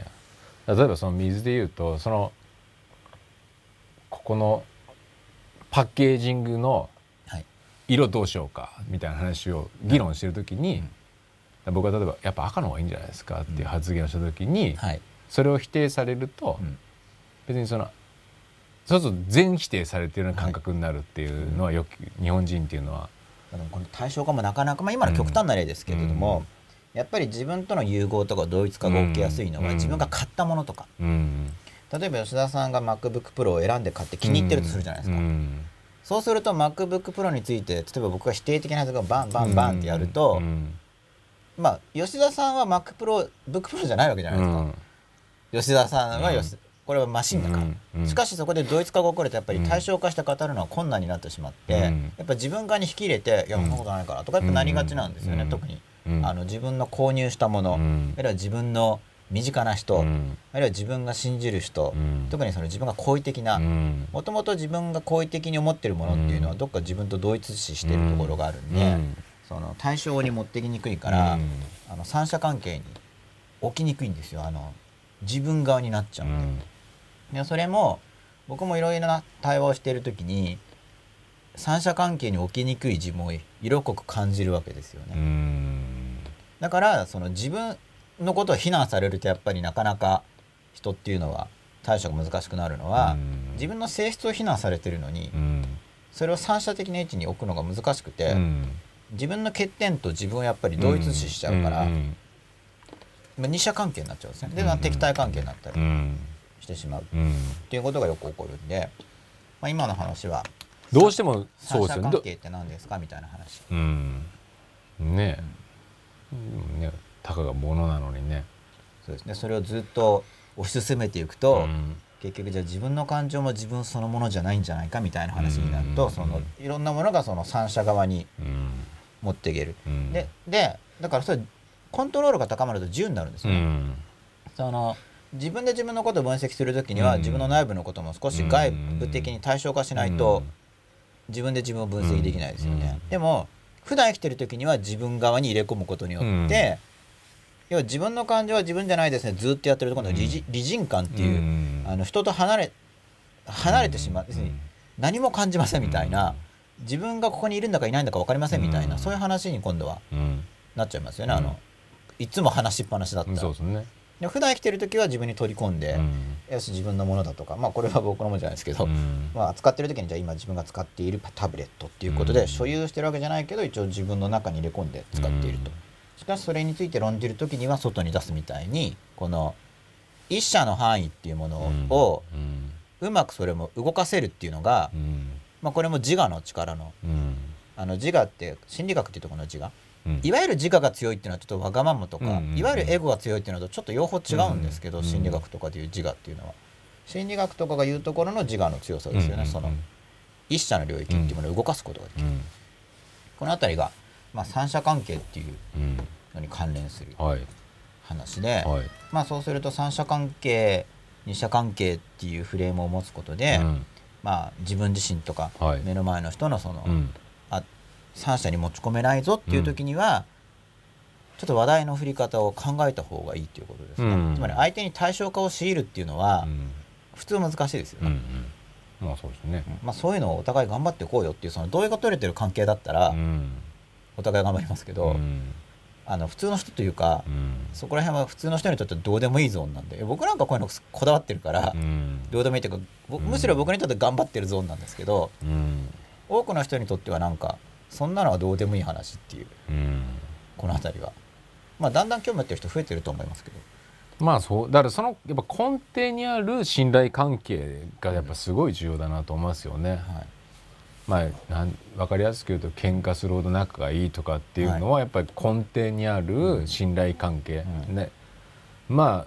はい、例えばその水で言うとそのここのパッケージングの色どうしようかみたいな話を議論してる時に、うん、僕は例えばやっぱ赤の方がいいんじゃないですかっていう発言をした時に、うんはい、それを否定されると、うん、別にそのそうすると全否定されてるような感覚になるっていうのはよく日本人っていうのは、 でもこの対象化もなかなか、まあ、今の極端な例ですけれども、うん、やっぱり自分との融合とか同一化が起きやすいのは、うん、自分が買ったものとか、うん、例えば吉田さんが MacBook Pro を選んで買って気に入ってるとするじゃないですか、うん、そうすると MacBook Pro について例えば僕が否定的な発言をバンバンバンってやると、うん、まあ吉田さんは MacBook Pro じゃないわけじゃないですか、うん、吉田さんは吉、うん、これはマシンだから、うん、しかしそこで同一化が起こるとやっぱり対象化して語るのは困難になってしまって、うん、やっぱ自分側に引き入れていやそんなことないからとかやっぱなりがちなんですよね、うん、特に、うん、あの自分の購入したもの、うん、あるいは自分の身近な人、うん、あるいは自分が信じる人、うん、特にその自分が好意的なもともと自分が好意的に思ってるものっていうのはどっか自分と同一視してるところがあるんで、うん、その対象に持ってきにくいから、うん、あの三者関係に起きにくいんですよ。あの自分側になっちゃうんで、うんいやそれも僕もいろいろな対話をしているときに三者関係に起きにくい自分を色濃く感じるわけですよね。うーんだからその自分のことを非難されるとやっぱりなかなか人っていうのは対処が難しくなるのは自分の性質を非難されてるのにそれを三者的な位置に置くのが難しくて自分の欠点と自分をやっぱり同一視しちゃうから二者関係になっちゃうんですね。で敵対関係になったりしてしまうっていうことがよく起こるんで、まあ、今の話はどうしてもそうですよね。 三者関係って何ですかみたいな話。 うんねえ、うん、ねたかがものなのにね。 そうですね。それをずっと推し進めていくと、うん、結局じゃあ自分の感情も自分そのものじゃないんじゃないかみたいな話になると、うん、そのいろんなものがその三者側に持っていける。うん、で, でだからそれコントロールが高まると自由になるんですよね。うん、その自分で自分のことを分析するときには、うん、自分の内部のことも少し外部的に対象化しないと、うん、自分で自分を分析できないですよね。うん、でも普段生きてるときには自分側に入れ込むことによって、うん、要は自分の感情は自分じゃないですねずっとやってるところの理人感っていう、うん、あの人と離れ離れてしまう、うん、何も感じませんみたいな、うん、自分がここにいるんだかいないんだか分かりませんみたいな、うん、そういう話に今度は、うん、なっちゃいますよね。あのいつも話しっぱなしだったら、そうですね。で普段生きてる時は自分に取り込んで、うん、よし自分のものだとか、まあこれは僕のものじゃないですけど、うん、まあ使ってる時にじゃあ今自分が使っているタブレットっていうことで、うん、所有してるわけじゃないけど一応自分の中に入れ込んで使っていると、うん、しかしそれについて論じる時には外に出すみたいにこの一者の範囲っていうものを、うん、うまくそれも動かせるっていうのが、うん、まあこれも自我の力の、うん、あの自我って心理学っていうところの自我いわゆる自我が強いっていうのはちょっとわがままとか、うんうんうん、いわゆるエゴが強いっていうのとちょっと両方違うんですけど、うんうん、心理学とかでいう自我っていうのは心理学とかが言うところの自我の強さですよね、うんうんうん、その一者の領域っていうものを動かすことができる、うん、このあたりが、まあ、三者関係っていうのに関連する話で、はいはい、まあ、そうすると三者関係二者関係っていうフレームを持つことで、うん、まあ、自分自身とか目の前の人のその、はい、うん三者に持ち込めないぞっていう時には、うん、ちょっと話題の振り方を考えた方がいいっていうことですね、うん、つまり相手に対象化を強いるっていうのは、うん、普通難しいですよね、 うんうん、まあそうですね、 まあ、そういうのをお互い頑張っていこうよっていうその同意が取れてる関係だったら、うん、お互い頑張りますけど、うん、あの普通の人というか、うん、そこら辺は普通の人にとってはどうでもいいゾーンなんで僕なんかこういうのこだわってるから、うん、どうでもいいというか、うん、むしろ僕にとって頑張ってるゾーンなんですけど、うん、多くの人にとってはなんかそんなのはどうでもいい話っていう、うん、この辺りは、まあ、だんだん興味持ってる人増えてると思いますけど、 まあそうだからそのやっぱ根底にある信頼関係がやっぱすごい重要だなと思いますよね、はい、まあなん分かりやすく言うと喧嘩するほど仲がいいとかっていうのはやっぱり根底にある信頼関係、はい、ね、まあ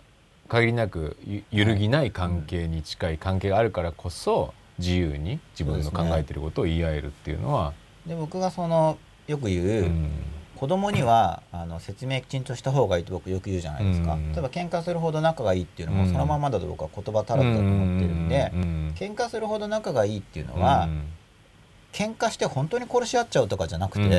限りなく揺るぎない関係に近い関係があるからこそ自由に自分の考えてることを言い合えるっていうのは。 で僕がそのよく言う、うん、子供にはあの説明きちんとした方がいいと僕よく言うじゃないですか、うん、例えば喧嘩するほど仲がいいっていうのもそのままだと僕は言葉足らずだと思ってるんで、うん、喧嘩するほど仲がいいっていうのは、うん、喧嘩して本当に殺し合っちゃうとかじゃなくて、うん、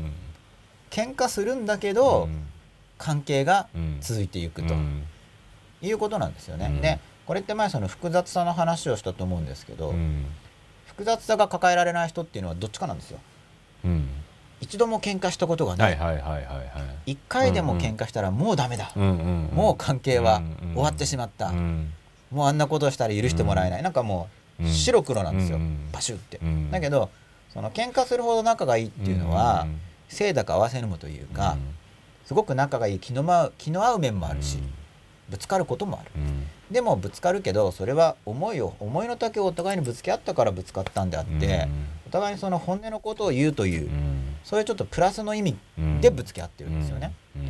喧嘩するんだけど、うん、関係が続いていくと、うん、いうことなんですよね、うん、でこれって前その複雑さの話をしたと思うんですけど、うん、複雑さが抱えられない人っていうのはどっちかなんですよ、うん、一度も喧嘩したことがない、一回でも喧嘩したらもうダメだ、うんうん、もう関係は終わってしまった、うん、もうあんなことをしたら許してもらえない、うん、なんかもう白黒なんですよ、うん、パシュって、うん、だけどその喧嘩するほど仲がいいっていうのは、うん、清高合わせぬむというか、うん、すごく仲がいい気の合う、気の合う面もあるし、うん、ぶつかることもある、うん、でもぶつかるけどそれは思いを思いの丈をお互いにぶつけ合ったからぶつかったんであって、うん、お互いにその本音のことを言うという、うん、そういうちょっとプラスの意味でぶつけ合ってるんですよね、うんうん、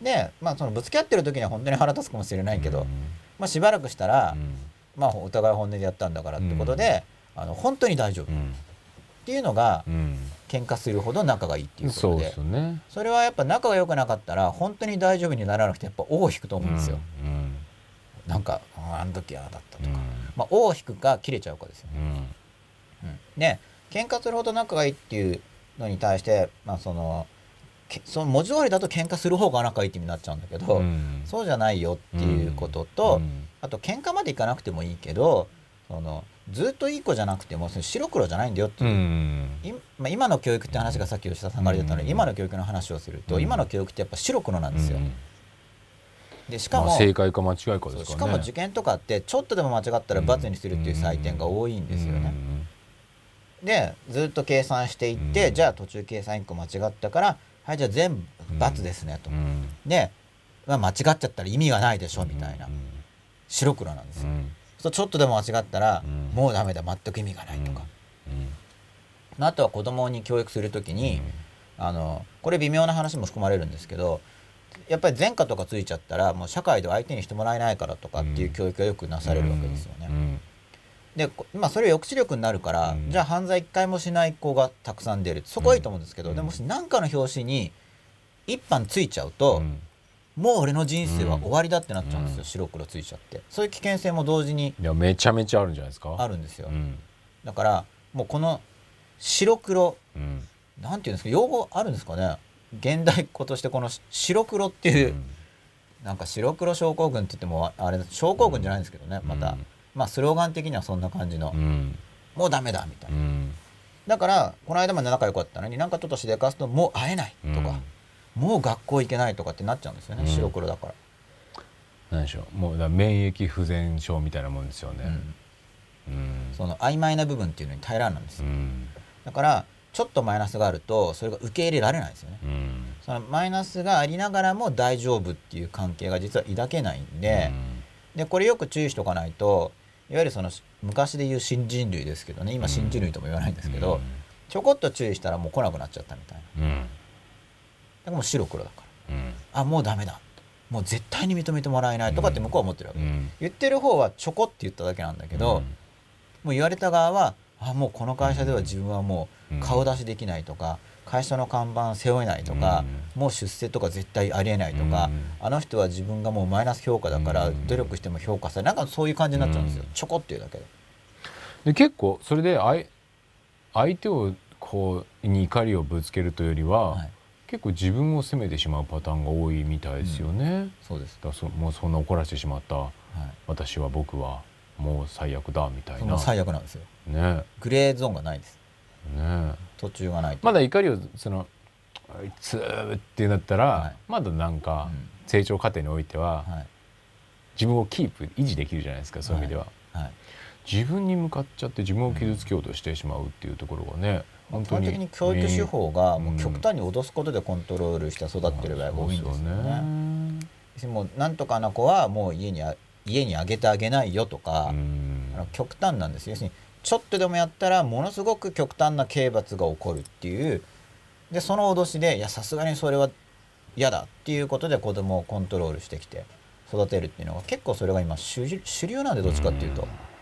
で、まあ、そのぶつけ合ってる時には本当に腹立つかもしれないけど、うん、まあ、しばらくしたら、うん、まあ、お互い本音でやったんだからってことで、うん、あの本当に大丈夫、うん、っていうのが、うん、喧嘩するほど仲がいいっていうことで、 そうですね、それはやっぱ仲が良くなかったら本当に大丈夫にならなくてやっぱ尾を引くと思うんですよ、うんうん、なんかあの時ああだったとか、うん、まあ、尾を引くか切れちゃうかですよね、うんうん、で喧嘩するほど仲がいいっていうのに対して、まあ、そのその文字通りだと喧嘩する方が仲いいって意味になっちゃうんだけど、うん、そうじゃないよっていうことと、うん、あと喧嘩までいかなくてもいいけどそのずっといい子じゃなくてもその白黒じゃないんだよっていう、うん、まあ、今の教育って話がさっき吉田さんが言ったので、うん、今の教育の話をすると、うん、今の教育ってやっぱ白黒なんですよ、うん、でしかも、まあ、 正解か間違いかですかね。 しかも受験とかってちょっとでも間違ったら罰にするっていう採点が多いんですよね、うん、でずっと計算していって、うん、じゃあ途中計算いっこ間違ったからはいじゃあ全部罰ですねと、うん、で、まあ、間違っちゃったら意味がないでしょみたいな、うん、白黒なんですよ、うん、そうちょっとでも間違ったら、うん、もうダメだ全く意味がないとか、うん、あとは子供に教育するときに、うん、あのこれ微妙な話も含まれるんですけどやっぱり前科とかついちゃったらもう社会では相手にしてもらえないからとかっていう教育がよくなされるわけですよね、うんうん、で今それ抑止力になるから、うん、じゃあ犯罪一回もしない子がたくさん出るそこはいいと思うんですけど、うん、でもし何かの表紙に一般ついちゃうと、うん、もう俺の人生は終わりだってなっちゃうんですよ、うん、白黒ついちゃってそういう危険性も同時にいやめちゃめちゃあるんじゃないですか。 あるんですよ、うん、だからもうこの白黒、うん、なんていうんですか用語あるんですかね現代語としてこの白黒っていう、うん、なんか白黒症候群って言ってもあれ症候群じゃないんですけどね、うん、また、まあスローガン的にはそんな感じの、うん、もうダメだみたいな、うん、だからこの間まで仲良かったのになんかちょっとしでかすともう会えないとか、うん、もう学校行けないとかってなっちゃうんですよね、うん、白黒だから何でしょうもうだ免疫不全症みたいなもんですよね、 うんうん、その曖昧な部分っていうのに耐えられないんですよ、うん、だからちょっとマイナスがあるとそれが受け入れられないですよね、うん、そのマイナスがありながらも大丈夫っていう関係が実は抱けないんで、うん、でこれよく注意しておかないといわゆるその昔で言う新人類ですけどね今新人類とも言わないんですけど、うん、ちょこっと注意したらもう来なくなっちゃったみたいな、うん、だからもう白黒だから、うん、あもうダメだもう絶対に認めてもらえないとかって向こうは思ってるわけ、うん、言ってる方はちょこって言っただけなんだけど、うん、もう言われた側はあもうこの会社では自分はもう顔出しできないとか、うん、会社の看板背負えないとか、うん、もう出世とか絶対ありえないとか、うん、あの人は自分がもうマイナス評価だから努力しても評価されないなんかそういう感じになっちゃうんですよ、うん、ちょこっていうだけで。 で結構それで相、相手をこうに怒りをぶつけるというよりは、はい、結構自分を責めてしまうパターンが多いみたいですよね、うん、 そうです。 だそもうそんな怒らせてしまった、はい、私は僕はもう最悪だみたいな。 その最悪なんですよ、 ね、 グレーゾーンがないです、 ね、 途中がないと。 まだ怒りをそのあいつってなったら、はい、まだなんか成長過程においては、はい、自分をキープ維持できるじゃないですかそういう意味では、はいはい、自分に向かっちゃって自分を傷つけようとしてしまうっていうところがね、うん、本当に基本的に教育手法がもう極端に脅すことでコントロールして育ってる場合が多いんですよね、うん、もうなんとかな子はもう家にあ家にあげてあげないよとか、うん、あの極端なんですよ。要するにちょっとでもやったらものすごく極端な刑罰が起こるっていうでその脅しでいやさすがにそれは嫌だっていうことで子供をコントロールしてきて育てるっていうのが結構それが今主主流なんで、どっちかっていうと、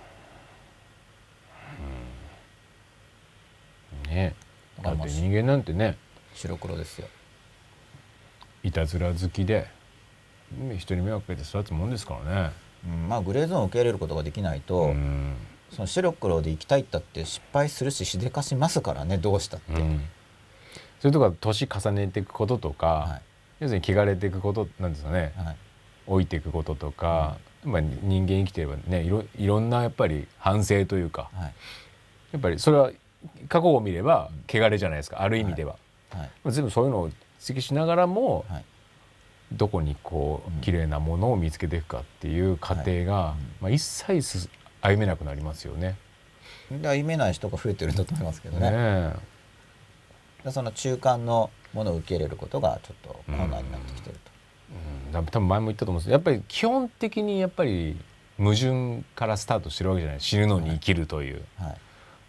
うん、ねだって人間なんてね白黒ですよ。 いたずら好きで人に迷惑かけて育つもんですからね、 うん、まあグレーゾーンを受け入れることができないと、うん、その白黒で生きたいったって失敗するししでかしますからね、どうしたって、うん、 それとか年重ねていくこととか、はい、要するに汚れていくことなんですかね、はい、老いていくこととか、うん、まあ、人間生きてればね いろ, いろんなやっぱり反省というか、はい、やっぱりそれは過去を見れば汚れじゃないですか、ある意味では、はいはい、全部そういうのを指摘しながらも、はい、どこにこう綺麗なものを見つけていくかっていう過程が、はい、まあ、一切歩めなくなりますよね。 歩めない人が増えてるんだと思いますけどね。ねでその中間のものを受け入れることがちょっと困難になってきてると。 うんうん、多分前も言ったと思うんですけど、やっぱり基本的にやっぱり矛盾からスタートしてるわけじゃない、死ぬのに生きるという、はいはい、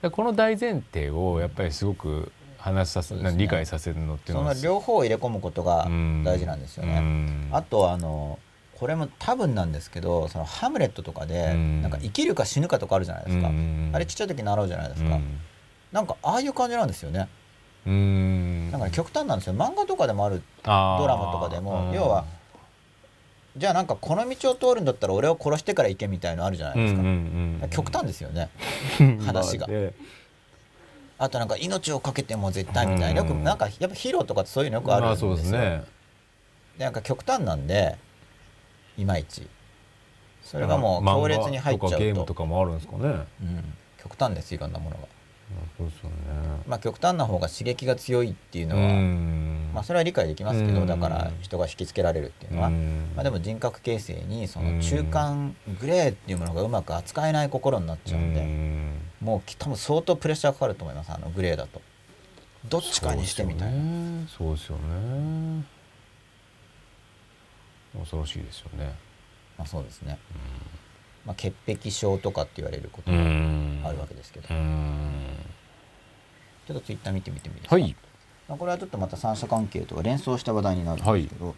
この大前提をやっぱりすごく話させ、ね、理解させるのっていうのはその両方を入れ込むことが大事なんですよね。あとあのこれも多分なんですけど、そのハムレットとかでなんか生きるか死ぬかとかあるじゃないですか。あれちっちゃい時習うじゃないですか。なんかああいう感じなんですよね。うーんなんか極端なんですよ。漫画とかでもある、ドラマとかでも、要はじゃあなんかこの道を通るんだったら俺を殺してから行けみたいのあるじゃないですか、うんうんうんうん、極端ですよね話があとなんか命をかけても絶対みたいな、よくなんかやっぱヒーローとかってそういうのよくあるんですよ、まあそうですね、でなんか極端なんでいまいちそれがもう強烈に入っちゃうと、 漫画とかゲームとかもあるんですかね、うん、 極端です、いろんなものが。 そうですよね。 まあ極端な方が刺激が強いっていうのはまあそれは理解できますけど、だから人が引きつけられるっていうのは、まあでも人格形成にその中間グレーっていうものがうまく扱えない心になっちゃうんで、もう多分相当プレッシャーかかると思います、あのグレーだと。どっちかにしてみたいな。 そうですよね。恐ろしいですよね。 まあそうですね。まあ潔癖症とかって言われることがあるわけですけど。ちょっとツイッター見てみてもいいですか。はい。これはちょっとまた三者関係とか連想した話題になるんですけど、はい、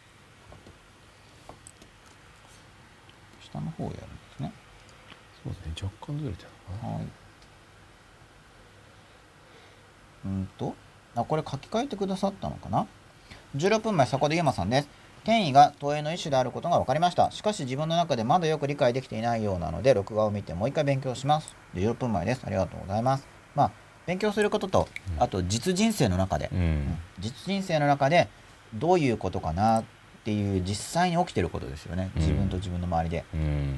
下の方をやるんですね。 そうですね、若干ずれてるな。はい。 うんとあこれ書き換えてくださったのかな。じゅうろっぷんまえ、そこでゆうまさんです。転移が投影の一種であることが分かりました。しかし自分の中でまだよく理解できていないようなので録画を見てもう一回勉強します。じゅうろっぷんまえです。ありがとうございます。まあ勉強することと、あと実人生の中で、うんうん、実人生の中でどういうことかなっていう実際に起きてることですよね、うん、自分と自分の周りで、うん、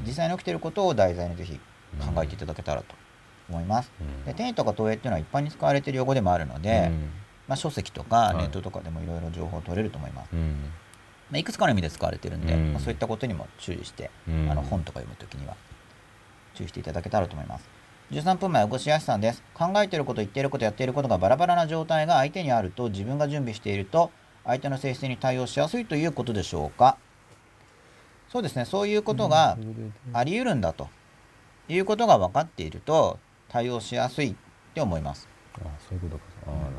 実際に起きてることを題材にぜひ考えていただけたらと思います、うん、で転移とか投影っていうのは一般に使われている用語でもあるので、うんまあ、書籍とかネットとかでもいろいろ情報を取れると思います、うんまあ、いくつかの意味で使われているんで、うんまあ、そういったことにも注意して、うん、あの本とか読むときには注意していただけたらと思います。じゅうさんぷんまえ、おこしやすさんです。考えていること、言っていること、やっていることがバラバラな状態が相手にあると、自分が準備していると相手の性質に対応しやすいということでしょうか。そうですね、そういうことがあり得るんだということが分かっていると対応しやすいって思います。 ああ、そういうことか。ああ、なるほど。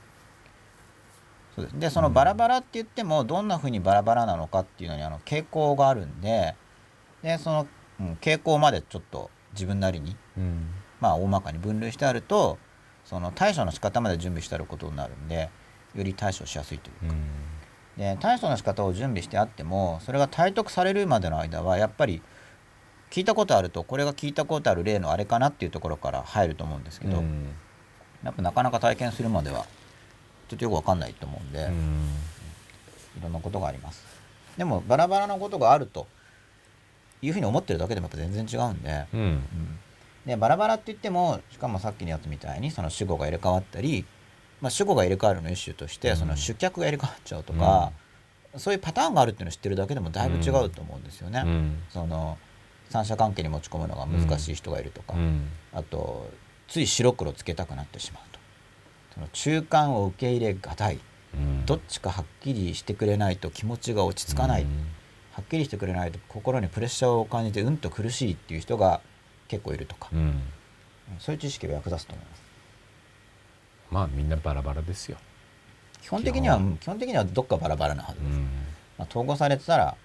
そうです。で、そのバラバラって言ってもどんなふうにバラバラなのかっていうのにあの傾向があるんで、でその、うん、傾向までちょっと自分なりに、うんまあ大まかに分類してあると、その対処の仕方まで準備してあることになるんで、より対処しやすいというか、うん、で対処の仕方を準備してあってもそれが体得されるまでの間はやっぱり聞いたことあると、これが聞いたことある例のあれかなっていうところから入ると思うんですけど、うん、やっぱなかなか体験するまではちょっとよく分かんないと思うんで、うん、いろんなことがあります。でもバラバラなことがあるというふうに思ってるだけでもやっぱ全然違うんで、うんうんでバラバラって言っても、しかもさっきのやつみたいにその主語が入れ替わったり、まあ、主語が入れ替わるの一種として、うん、その主客が入れ替わっちゃうとか、うん、そういうパターンがあるっていうのを知ってるだけでもだいぶ違うと思うんですよね、うん、その三者関係に持ち込むのが難しい人がいるとか、うん、あとつい白黒つけたくなってしまうと、その中間を受け入れがたい、うん、どっちかはっきりしてくれないと気持ちが落ち着かない、うん、はっきりしてくれないと心にプレッシャーを感じてうんと苦しいっていう人が結構いるとか、うん、そういう知識が役立つと思います。 まあみんなバラバラですよ。 基本的には基本的にはどっかバラバラなはずです、うんまあ、統合されてたら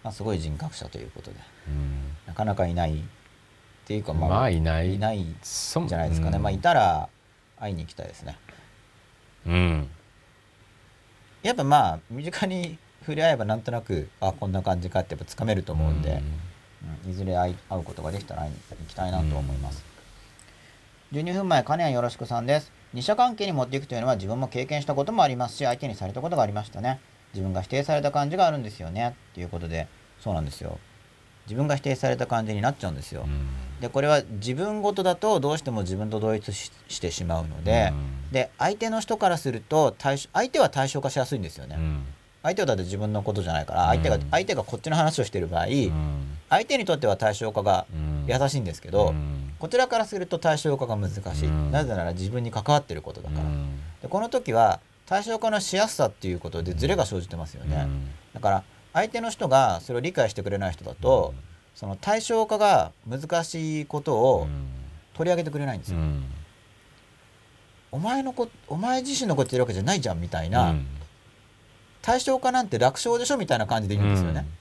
まあ、すごい人格者ということで、 うん、 なかなかいないっていうか、まあ、 まあいないいないじゃないですかね、うん、まあいたら会いに行きたいですね。 うん、 やっぱまあ身近に触れ合えばなんとなくあこんな感じかってやっぱつかめると思うんで、うん、いずれ会い会うことができたら会いに行きたいなと思います。じゅうにふんまえ、金谷よろしくさんです。二者関係に持っていくというのは自分も経験したこともありますし、相手にされたことがありましたね。自分が否定された感じがあるんですよねっていうことで、そうなんですよ。自分が否定された感じになっちゃうんですよ。でこれは自分ごとだとどうしても自分と同一 し, してしまうので、で相手の人からすると対相手は対象化しやすいんですよね。相手はだって自分のことじゃないから相手が、相手がこっちの話をしている場合、相手にとっては対象化が優しいんですけど、こちらからすると対象化が難しい。なぜなら自分に関わっていることだから。でこの時は対象化のしやすさっていうことでズレが生じてますよね。だから相手の人がそれを理解してくれない人だと、その対象化が難しいことを取り上げてくれないんですよ。お前のこお前自身のこと言ってるわけじゃないじゃんみたいな、対象化なんて楽勝でしょみたいな感じで言うんですよね。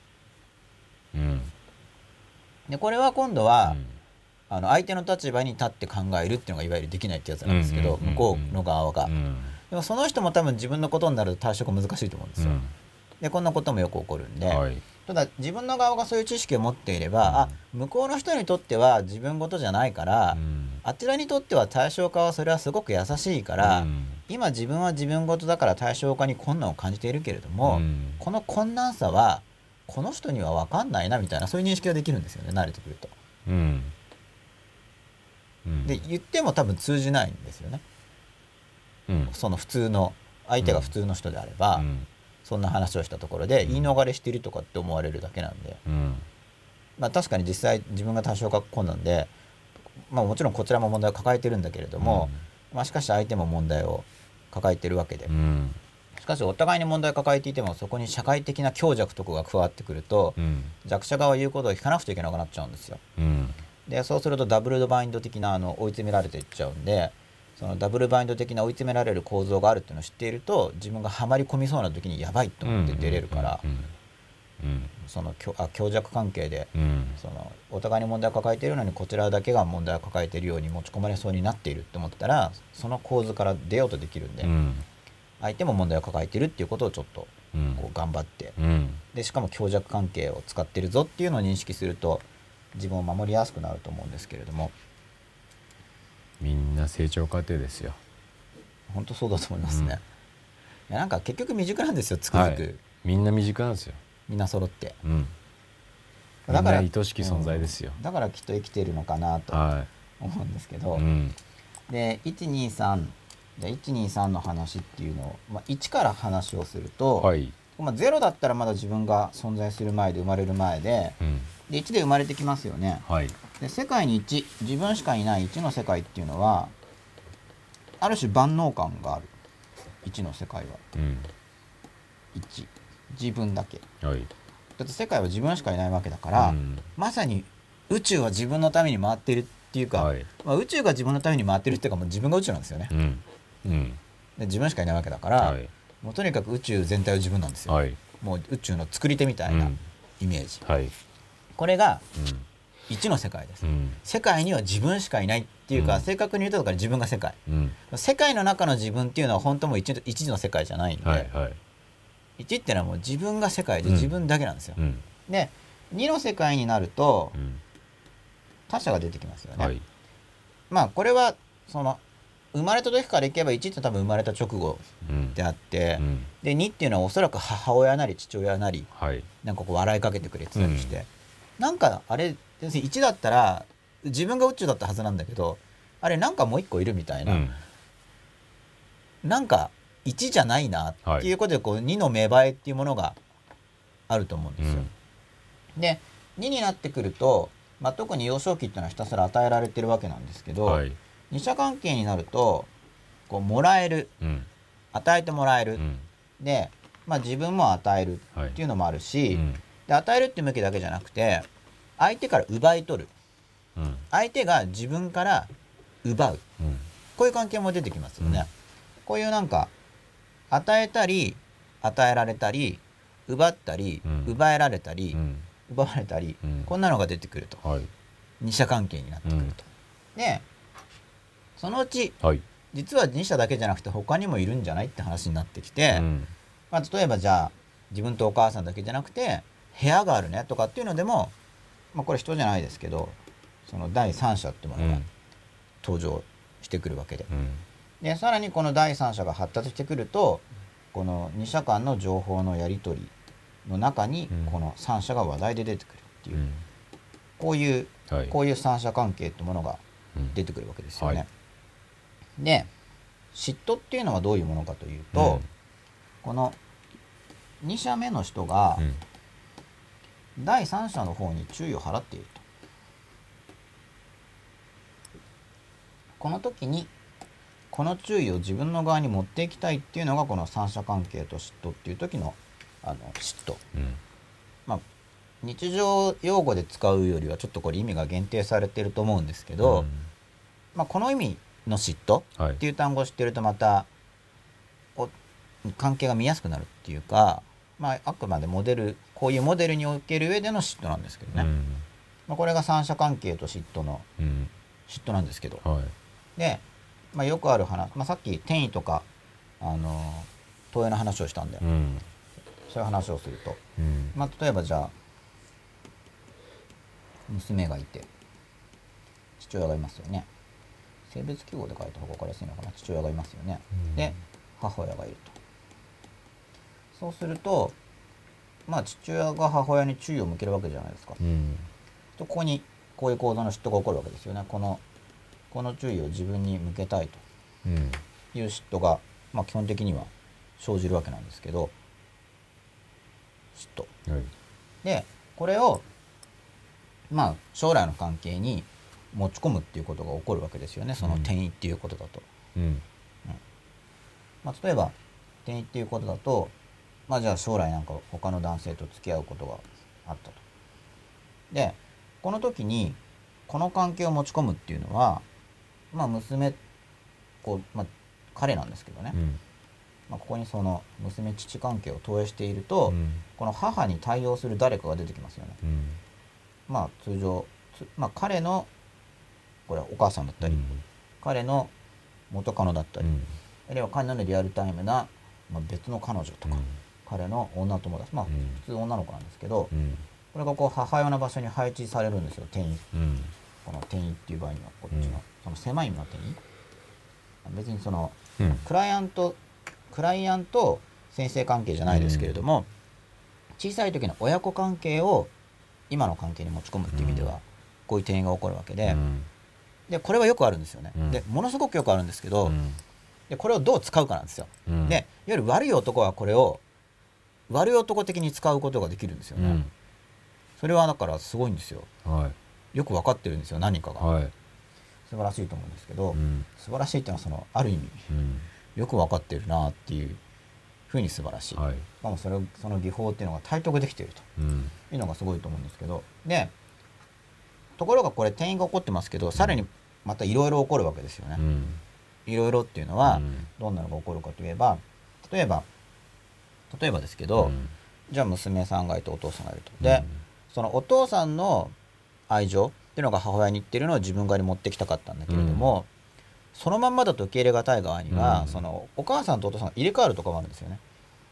でこれは今度は、うん、あの相手の立場に立って考えるっていうのがいわゆるできないってやつなんですけど、向こうの側が、うん、でもその人も多分自分のことになると対象が難しいと思うんですよ、うん、でこんなこともよく起こるんで、はい、ただ自分の側がそういう知識を持っていれば、うん、あ向こうの人にとっては自分事じゃないから、うん、あちらにとっては対象化はそれはすごく優しいから、うん、今自分は自分事だから対象化に困難を感じているけれども、うん、この困難さはこの人には分かんないなみたいな、そういう認識ができるんですよね、慣れてくると、うんうん、で言っても多分通じないんですよね、うん、その普通の相手が普通の人であれば、うん、そんな話をしたところで言い逃れしているとかって思われるだけなんで、うんまあ、確かに実際自分が対象化困難で、まあ、もちろんこちらも問題を抱えてるんだけれども、うんまあ、しかし相手も問題を抱えてるわけで、うんしかしお互いに問題を抱えていてもそこに社会的な強弱とかが加わってくると、うん、弱者側は言うことを聞かなくちゃいけなくなっちゃうんですよ、うん、でそうするとダブルバインド的なあの追い詰められていっちゃうんで、そのダブルバインド的な追い詰められる構造があるっていうのを知っていると自分がはまり込みそうな時にやばいと思って出れるから、その強あ強弱関係で、うん、そのお互いに問題を抱えているのにこちらだけが問題を抱えているように持ち込まれそうになっているって思ったらその構図から出ようとできるんで、うん相手も問題を抱えてるっていうことをちょっとこう頑張って、うん、でしかも強弱関係を使ってるぞっていうのを認識すると自分を守りやすくなると思うんですけれども、 みんな成長過程ですよ。 本当そうだと思いますね、うん、いやなんか結局未熟なんですよ、つくづく、はい、 みんな未熟なんですよ、 みんな揃って、うん、 だからみんな愛しき存在ですよ、 うん、だからきっと生きているのかなと思うんですけど、はいうん、でいちにさんいちにさんの話っていうのを、まあ、いちから話をすると、はいまあ、ゼロだったらまだ自分が存在する前で生まれる前 で,、うん、でいちで生まれてきますよね、はい、で世界にいち自分しかいないいちの世界っていうのはある種万能感がある。いちの世界は、うん、いち自分だけ、はい、だって世界は自分しかいないわけだから、うん、まさに宇宙は自分のために回ってるっていうか、はいまあ、宇宙が自分のために回ってるっていうかもう自分が宇宙なんですよね、うんうん、で自分しかいないわけだから、はい、もうとにかく宇宙全体は自分なんですよ、はい、もう宇宙の作り手みたいなイメージ、うんはい、これがいちの世界です、うん、世界には自分しかいないっていうか、うん、正確に言うとだから自分が世界、うん、世界の中の自分っていうのは本当もう 1, 1の世界じゃないんで、はいはい、いちっていうのはもう自分が世界で自分だけなんですよ、うん、でにの世界になると、うん、他者が出てきますよね、はい、まあこれはその生まれた時からいけばいちって多分生まれた直後であって、うん、でにっていうのはおそらく母親なり父親なり、はい、なんかこう笑いかけてくれてたりして、うん、なんかあれいちだったら自分が宇宙だったはずなんだけどあれなんかもういっこいるみたいな、うん、なんかいちじゃないなっていうことでこうにの芽生えっていうものがあると思うんですよ、うん、でにになってくると、まあ、特に幼少期っていうのはひたすら与えられてるわけなんですけど、はい二者関係になるとこうもらえる、うん、与えてもらえる、うん、で、まあ、自分も与えるっていうのもあるし、はいうん、で与えるって向きだけじゃなくて相手から奪い取る、うん、相手が自分から奪う、うん、こういう関係も出てきますよね、うん、こういうなんか与えたり与えられたり奪ったり、うん、奪えられたり、うん、奪われたり、うん、こんなのが出てくると、はい、二者関係になってくると、うん、でそのうち、はい、実は二者だけじゃなくて他にもいるんじゃないって話になってきて、うん、まあ、例えばじゃあ自分とお母さんだけじゃなくて部屋があるねとかっていうのでも、まあ、これ人じゃないですけどその第三者っていうものが登場してくるわけで、うん、でさらにこの第三者が発達してくるとこの二者間の情報のやり取りの中にこの三者が話題で出てくるっていう、うん、こういう、はい、こういう三者関係ってものが出てくるわけですよね、うんはい、で嫉妬っていうのはどういうものかというと、うん、このに社目の人が第三者の方に注意を払っていると、この時にこの注意を自分の側に持っていきたいっていうのがこの三者関係と嫉妬っていう時のあの嫉妬、うん、まあ日常用語で使うよりはちょっとこれ意味が限定されてると思うんですけど、うん、まあ、この意味の嫉妬っていう単語を知ってるとまた関係が見やすくなるっていうか、まあ、あくまでモデルこういうモデルにおける上での嫉妬なんですけどね、うん、まあ、これが三者関係と嫉妬の嫉妬なんですけど、はい、で、まあ、よくある話、まあ、さっき転移とかあの投影の話をしたんで、うん、そういう話をすると、うん、まあ、例えばじゃあ娘がいて父親がいますよね。性別記号で書いた方が分かりやすいのかな。父親がいますよね、うん、で母親がいると。そうするとまあ父親が母親に注意を向けるわけじゃないですか、うん、とここにこういう構造の嫉妬が起こるわけですよね。このこの注意を自分に向けたいという嫉妬が、まあ、基本的には生じるわけなんですけど、嫉妬、はい、でこれをまあ将来の関係に持ち込むっていうことが起こるわけですよね。その転移っていうことだと、うんうん、まあ、例えば転移っていうことだと、まあじゃあ将来なんか他の男性と付き合うことがあったと。でこの時にこの関係を持ち込むっていうのはまあ娘こう、まあ、彼なんですけどね、うん、まあ、ここにその娘父関係を投影していると、うん、この母に対応する誰かが出てきますよね、うん、まあ通常、まあ、彼のこれはお母さんだったり、うん、彼の元カノだったり、うん、あるいは彼のリアルタイムな、まあ、別の彼女とか、うん、彼の女友達、まあ、普通女の子なんですけど、うん、これがこう母親の場所に配置されるんですよ。転移、うん、この転移っていう場合にはこっちの、うん、その狭い意味の転移、別にその、うん、クライアントクライアント先生関係じゃないですけれども、うん、小さい時の親子関係を今の関係に持ち込むっていう意味では、うん、こういう転移が起こるわけで、うん、でこれはよくあるんですよね、うん、でものすごくよくあるんですけど、うん、でこれをどう使うかなんですよ、うん、でいわゆる悪い男はこれを悪い男的に使うことができるんですよね、うん、それはだからすごいんですよ、はい、よく分かってるんですよ何かが、はい、素晴らしいと思うんですけど、うん、素晴らしいっていうのはそのある意味、うん、よく分かってるなっていうふうに素晴らしい、はい、まあ、それその技法っていうのが体得できているというのがすごいと思うんですけど、でところがこれ転移が起こってますけど、うん、さらにまたいろいろ起こるわけですよね。いろいろっていうのはどんなのが起こるかといえば、例えば例えばですけど、うん、じゃあ娘さんがいてお父さんがいると。で、うん、そのお父さんの愛情っていうのが母親に言ってるのを自分側に持ってきたかったんだけれども、うん、そのまんまだと受け入れがたい側には、うん、そのお母さんとお父さんが入れ替わるとかもあるんですよね。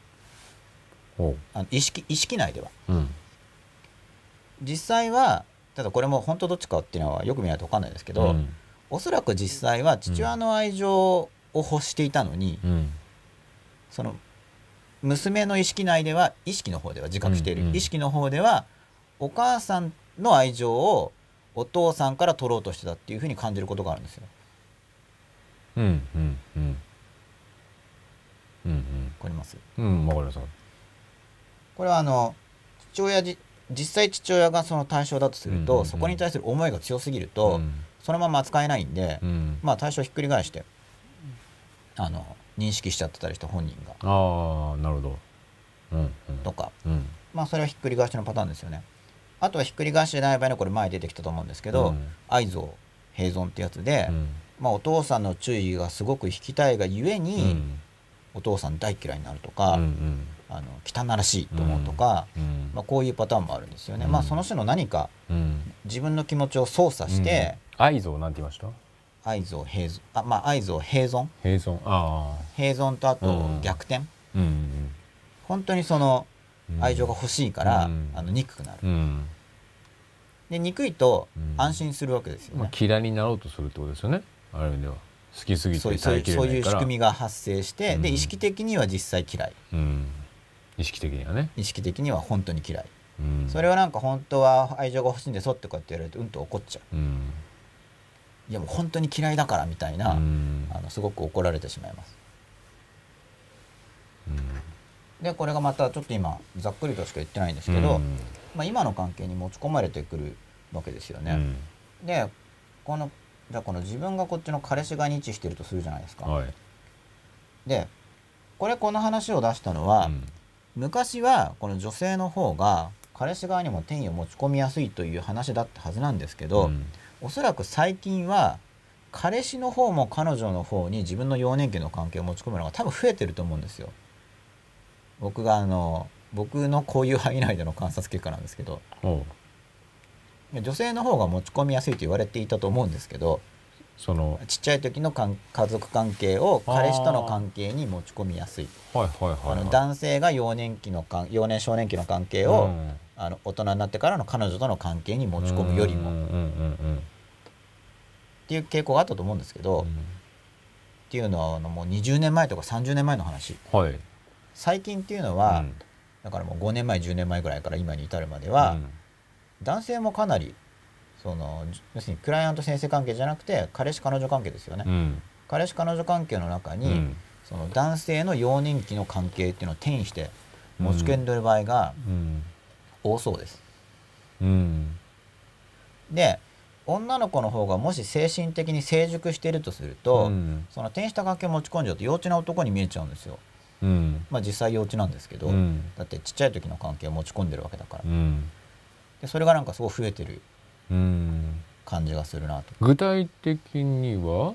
あの意識、意識内では、うん、実際はただこれも本当どっちかっていうのはよく見ないと分かんないですけど、うん、おそらく実際は父親の愛情を欲していたのに、うん、その娘の意識内では意識の方では自覚している、うんうん、意識の方ではお母さんの愛情をお父さんから取ろうとしてたっていうふうに感じることがあるんですよ。うんうんうんうんうん。わかります？うん、わかります。これはあの父親じ実際父親がその対象だとすると、うんうんうん、そこに対する思いが強すぎると、うん、そのまま扱えないんで、うん、まあ対象をひっくり返してあの認識しちゃってたりして本人が。ああ、なるほど。うんうん、とか、うん、まあそれはひっくり返しのパターンですよね。あとはひっくり返してない場合にはこれ前出てきたと思うんですけど、うん、愛憎併存ってやつで、うん、まあ、お父さんの注意がすごく引きたいがゆえに、うん、 お父さん大嫌いになるとか、 うんうん、 あの汚らしいと思うとか、うん、まあ、こういうパターンもあるんですよね、うん、まあその人の何か自分の気持ちを操作して、 うん、愛憎なんて言いました？ 愛憎平存、あ、まあ愛憎平存平存、あ平存とあと逆転、うんうん、本当にその愛情が欲しいから、うん、あの憎くなる、うん、で憎いと安心するわけですよね、 まあ、嫌いになろうとするってことですよね、ある意味では。好きすぎて耐えきれないから、 そういう仕組みが発生して、うん、で意識的には実際嫌い、 うん、意識的にはね、 意識的には本当に嫌い、うん、それはなんか本当は愛情が欲しいんでそってこうやって言われるとうんと怒っちゃう、うん、いやもう本当に嫌いだからみたいな、うん、あのすごく怒られてしまいます、うん、でこれがまたちょっと今ざっくりとしか言ってないんですけど、うん、まあ、今の関係に持ち込まれてくるわけですよね、うん、でこのじゃあこの自分がこっちの彼氏側に位置してるとするじゃないですか、はい、でこれこの話を出したのは、うん、昔はこの女性の方が彼氏側にも転移を持ち込みやすいという話だったはずなんですけど、うん、おそらく最近は彼氏の方も彼女の方に自分の幼年期の関係を持ち込むのが多分増えてると思うんですよ。僕があの僕のこういう範囲内での観察結果なんですけど、女性の方が持ち込みやすいと言われていたと思うんですけど、そのちっちゃい時の家族関係を彼氏との関係に持ち込みやすい、はいはいはいはい、あの男性が幼年期の幼年少年期の関係を、うん、あの大人になってからの彼女との関係に持ち込むよりも、うんうんうんうん、っていう傾向があったと思うんですけど、うん、っていうのはもうにじゅうねんまえとかさんじゅうねんまえの話、はい、最近っていうのは、うん、だからもうごねんまえじゅうねんまえぐらいから今に至るまでは、うん、男性もかなりその要するにクライアント先生関係じゃなくて彼氏彼女関係ですよね、うん、彼氏彼女関係の中に、うん、その男性の幼年期の関係っていうのを転移して持ち込んでる場合が多そうです、うん、で女の子の方がもし精神的に成熟しているとすると、うん、その転移した関係を持ち込んじゃうと幼稚な男に見えちゃうんですよ、うん、まあ実際幼稚なんですけど、うん、だってちっちゃい時の関係を持ち込んでるわけだから、うん、でそれがなんかすごい増えてる感じがするなと。 具体的には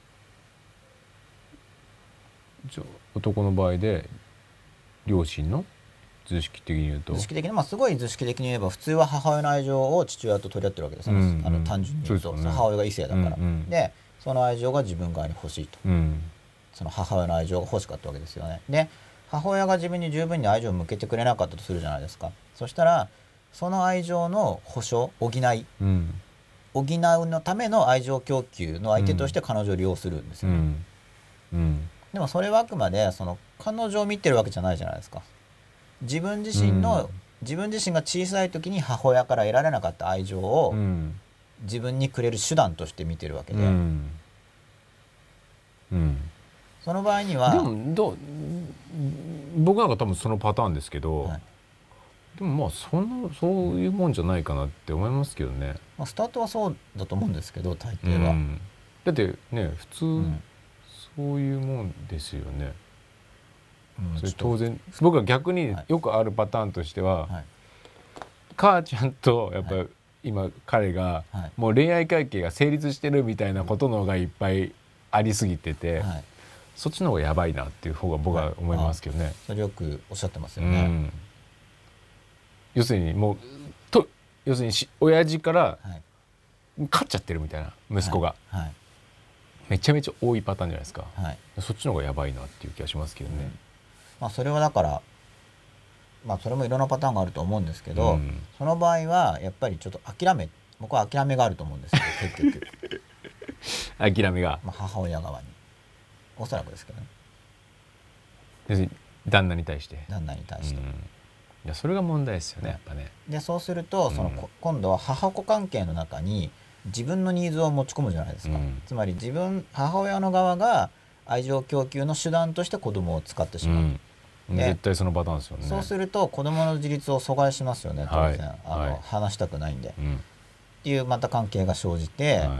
じゃ男の場合で両親の図式的に言うと図式的に、まあ、すごい図式的に言えば普通は母親の愛情を父親と取り合ってるわけです、うんうん、あの単純に言うと、ね、母親が異性だから、うんうん、でその愛情が自分側に欲しいと、うん、その母親の愛情が欲しかったわけですよね。で母親が自分に十分に愛情を向けてくれなかったとするじゃないですか。そしたらその愛情の保証補い、うん、補うのための愛情供給の相手として彼女を利用するんですよね、うんうん、でもそれはあくまでその彼女を見てるわけじゃないじゃないですか。自分自身の、うん、自分自身が小さい時に母親から得られなかった愛情を、うん、自分にくれる手段として見てるわけで、うんうん、その場合にはでもど僕なんか多分そのパターンですけど、はい、でもまあそのそういうもんじゃないかなって思いますけどね、 まあ、スタートはそうだと思うんですけど大抵は、うん、 だってね普通、うん、そういうもんですよね、うん、それ当然僕は逆によくあるパターンとしては、はい、母ちゃんとやっぱ、はい、今彼がもう恋愛関係が成立してるみたいなことの方がいっぱいありすぎてて、はい、そっちの方がやばいなっていう方が僕は思いますけどね、はい、 それよくおっしゃってますよね、うん、 要するにもうと要するにし親父から勝っちゃってるみたいな息子が、はいはい、めちゃめちゃ多いパターンじゃないですか、はい、そっちの方がやばいなっていう気がしますけどね、うん、 まあ、それはだからまあそれもいろんなパターンがあると思うんですけど、うん、その場合はやっぱりちょっと諦め僕は諦めがあると思うんですけど結局諦めが、 まあ、母親側におそらくですけどね、 要するに旦那に対して旦那に対して、うん、いやそれが問題ですよね、やっぱね。 でそうするとその、うん、今度は母子関係の中に自分のニーズを持ち込むじゃないですか、うん、つまり自分母親の側が愛情供給の手段として子供を使ってしまう、 うん、絶対そのパターンですよね。 そうすると子供の自立を阻害しますよね当然、はい、あの、はい、話したくないんで、うん、っていうまた関係が生じて、はい、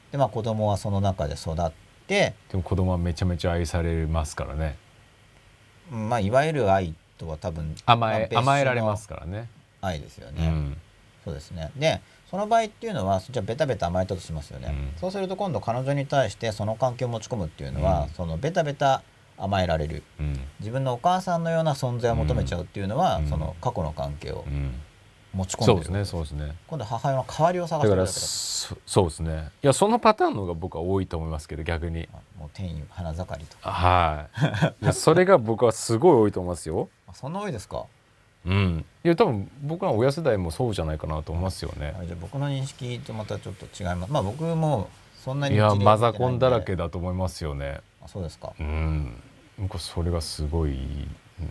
でまあ子供はその中で育って、 でも子供はめちゃめちゃ愛されますからね、 まあいわゆる愛とは多分甘え、まあ、甘えられますからね、 愛ですよね、うん、そうですね。でその場合っていうのはじゃあベタベタ甘えたとしますよね、うん、そうすると今度彼女に対してその関係を持ち込むっていうのは、うん、そのベタベタ甘えられる、うん、自分のお母さんのような存在を求めちゃうっていうのは、うん、その過去の関係を持ち込んでる、うん、そうですね、そうですね。今度は母親の代わりを探してるわけだから。 そ, そうですね。いやそのパターンの方が僕は多いと思いますけど、逆にもう天意花盛りと。 はい。いやそれが僕はすごい多いと思いますよ。 そんな多いですか。 うん。いや多分僕ら親世代もそうじゃないかなと思いますよね。 じゃあ僕の認識とまたちょっと違います。まあ僕もそんなにいやマザコンだらけだと思いますよね。 あ、そうですか。 うん。僕それがすごい、うん、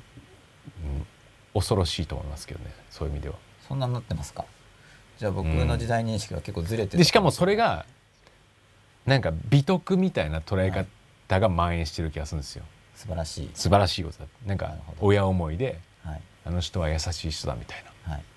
恐ろしいと思いますけどね。そういう意味では。 そんなになってますか。じゃあ僕の時代認識は結構ずれてる、 うん、でしかもそれがなんか美徳みたいな捉え方が蔓延してる気がするんですよ。 素晴らしい。 素晴らしいことだ。なんか親思いで、はい、あの人は優しい人だみたいな。はい。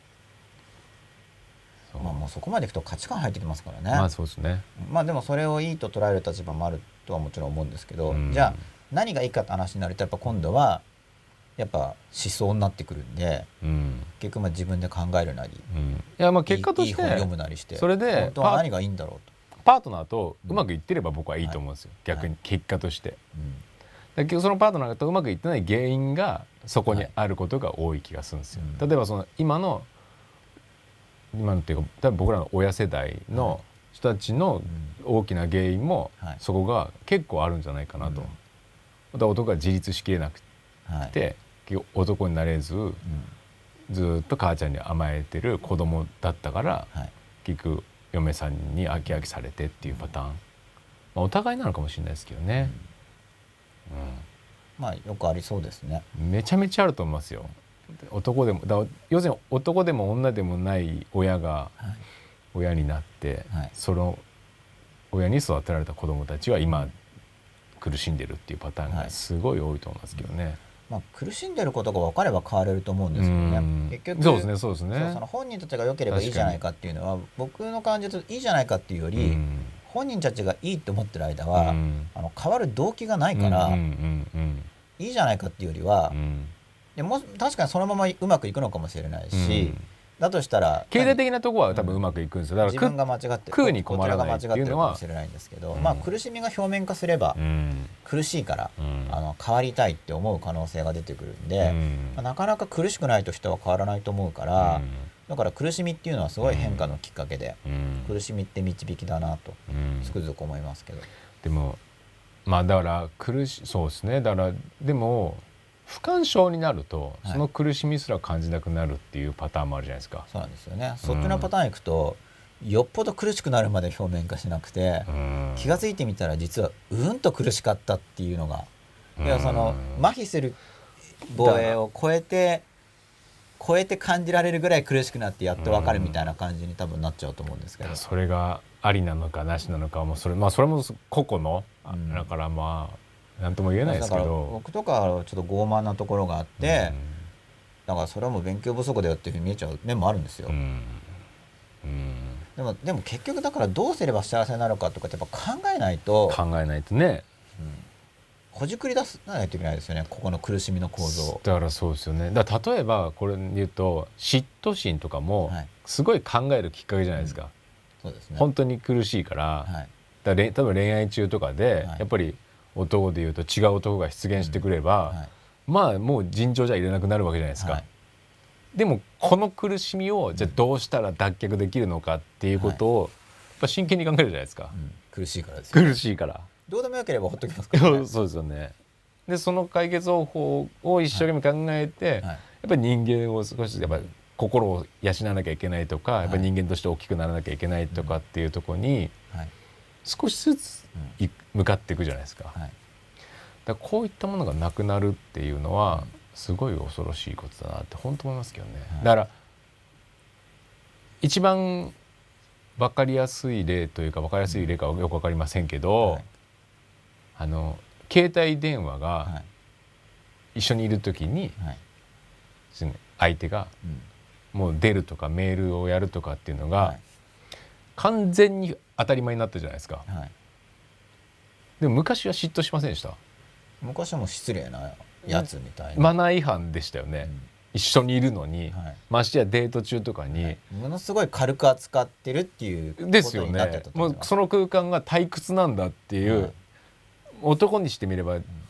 まあもうそこまでいくと価値観入ってきますからね。 まあそうですね。 まあでもそれをいいと捉える立場もあるとはもちろん思うんですけど、うん、じゃあ何がいいかって話になるとやっぱ今度はやっぱ思想になってくるんで、うん、結局まあ自分で考えるなり、うん、いやまあ結果としていい本読むなりしてそれで本当は何がいいんだろうと。 パートナーとうまくいってれば僕はいいと思うんですよ、はい、逆に結果として、はい、だけどそのパートナーとうまくいってない原因がそこにあることが多い気がするんですよ、はい、例えばその今の今のっていうか多分僕らの親世代の人たちの大きな原因もそこが結構あるんじゃないかなと、また男が自立しきれなくて、はい、男になれず、うん、ずっと母ちゃんに甘えてる子供だったから、はい、結局嫁さんに飽き飽きされてっていうパターン、まあ、お互いなのかもしれないですけどね、 うんうん、まあよくありそうですね。 めちゃめちゃあると思いますよ。男でもだ要するに男でも女でもない親が親になって、はい、その親に育てられた子供たちは今苦しんでるっていうパターンがすごい多いと思いますけどね、はい、 まあ、苦しんでることが分かれば変われると思うんですけどね。結局そうですねそうですね。 そうその本人たちが良ければいいじゃないかっていうのは僕の感じだといいじゃないかっていうより、本人たちがいいって思ってる間はあの変わる動機がないから、いいじゃないかっていうよりは、でも確かにそのままうまくいくのかもしれないし、だとしたら経済的なところは多分うまくいくんですよ。だから自分が間違ってる、 食うに困らないっていうのはこちらが間違ってるかもしれないんですけど、まあ苦しみが表面化すれば苦しいからあの変わりたいって思う可能性が出てくるんで、まあ、なかなか苦しくないと人は変わらないと思うから、だから苦しみっていうのはすごい変化のきっかけで、苦しみって導きだなとつくづく思いますけど。 でもまあだから苦しそうですね。だからでも不干渉になるとその苦しみすら感じなくなるっていうパターンもあるじゃないですか。 そうなんですよね。そっちのパターンいくと、うん、よっぽど苦しくなるまで表面化しなくて、うん、気が付いてみたら実はうんと苦しかったっていうのが、うん、いやその麻痺する防衛を超えて超えて感じられるぐらい苦しくなってやっと分かるみたいな感じに多分なっちゃうと思うんですけど、 それがありなのかなしなのかもそれ、まあ、それも個々の、うん、だからまあなんとも言えないですけど、だから僕とかはちょっと傲慢なところがあって、うん、だからそれはもう勉強不足だよっていうふうに見えちゃう面もあるんですよ、うんうん、でもでも結局だからどうすれば幸せになるかとかってやっぱ考えないと考えないとね、 うん、ほじくり出さないといけないですよね、ここの苦しみの構造。 だからそうですよね。だから例えばこれで言うと嫉妬心とかもすごい考えるきっかけじゃないですか、 うん、そうですね、 本当に苦しいから、はい、だから多分恋愛中とかで、はい、やっぱり男でいうと違う男が出現してくれば、うんはい、まあもう尋常じゃ入れなくなるわけじゃないですか、はい、でもこの苦しみをじゃあどうしたら脱却できるのかっていうことを、はい、やっぱ真剣に考えるじゃないですか、うん、 苦しいからですよ、ね、 苦しいからどうでもよければほっときますからねそうですよね。でその解決方法を一生懸命考えて、はいはい、やっぱり人間を少しやっぱ心を養わなきゃいけないとか、はい、やっぱり人間として大きくならなきゃいけないとかっていうところに少しずつ向かっていくじゃないですか、はい、だからこういったものがなくなるっていうのはすごい恐ろしいことだなって本当思いますけどね、はい、だから一番分かりやすい例というか分かりやすい例かよく分かりませんけど、はい、あの携帯電話が一緒にいる時に、はい、相手がもう出るとかメールをやるとかっていうのが完全に当たり前になったじゃないですか、はい、でも昔は嫉妬しませんでした？ 昔はもう失礼なやつみたいなマナー違反でしたよね、うん、一緒にいるのに、はい、ましてやデート中とかに、はい、 ものすごい軽く扱ってるっていうことになってたと思います。 ですよね。もうその空間が退屈なんだっていう、はい、男にしてみれば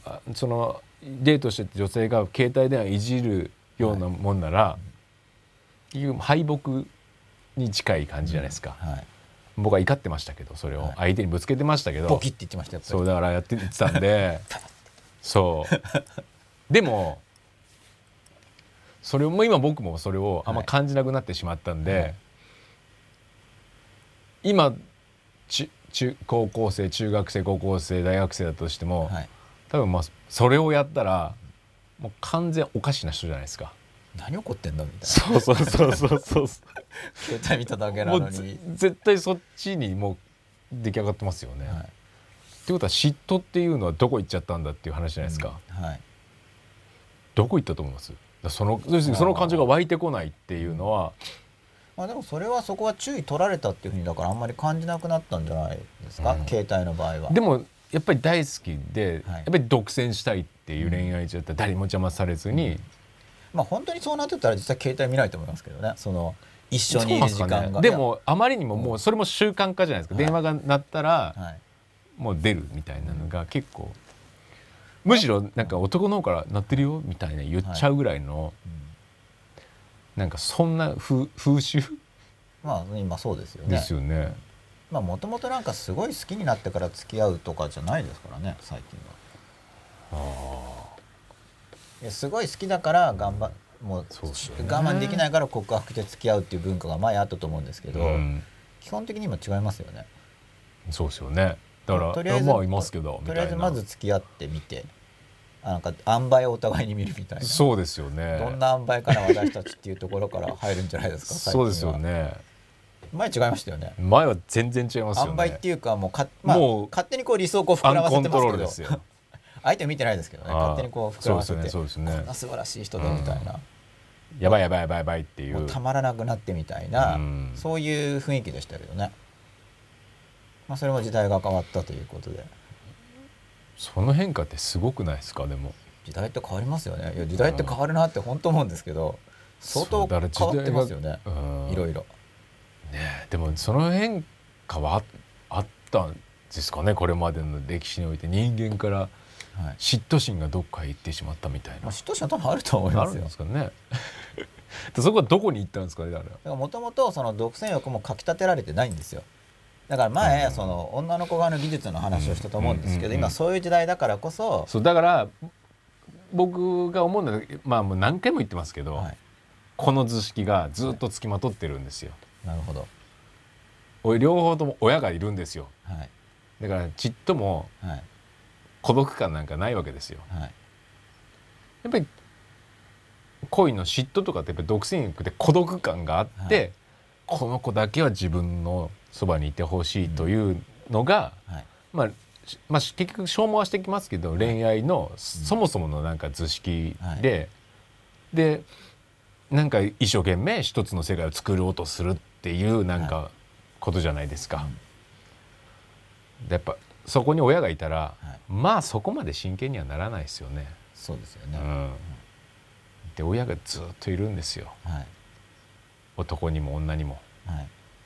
そのデートして女性が携帯電話いじるようなもんなら、はい、敗北に近い感じじゃないですか、うんはい、僕は怒ってましたけどそれを相手にぶつけてましたけど、はい、 ボキって言ってましたやっぱりそうだからやって言ってたんでそうでもそれも今僕もそれをあんま感じなくなってしまったんで、はい、今ち中高校生中学生高校生大学生だとしても、はい、多分まあそれをやったらもう完全おかしな人じゃないですか。 何怒ってんだみたいな。 そうそうそうそうそう携帯見ただけなのに絶対そっちにもう出来上がってますよね、はい、ってことは嫉妬っていうのはどこ行っちゃったんだっていう話じゃないですか、うんはい、どこ行ったと思います？その、その感情が湧いてこないっていうのは、 まあ、でもそれはそこは注意取られたっていうふうにだからあんまり感じなくなったんじゃないですか、うん、携帯の場合は。 でもやっぱり大好きで、はい、やっぱり独占したいっていう恋愛中だったら誰も邪魔されずに、うんまあ、本当にそうなってたら実際携帯見ないと思いますけどね。その一緒にいる時間が、 ね、でもあまりにももうそれも習慣化じゃないですか、うん、電話が鳴ったらもう出るみたいなのが結構、むしろなんか男の方から鳴ってるよみたいな言っちゃうぐらいの、はい、なんかそんな 風, 風習まあ今そうですよね。 ですよね。 まあもともとなんかすごい好きになってから付き合うとかじゃないですからね最近は。あいやすごい好きだから頑張もう我慢できないから告白して付き合うっていう文化が前あったと思うんですけど、うん、基本的に今違いますよね。 そうですよね。だからとりあえずまあいますけどとりあえずまず付き合ってみてなんか塩梅をお互いに見るみたいな。 そうですよね。 どんな塩梅かな私たちっていうところから入るんじゃないですか最近は。 そうですよね。 前違いましたよね。 前は全然違いますよね。 塩梅っていうかもうか、まあ、もう勝手にこう理想をこう膨らませてますけどですよ相手を見てないですけどね。勝手にこう膨らませてそうですね、そうですね、 こんな素晴らしい人だみたいな、うん、 やばいやばいやばいやばいっていうもうたまらなくなってみたいな、うん、そういう雰囲気でしたけどね。まあ、それも時代が変わったということで。 その変化ってすごくないですか？でも時代って変わりますよね。いや時代って変わるなって本当思うんですけど、相当変わってますよね、いろいろね。でもその変化は あ, あったんですかね。これまでの歴史において人間から嫉妬心がどっかへ行ってしまったみたいな、 まあ、嫉妬心は多分あると思いますよ。 あるんですかねそこはどこに行ったんですかね。 もともとその独占欲もかきたてられてないんですよ。だから前、うん、その女の子側の技術の話をしたと思うんですけど、うんうんうん、今そういう時代だからこそ。 そうだから僕が思うのは、まあ、もう何回も言ってますけど、はい、この図式がずっとつきまとってるんですよ、 はい、なるほど。 両方とも親がいるんですよ、はい、だからちっとも孤独感なんかないわけですよ、はい、やっぱり恋の嫉妬とかってやっぱり独占欲で孤独感があって、はい、この子だけは自分のそばにいてほしいというのが、うんはいまあまあ、結局消耗はしてきますけど、はい、恋愛のそもそものなんか図式で、はい、でなんか一生懸命一つの世界を作ろうとするっていうなんかことじゃないですか、はい、でやっぱそこに親がいたら、はい、まあそこまで真剣にはならないですよね。 そうですよね、うん、 で親がずっといるんですよ、はい、男にも女にも、はい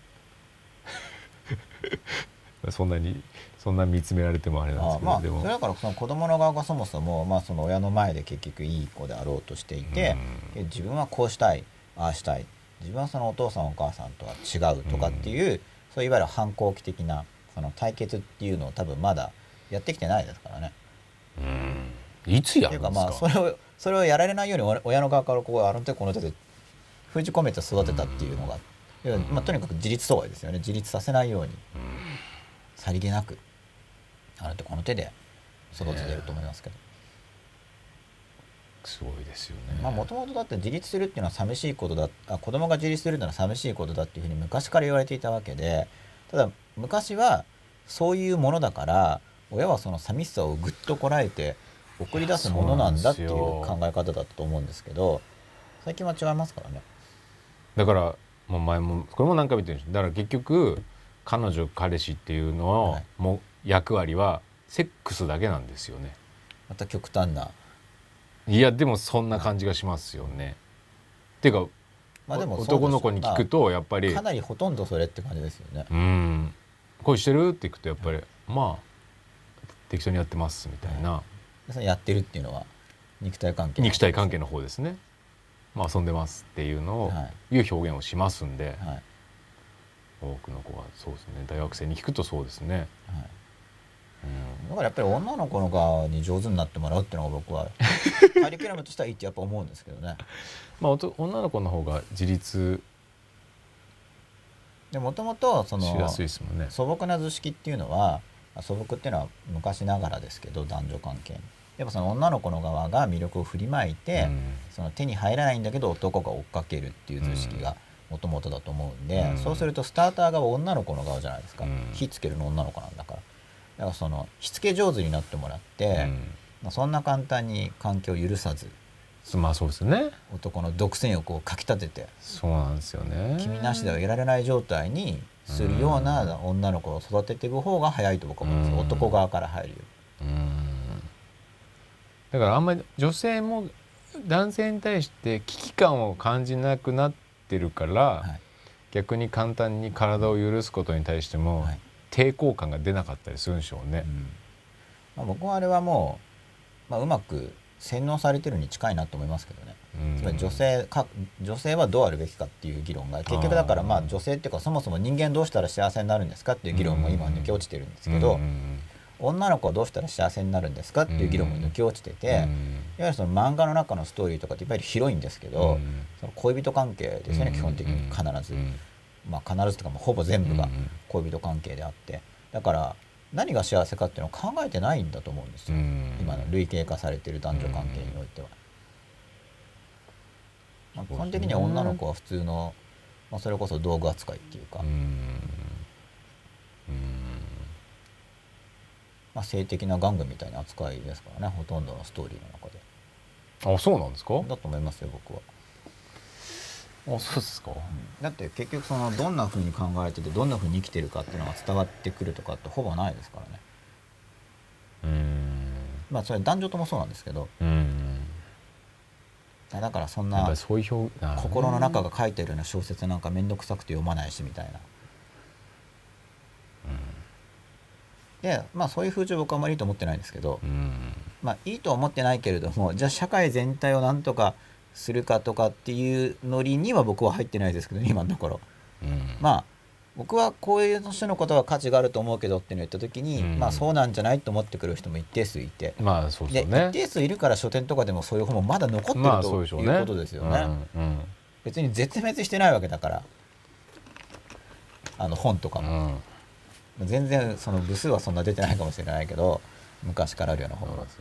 そんなにそんな見つめられてもあれなんですけど、 あ、まあ、 でもそれだからその子供の側がそもそも、まあ、その親の前で結局いい子であろうとしていて、うん、自分はこうしたいああしたい自分はそのお父さんお母さんとは違うとかっていう、うん、そういわゆる反抗期的なその対決っていうのを多分まだやってきてないですからね。 うん、いつやるんですか。っていうかまあそれをそれをやられないように親の側からこうあの手この手で封じ込めて育てたっていうのが、うんまあ、とにかく自立阻害ですよね。自立させないように、うん、さりげなくあの手この手で育ててると思いますけど、 えー、すごいですよね。 まあもともとだって自立するっていうのは寂しいことだあ子供が自立するのは寂しいことだっていうふうに昔から言われていたわけで、ただ昔はそういうものだから親はその寂しさをぐっとこらえて送り出すものなんだっていう考え方だったと思うんですけど、最近は違いますからね。 だからもう前もこれも何回も言ってるんです。だから結局彼女彼氏っていうのの、はい、も役割はセックスだけなんですよね。 また極端な。 いやでもそんな感じがしますよね。っていうか、まあ、でも男の子に聞くとやっぱり、 まあ、かなりほとんどそれって感じですよね。 うん恋してるって聞くとやっぱり、はい、まあ適当にやってますみたいな、 それやってるっていうのは肉体関係、 肉体関係の方ですね。まあ、遊んでますっていうのを、はい、いう表現をしますんで、はい、多くの子はそうですね。大学生に聞くとそうですね、はい、 うん、だからやっぱり女の子の側に上手になってもらうっていうのが僕はカリキュラムとしてはいいってやっぱ思うんですけどね。 まあ、女の子の方が自立でもともとそのしやすいですもんね。 素朴な図式っていうのは、素朴っていうのは昔ながらですけど男女関係にやっぱその女の子の側が魅力を振りまいて、うん、その手に入らないんだけど男が追っかけるっていう図式がもともとだと思うんで、うん、そうするとスターター側は女の子の側じゃないですか、うん、火つけるの女の子なんだから。だからその火付け上手になってもらって、うん、そんな簡単に関係を許さず、 まあそうですね、 男の独占欲をかき立てて、 そうなんですよね、 君なしではいられない状態にするような女の子を育てていく方が早いと僕は思うんですよ、うん、男側から入るよ。うん、 だからあんまり女性も男性に対して危機感を感じなくなってるから、はい、逆に簡単に体を許すことに対しても、はい、抵抗感が出なかったりするんでしょうね。うん、 まあ、僕はあれはもう、まあ、うまく洗脳されてるに近いなと思いますけどね。うん、つまり女性か女性はどうあるべきかっていう議論が結局だからまあ女性っていうかそもそも人間どうしたら幸せになるんですかっていう議論も今抜け落ちてるんですけど、女の子はどうしたら幸せになるんですかっていう議論も抜け落ちてて、いわゆるその漫画の中のストーリーとかっていっぱい広いんですけど、その恋人関係ですよね、基本的に必ず、まあ必ずとかもほぼ全部が恋人関係であって、だから何が幸せかっていうのを考えてないんだと思うんですよ、今の類型化されている男女関係においては。まあ、基本的には女の子は普通の、まあ、それこそ道具扱いっていうか、うん、うん、まあ、性的な玩具みたいな扱いですからね、ほとんどのストーリーの中で。 あ、そうなんですか？ だと思いますよ、僕は。 あ、そうですか、うん、 だって結局そのどんな風に考えててどんな風に生きてるかっていうのが伝わってくるとかってほぼないですからね。うん、まあそれ男女ともそうなんですけど、うん、だからそんな心の中が書いてるような小説なんか面倒くさくて読まないしみたいな、うん、でまあそういう風潮僕はあまりいいと思ってないんですけど、うん、まあいいとは思ってないけれども、じゃあ社会全体をなんとかするかとかっていうノリには僕は入ってないですけど、今のところ、うん、まあ僕はこういう人のことは価値があると思うけどっていうのを言った時に、うん、まあそうなんじゃないと思ってくる人も一定数いて、 まあそうですね、 で一定数いるから書店とかでもそういう本もまだ残ってる、まあ、ということですよね、うんうん、別に絶滅してないわけだから、あの本とかも、うん、全然その部数はそんな出てないかもしれないけど、昔からあるような本は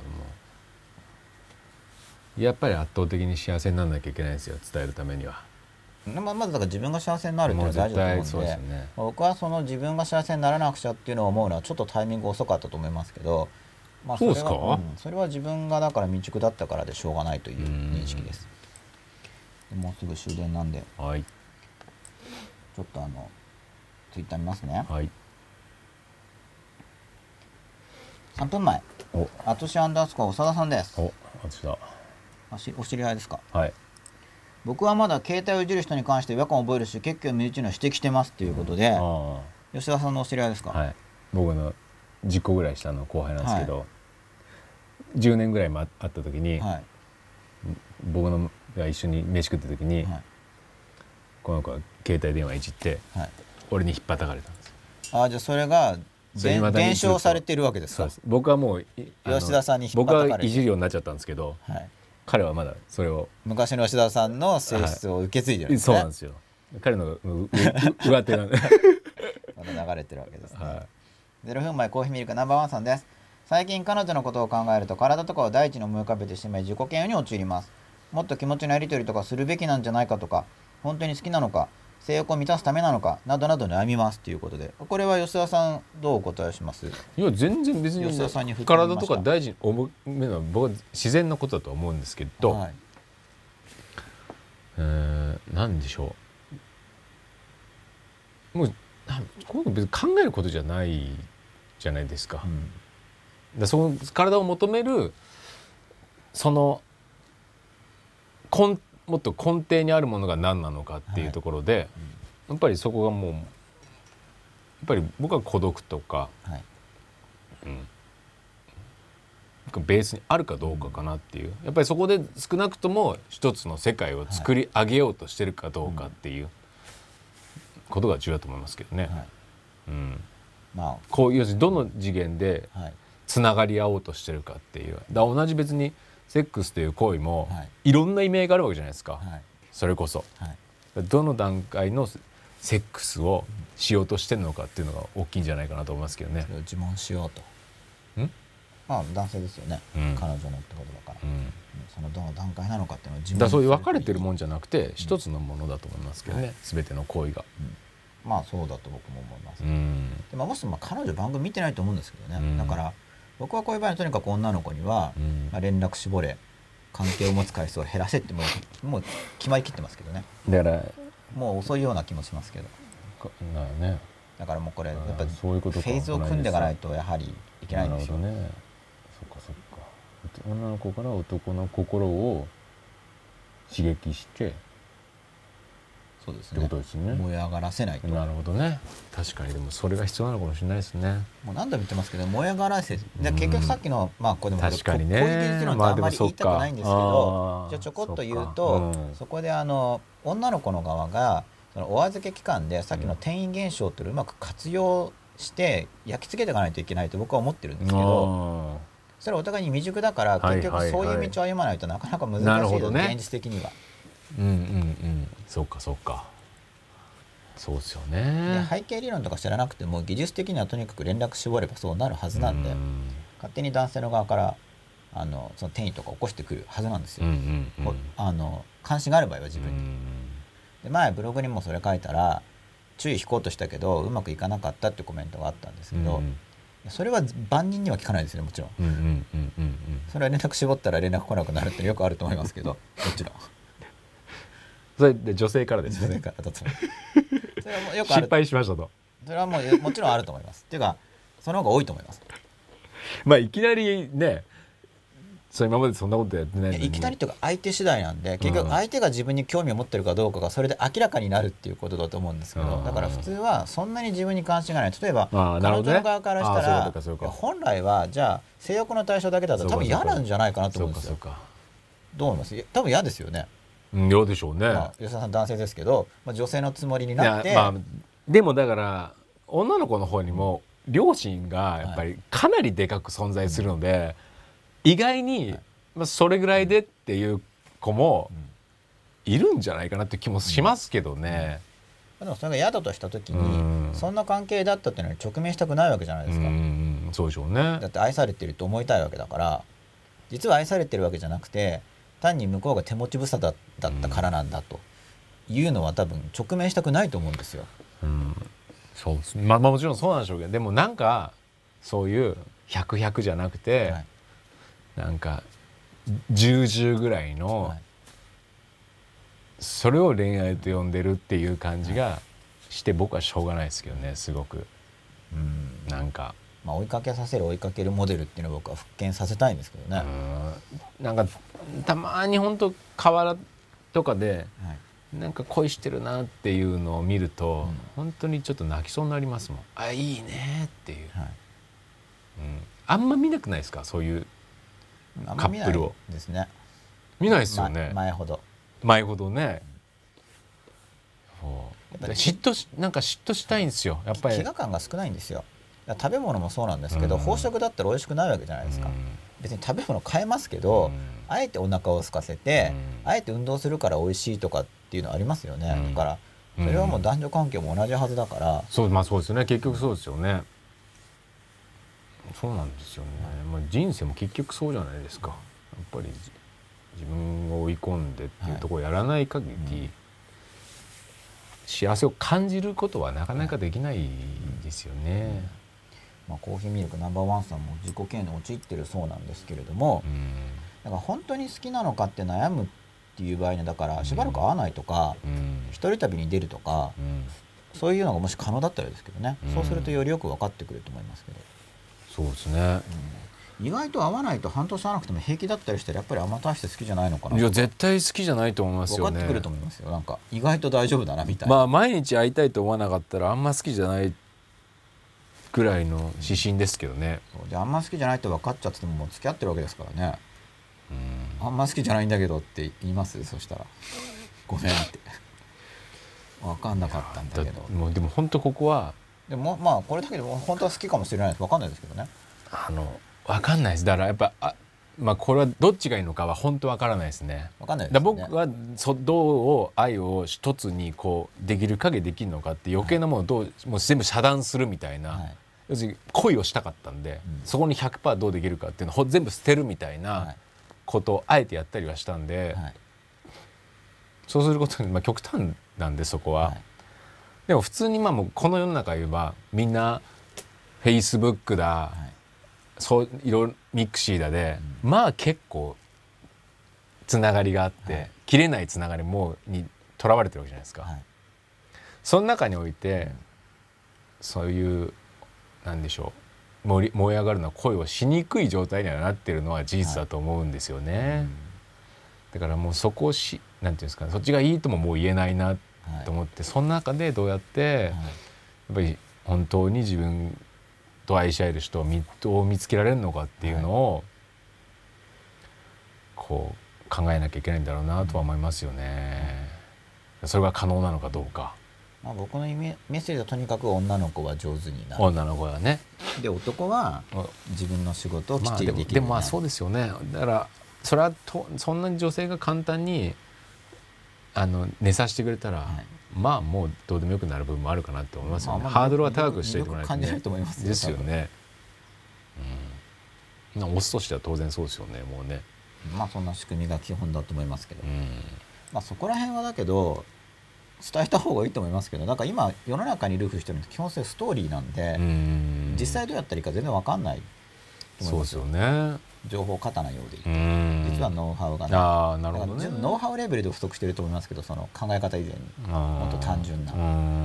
やっぱり圧倒的に幸せにならなきゃいけないんですよ、伝えるためには。 まずだから自分が幸せになるっていうのは大事だと思うんで、ね、僕はその自分が幸せにならなくちゃっていうのを思うのはちょっとタイミング遅かったと思いますけど、まあ、それはそうですか、うん、それは自分がだから未熟だったからでしょうがないという認識です。もうすぐ終電なんで、はい、ちょっとあのツイッター見ますね。はい、さんぷんまえ、あとしアンダースコア長田さんです。 お、私だ。 お知り合いですか？ はい。 僕はまだ携帯をいじる人に関して違和感を覚えるし、結構身内の指摘してますということで、うん、吉田さんのお知り合いですか？ はい、僕のじゅっこぐらい下の後輩なんですけど、はい、じゅうねんぐらいもあった時に、はい、僕のが一緒に飯食った時に、はい、この子が携帯電話いじって、はい、俺に引っ張たかれたんですよ。 あ、じゃあそれが伝承されてるわけですか？そうです。 僕はもう吉田さんに引っ張たかれて、僕はいじるようになっちゃったんですけど、はい、彼はまだそれを昔の吉田さんの性質を受け継いでるんですね。 はい、そうなんですよ。彼の上手なんでまだ流れてるわけですね。はい、ゼロふんまえコーヒーミルクナンバーワンさんです。最近彼女のことを考えると体とかを第一に思い浮かべてしまい自己嫌悪に陥ります。もっと気持ちのやり取りとかするべきなんじゃないかとか、本当に好きなのか、性欲を満たすためなのかなどなど悩みますということで、これは吉田さんどうお答えします？ いや全然別に吉田さんに体とか大事に思うのは僕は自然なことだと思うんですけど、はい、えー、何でしょう、もうこういうの別に考えることじゃないじゃないですか。うん、だその体を求めるその根もっと根底にあるものが何なのかっていうところで、はい、うん、やっぱりそこがもうやっぱり僕は孤独とか、はい、うん、 ベースにあるかどうかかなっていう、やっぱりそこで少なくとも一つの世界を作り上げようとしてるかどうかっていうことが重要だと思いますけどね、はい、うん、まあ、こう要するにどの次元でつながり合おうとしてるかっていう、だ同じ別にセックスという行為もいろんな意味合いがあるわけじゃないですか、はい、それこそ、はい、どの段階のセックスをしようとしてるのかっていうのが大きいんじゃないかなと思いますけどね。 それを自問しようと、ん、まあ男性ですよね、うん、彼女のってことだから、うん、そのどの段階なのかっていうのを自問する。だそういう分かれてるもんじゃなくて一つのものだと思いますけどね、うん、全ての行為が、うん、まあそうだと僕も思います、うん、でまあ、もしも彼女番組見てないと思うんですけどね、うん、だから僕はこういう場合はとにかく女の子には、うん、まあ、連絡絞れ、関係を持つ回数を減らせってもう、もう決まりきってますけどね。だからもう遅いような気もしますけど、だからね、だからもうこれやっぱフェーズを組んでいかないとやはりいけないんでしょうね。 そっかそっか。女の子から男の心を刺激して、 そうですね、ってことですね。燃え上がらせないと。 なるほどね。確かにでもそれが必要なのかもしれないですね。 もう何度も言ってますけど、燃え上がらせ、で結局さっきの、まあこれでも確かにね、 こういう技術論ってあんまり言いたくないんですけど、じゃあちょこっと言うと、そ, そこであの女の子の側がそのお預け期間でさっきの転移現象というのをうまく活用して焼き付けていかないといけないと僕は思ってるんですけど、それはお互いに未熟だから結局そういう道を歩まないとなかなか難しいの、ね、現実的には。 うんうんうん、そうかそうか。そうですよね。 背景理論とか知らなくても技術的にはとにかく連絡絞ればそうなるはずなんで、うん、勝手に男性の側からあのその転移とか起こしてくるはずなんですよ、うんうんうん、あの関心がある場合は自分に、うん、で前ブログにもそれ書いたら注意引こうとしたけどうまくいかなかったってコメントがあったんですけど、うん、それは万人には聞かないですよね、もちろん、うんうんうんうん、それは連絡絞ったら連絡来なくなるってよくあると思いますけどもちろんそれで女性からですね。 女性からだとそれはもうよくある、失敗しましたと。 それはもうもちろんあると思います。っていうかその方が多いと思います。 まあいきなりね、そう今までそんなことやってないのに、 いきなりというか相手次第なんで、結局相手が自分に興味を持ってるかどうかがそれで明らかになるっていうことだと思うんですけど、だから普通はそんなに自分に関心がない。例えば彼女の側からしたら、本来はじゃあ性欲の対象だけだと多分嫌なんじゃないかなと思うんですよ。どう思います？多分嫌ですよね。 嫌でしょうね、まあ、吉田さん男性ですけど、まあ、女性のつもりになって、まあ、 でもだから女の子の方にも両親がやっぱりかなりでかく存在するので、はい、意外に、まあ、それぐらいでっていう子もいるんじゃないかなって気もしますけどね、 うんうん、でもそれが嫌だとした時に、うん、そんな関係だったっていうのに直面したくないわけじゃないですか、うん、 そうでしょうね。 だって愛されてると思いたいわけだから、実は愛されてるわけじゃなくて単に向こうが手持ち無沙汰だったからなんだというのは多分直面したくないと思うんですよ、 うん、そうですね、まあ、まあもちろんそうなんでしょうけど、でもなんかそういうひゃく、ひゃくじゃなくて、はい、なんかじゅう、じゅうぐらいの、はい、それを恋愛と呼んでるっていう感じがして僕はしょうがないですけどね、すごく、うん、なんかまあ、追いかけさせる追いかけるモデルっていうのを僕は復権させたいんですけどね。 うん、なんかたまに本当河原とかで、はい、なんか恋してるなっていうのを見ると、うん、本当にちょっと泣きそうになりますもん。あ、いいねっていう、はい、うん、あんま見なくないですか、そういうカップルを。 ですね。 見ないですよね、 ま、前ほど前ほどね、うん、嫉妬しなんか嫉妬したいんですよ、やっぱり飢餓感が少ないんですよ。食べ物もそうなんですけど、うん、飽食だったら美味しくないわけじゃないですか、うん、別に食べ物変えますけど、うん、あえてお腹を空かせて、うん、あえて運動するから美味しいとかっていうのありますよね、うん、だからそれはもう男女関係も同じはずだから、 そう、まあそうですよね、結局そうですよね、そうなんですよね、まあ、人生も結局そうじゃないですか、やっぱり自分を追い込んでっていうところをやらない限り、はい、幸せを感じることはなかなかできないですよね、うんうん、 まあ、コーヒーミルクナンバーワンさんも自己嫌悪に陥ってるそうなんですけれども、うん、だから本当に好きなのかって悩むっていう場合にだからしばらく会わないとか、うん、一人旅に出るとか、うん、そういうのがもし可能だったらですけどね、うん、そうするとよりよく分かってくると思いますけど、 そうですね、 うん、意外と会わないと半年会わなくても平気だったりしたらやっぱりあんま大して好きじゃないのかな。 いや絶対好きじゃないと思いますよね。 分かってくると思いますよ。なんか意外と大丈夫だなみたいな。 まあ毎日会いたいと思わなかったらあんま好きじゃないぐらいの指針ですけどね。 であんま好きじゃないって分かっちゃっててももう付き合ってるわけですからね。うん、あんま好きじゃないんだけどって言います？そしたらごめんって分かんなかったんだけど。 もうでも本当ここはでもまあこれだけでも本当は好きかもしれないです。分かんないですけどね。 あの分かんないです。だからやっぱあまあこれはどっちがいいのかは本当分からないですね。 分かんないですね。 だ僕はそどう愛を一つにこうできる影できるのかって余計なものをどう、はい、もう全部遮断するみたいな、はい、要するに恋をしたかったんで、うん、そこに ひゃくパーセント どうできるかっていうのを全部捨てるみたいなことをあえてやったりはしたんで、はい、そうすることに、まあ、極端なんでそこは、はい、でも普通にまあもうこの世の中言えばみんな Facebook だ、はい、そういろいろミクシーだで、うん、まあ結構つながりがあって、はい、切れないつながりもにとらわれてるわけじゃないですか、はい、その中において、うん、そういうなんでしょう燃り燃え上がるのは恋をしにくい状態にはなってるのは事実だと思うんですよね、はい、だからもうそこをしなんていうんですかね、そっちがいいとももう言えないなと思って、はい、その中でどうやって、はい、やっぱり本当に自分と愛し合える人を見を見つけられるのかっていうのを、はい、こう考えなきゃいけないんだろうなとは思いますよね、うん、それが可能なのかどうか、 まあ、僕のイメメッセージはとにかく女の子は上手になる、 女の子はね、 で男は自分の仕事をきっちりできる、まあ、でも、 でもまあそうですよね。だからそれはとそんなに女性が簡単にあの寝させてくれたら、はい、まあもうどうでもよくなる部分もあるかなって思いますよね、まあまあ、ハードルは高くしておいてもらえて、ね、ですよね、うん、オスとしては当然そうですよね。もうね、 まあそんな仕組みが基本だと思いますけど、うん、まあそこら辺はだけど伝えた方がいいと思いますけど、なんか今世の中にいる人に基本性ストーリーなんで、うん、実際どうやったらいいか全然分かんないと思いますよ。そうですよね。情報過多なようでいて、うん、実はノウハウがない。あ、なるほどね。ノウハウレベルで不足していると思いますけど、その考え方以前にもっと単純な、うん、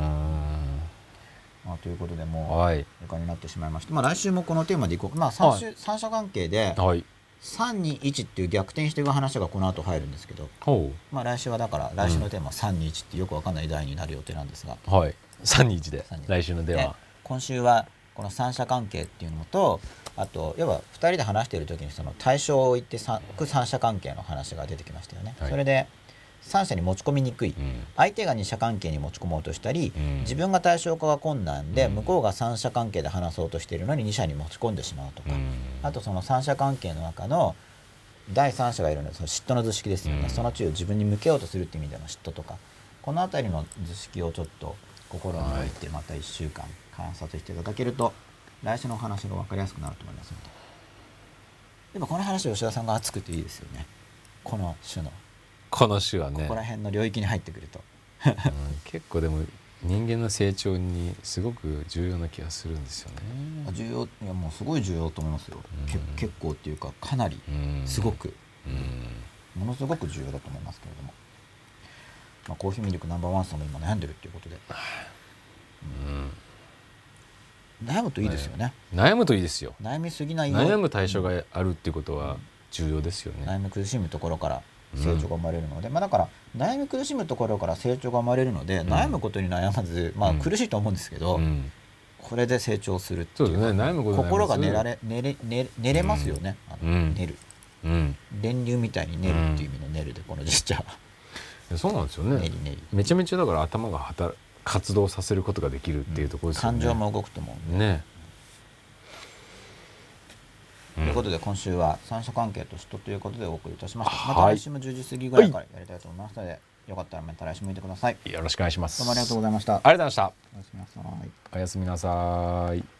まあ、ということでもう時間になってしまいました、まあ、来週もこのテーマでいこう。まあ、三種、はい、三者関係で、はい、さんにいちっていう逆転していく話がこの後入るんですけど、まあ、来週はだから来週のテーマはさんにいちってよく分かんない題になる予定なんですが、 はい、さんにいちで来週のテーマ、 今週はこの三者関係っていうのと、あと要はふたりで話している時にその対象を言って三者関係の話が出てきましたよね、はい、それで三者に持ち込みにくい、うん、相手が二者関係に持ち込もうとしたり、うん、自分が対象化が困難で、うん、向こうが三者関係で話そうとしているのに二者に持ち込んでしまうとか、うん、あとその三者関係の中の第三者がいるのでその嫉妬の図式ですよね、うん、その注意を自分に向けようとするっていう意味での嫉妬とか、この辺りの図式をちょっと心に置いてまたいっしゅうかん観察していただけると来週のお話が分かりやすくなると思いますので、やっぱこの話吉田さんが熱くていいですよね。この種のこの種はね、 ここら辺の領域に入ってくると、 うん、結構でも人間の成長にすごく重要な気がするんですよね。 重要、いやもうすごい重要と思いますよ、うん、け結構っていうかかなりすごく、うん、ものすごく重要だと思いますけれども、まあ、コーヒーミルクナンバーワンさんも今悩んでるっていうことで、うん、悩むといいですよね。 悩むといいですよ。 悩みすぎないよ。 悩む対象があるっていうことは重要ですよね。 悩み苦しむところから成長が生まれるので、うん、まあ、だから悩み苦しむところから成長が生まれるので、うん、悩むことに悩まず、まあ、苦しいと思うんですけど、うん、これで成長するっていう、そうですね、悩むこと心が寝られ寝れ寝寝れますよね、うん、あの寝る、うん、電流みたいに寝るっていう意味の寝るでこのジェスチャーはそうなんですよね。 練り練りめちゃめちゃだから頭が働活動させることができるっていうところですよね、 うん、感情も動くと思うんでね、うん、ということで今週は三者関係と人ということでお送りいたしました。また来週もじゅうじ過ぎぐらいからやりたいと思いますので、はい、よかったらまた来週も見てください。 よろしくお願いします。 どうもありがとうございました。 ありがとうございました。 おやすみなさい。 おやすみなさい。